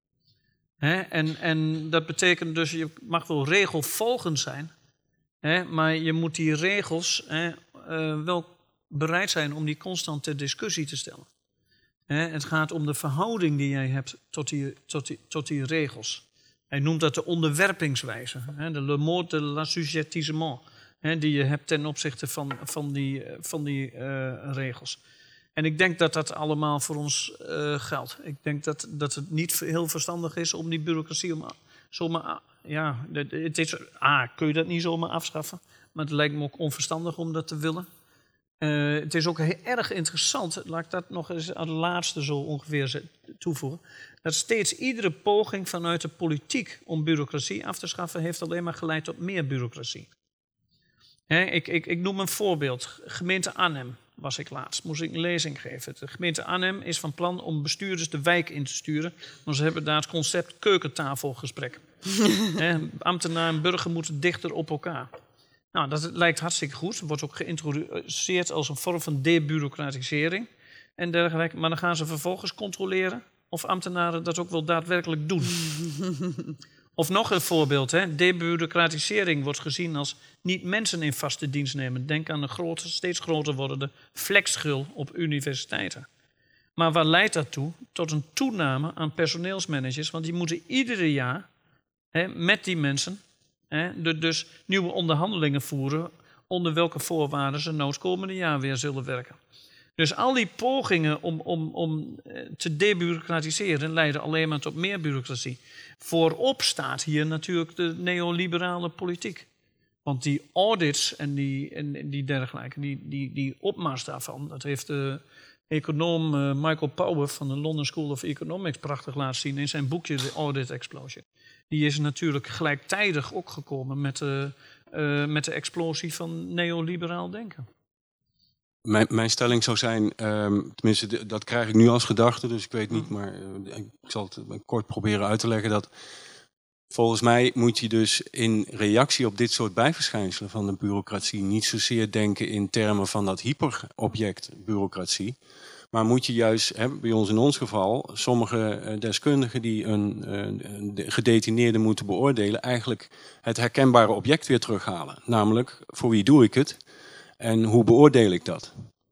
S2: En, en dat betekent dus, je mag wel regelvolgend zijn, maar je moet die regels uh, wel bereid zijn om die constant ter discussie te stellen. Het gaat om de verhouding die jij hebt tot die, tot die, tot die regels. Hij noemt dat de onderwerpingswijze, de le mode de l'assujettissement. He, die je hebt ten opzichte van, van die, van die uh, regels. En ik denk dat dat allemaal voor ons uh, geldt. Ik denk dat, dat het niet heel verstandig is om die bureaucratie om, zomaar... Ja, het is, ah, kun je dat niet zomaar afschaffen? Maar het lijkt me ook onverstandig om dat te willen. Uh, het is ook heel erg interessant, laat ik dat nog eens aan het laatste zo ongeveer toevoegen, dat steeds iedere poging vanuit de politiek om bureaucratie af te schaffen heeft alleen maar geleid tot meer bureaucratie. He, ik, ik, ik noem een voorbeeld. Gemeente Arnhem was ik laatst. Moest ik een lezing geven. De gemeente Arnhem is van plan om bestuurders de wijk in te sturen. Maar ze hebben daar het concept keukentafelgesprek. He, ambtenaar en burger moeten dichter op elkaar. Nou, dat lijkt hartstikke goed. Het wordt ook geïntroduceerd als een vorm van debureaucratisering. En dergelijke. Maar dan gaan ze vervolgens controleren of ambtenaren dat ook wel daadwerkelijk doen. Of nog een voorbeeld, hè. Debureaucratisering wordt gezien als niet mensen in vaste dienst nemen. Denk aan de grote, steeds groter wordende flexschil op universiteiten. Maar waar leidt dat toe? Tot een toename aan personeelsmanagers, want die moeten iedere jaar hè, met die mensen hè, de, dus nieuwe onderhandelingen voeren onder welke voorwaarden ze nou het komende jaar weer zullen werken. Dus al die pogingen om, om, om te debureaucratiseren leiden alleen maar tot meer bureaucratie. Voorop staat hier natuurlijk de neoliberale politiek. Want die audits en die, en die dergelijke, die, die, die opmars daarvan, dat heeft de econoom uh, Michael Power van de London School of Economics prachtig laten zien in zijn boekje The Audit Explosion. Die is natuurlijk gelijktijdig ook gekomen met de, uh, met de explosie van neoliberaal denken.
S9: Mijn, mijn stelling zou zijn, um, tenminste de, dat krijg ik nu als gedachte, dus ik weet niet, maar uh, ik zal het kort proberen uit te leggen dat volgens mij moet je dus in reactie op dit soort bijverschijnselen van de bureaucratie niet zozeer denken in termen van dat hyperobject bureaucratie, maar moet je juist, hè, bij ons in ons geval, sommige uh, deskundigen die een, uh, een gedetineerde moeten beoordelen, eigenlijk het herkenbare object weer terughalen. Namelijk, voor wie doe ik het? En hoe beoordeel ik dat?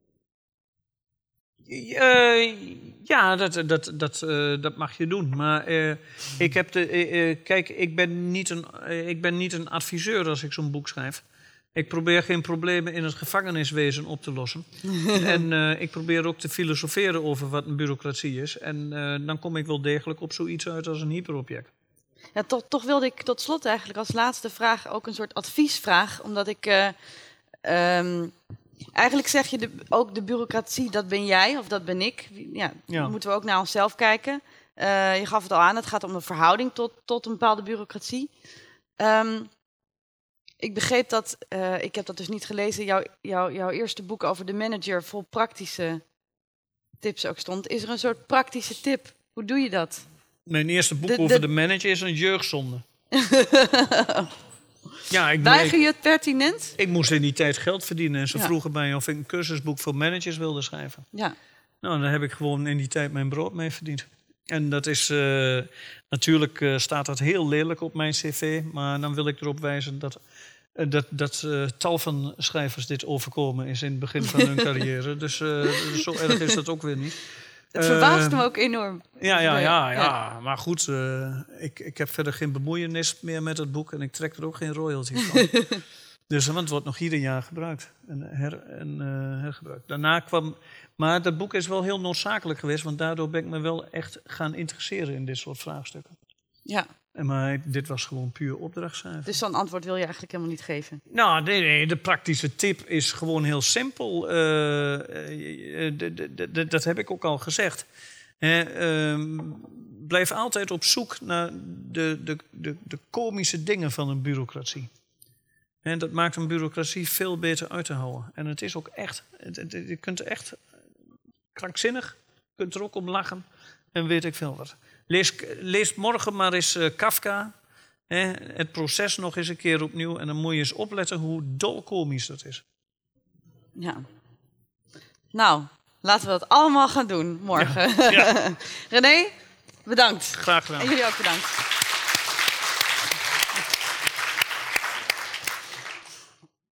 S2: Uh, ja, dat, dat, dat, uh, dat mag je doen. Maar uh, ik heb de, uh, uh, kijk, ik ben, niet een, uh, ik ben niet een adviseur als ik zo'n boek schrijf. Ik probeer geen problemen in het gevangeniswezen op te lossen. En uh, ik probeer ook te filosoferen over wat een bureaucratie is. En uh, dan kom ik wel degelijk op zoiets uit als een hyperobject.
S1: Ja, toch, toch wilde ik tot slot eigenlijk als laatste vraag ook een soort adviesvraag. Omdat ik... Uh, um, Eigenlijk zeg je de, ook de bureaucratie, dat ben jij of dat ben ik. Ja,
S2: Ja.
S1: Dan moeten we ook naar onszelf kijken. Uh, je gaf het al aan, het gaat om de verhouding tot, tot een bepaalde bureaucratie. Um, ik begreep dat, uh, ik heb dat dus niet gelezen, jouw, jouw, jouw eerste boek over de manager vol praktische tips ook stond. Is er een soort praktische tip? Hoe doe je dat?
S2: Mijn eerste boek
S1: De-
S2: over
S1: de-
S2: de manager is een jeugdzonde. Ja, ik,
S1: Weiger
S2: ik,
S1: je het pertinent?
S2: ik moest in die tijd geld verdienen. En ze
S1: Ja.
S2: vroegen mij of ik een cursusboek voor managers wilde schrijven.
S1: Ja.
S2: Nou, daar heb ik gewoon in die tijd mijn brood mee verdiend. En dat is... Uh, natuurlijk uh, staat dat heel lelijk op mijn cv. Maar dan wil ik erop wijzen dat... Uh, dat, dat uh, tal van schrijvers dit overkomen is in het begin van hun carrière. Dus uh, zo erg is dat ook weer niet.
S1: Het verbaast
S2: Uh,
S1: me ook enorm.
S2: Ja, ja, ja, ja.
S1: Ja.
S2: Maar goed, uh, ik, ik heb verder geen bemoeienis meer met het boek en ik trek er ook geen royalty van. Dus want het wordt nog ieder jaar gebruikt en, her, en uh, hergebruikt. Daarna kwam, maar dat boek is wel heel noodzakelijk geweest, want daardoor ben ik me wel echt gaan interesseren in dit soort vraagstukken.
S1: Ja.
S2: En maar dit was gewoon puur opdrachtschrijven.
S1: Dus zo'n antwoord wil je eigenlijk helemaal niet geven?
S2: Nou, nee, nee, de praktische tip is gewoon heel simpel. Uh, uh, d- d- d- dat heb ik ook al gezegd. He, uh, blijf altijd op zoek naar de, de, de, de komische dingen van een bureaucratie. En dat maakt een bureaucratie veel beter uit te houden. En het is ook echt, het, het, je kunt echt krankzinnig, je kunt er ook om lachen en weet ik veel wat. Lees, lees morgen maar eens uh, Kafka. Hè, het proces nog eens een keer opnieuw. En dan moet je eens opletten hoe dolkomisch dat is.
S1: Ja. Nou, laten we dat allemaal gaan doen morgen.
S2: Ja. Ja.
S1: René, bedankt.
S2: Graag gedaan.
S1: En jullie ook bedankt.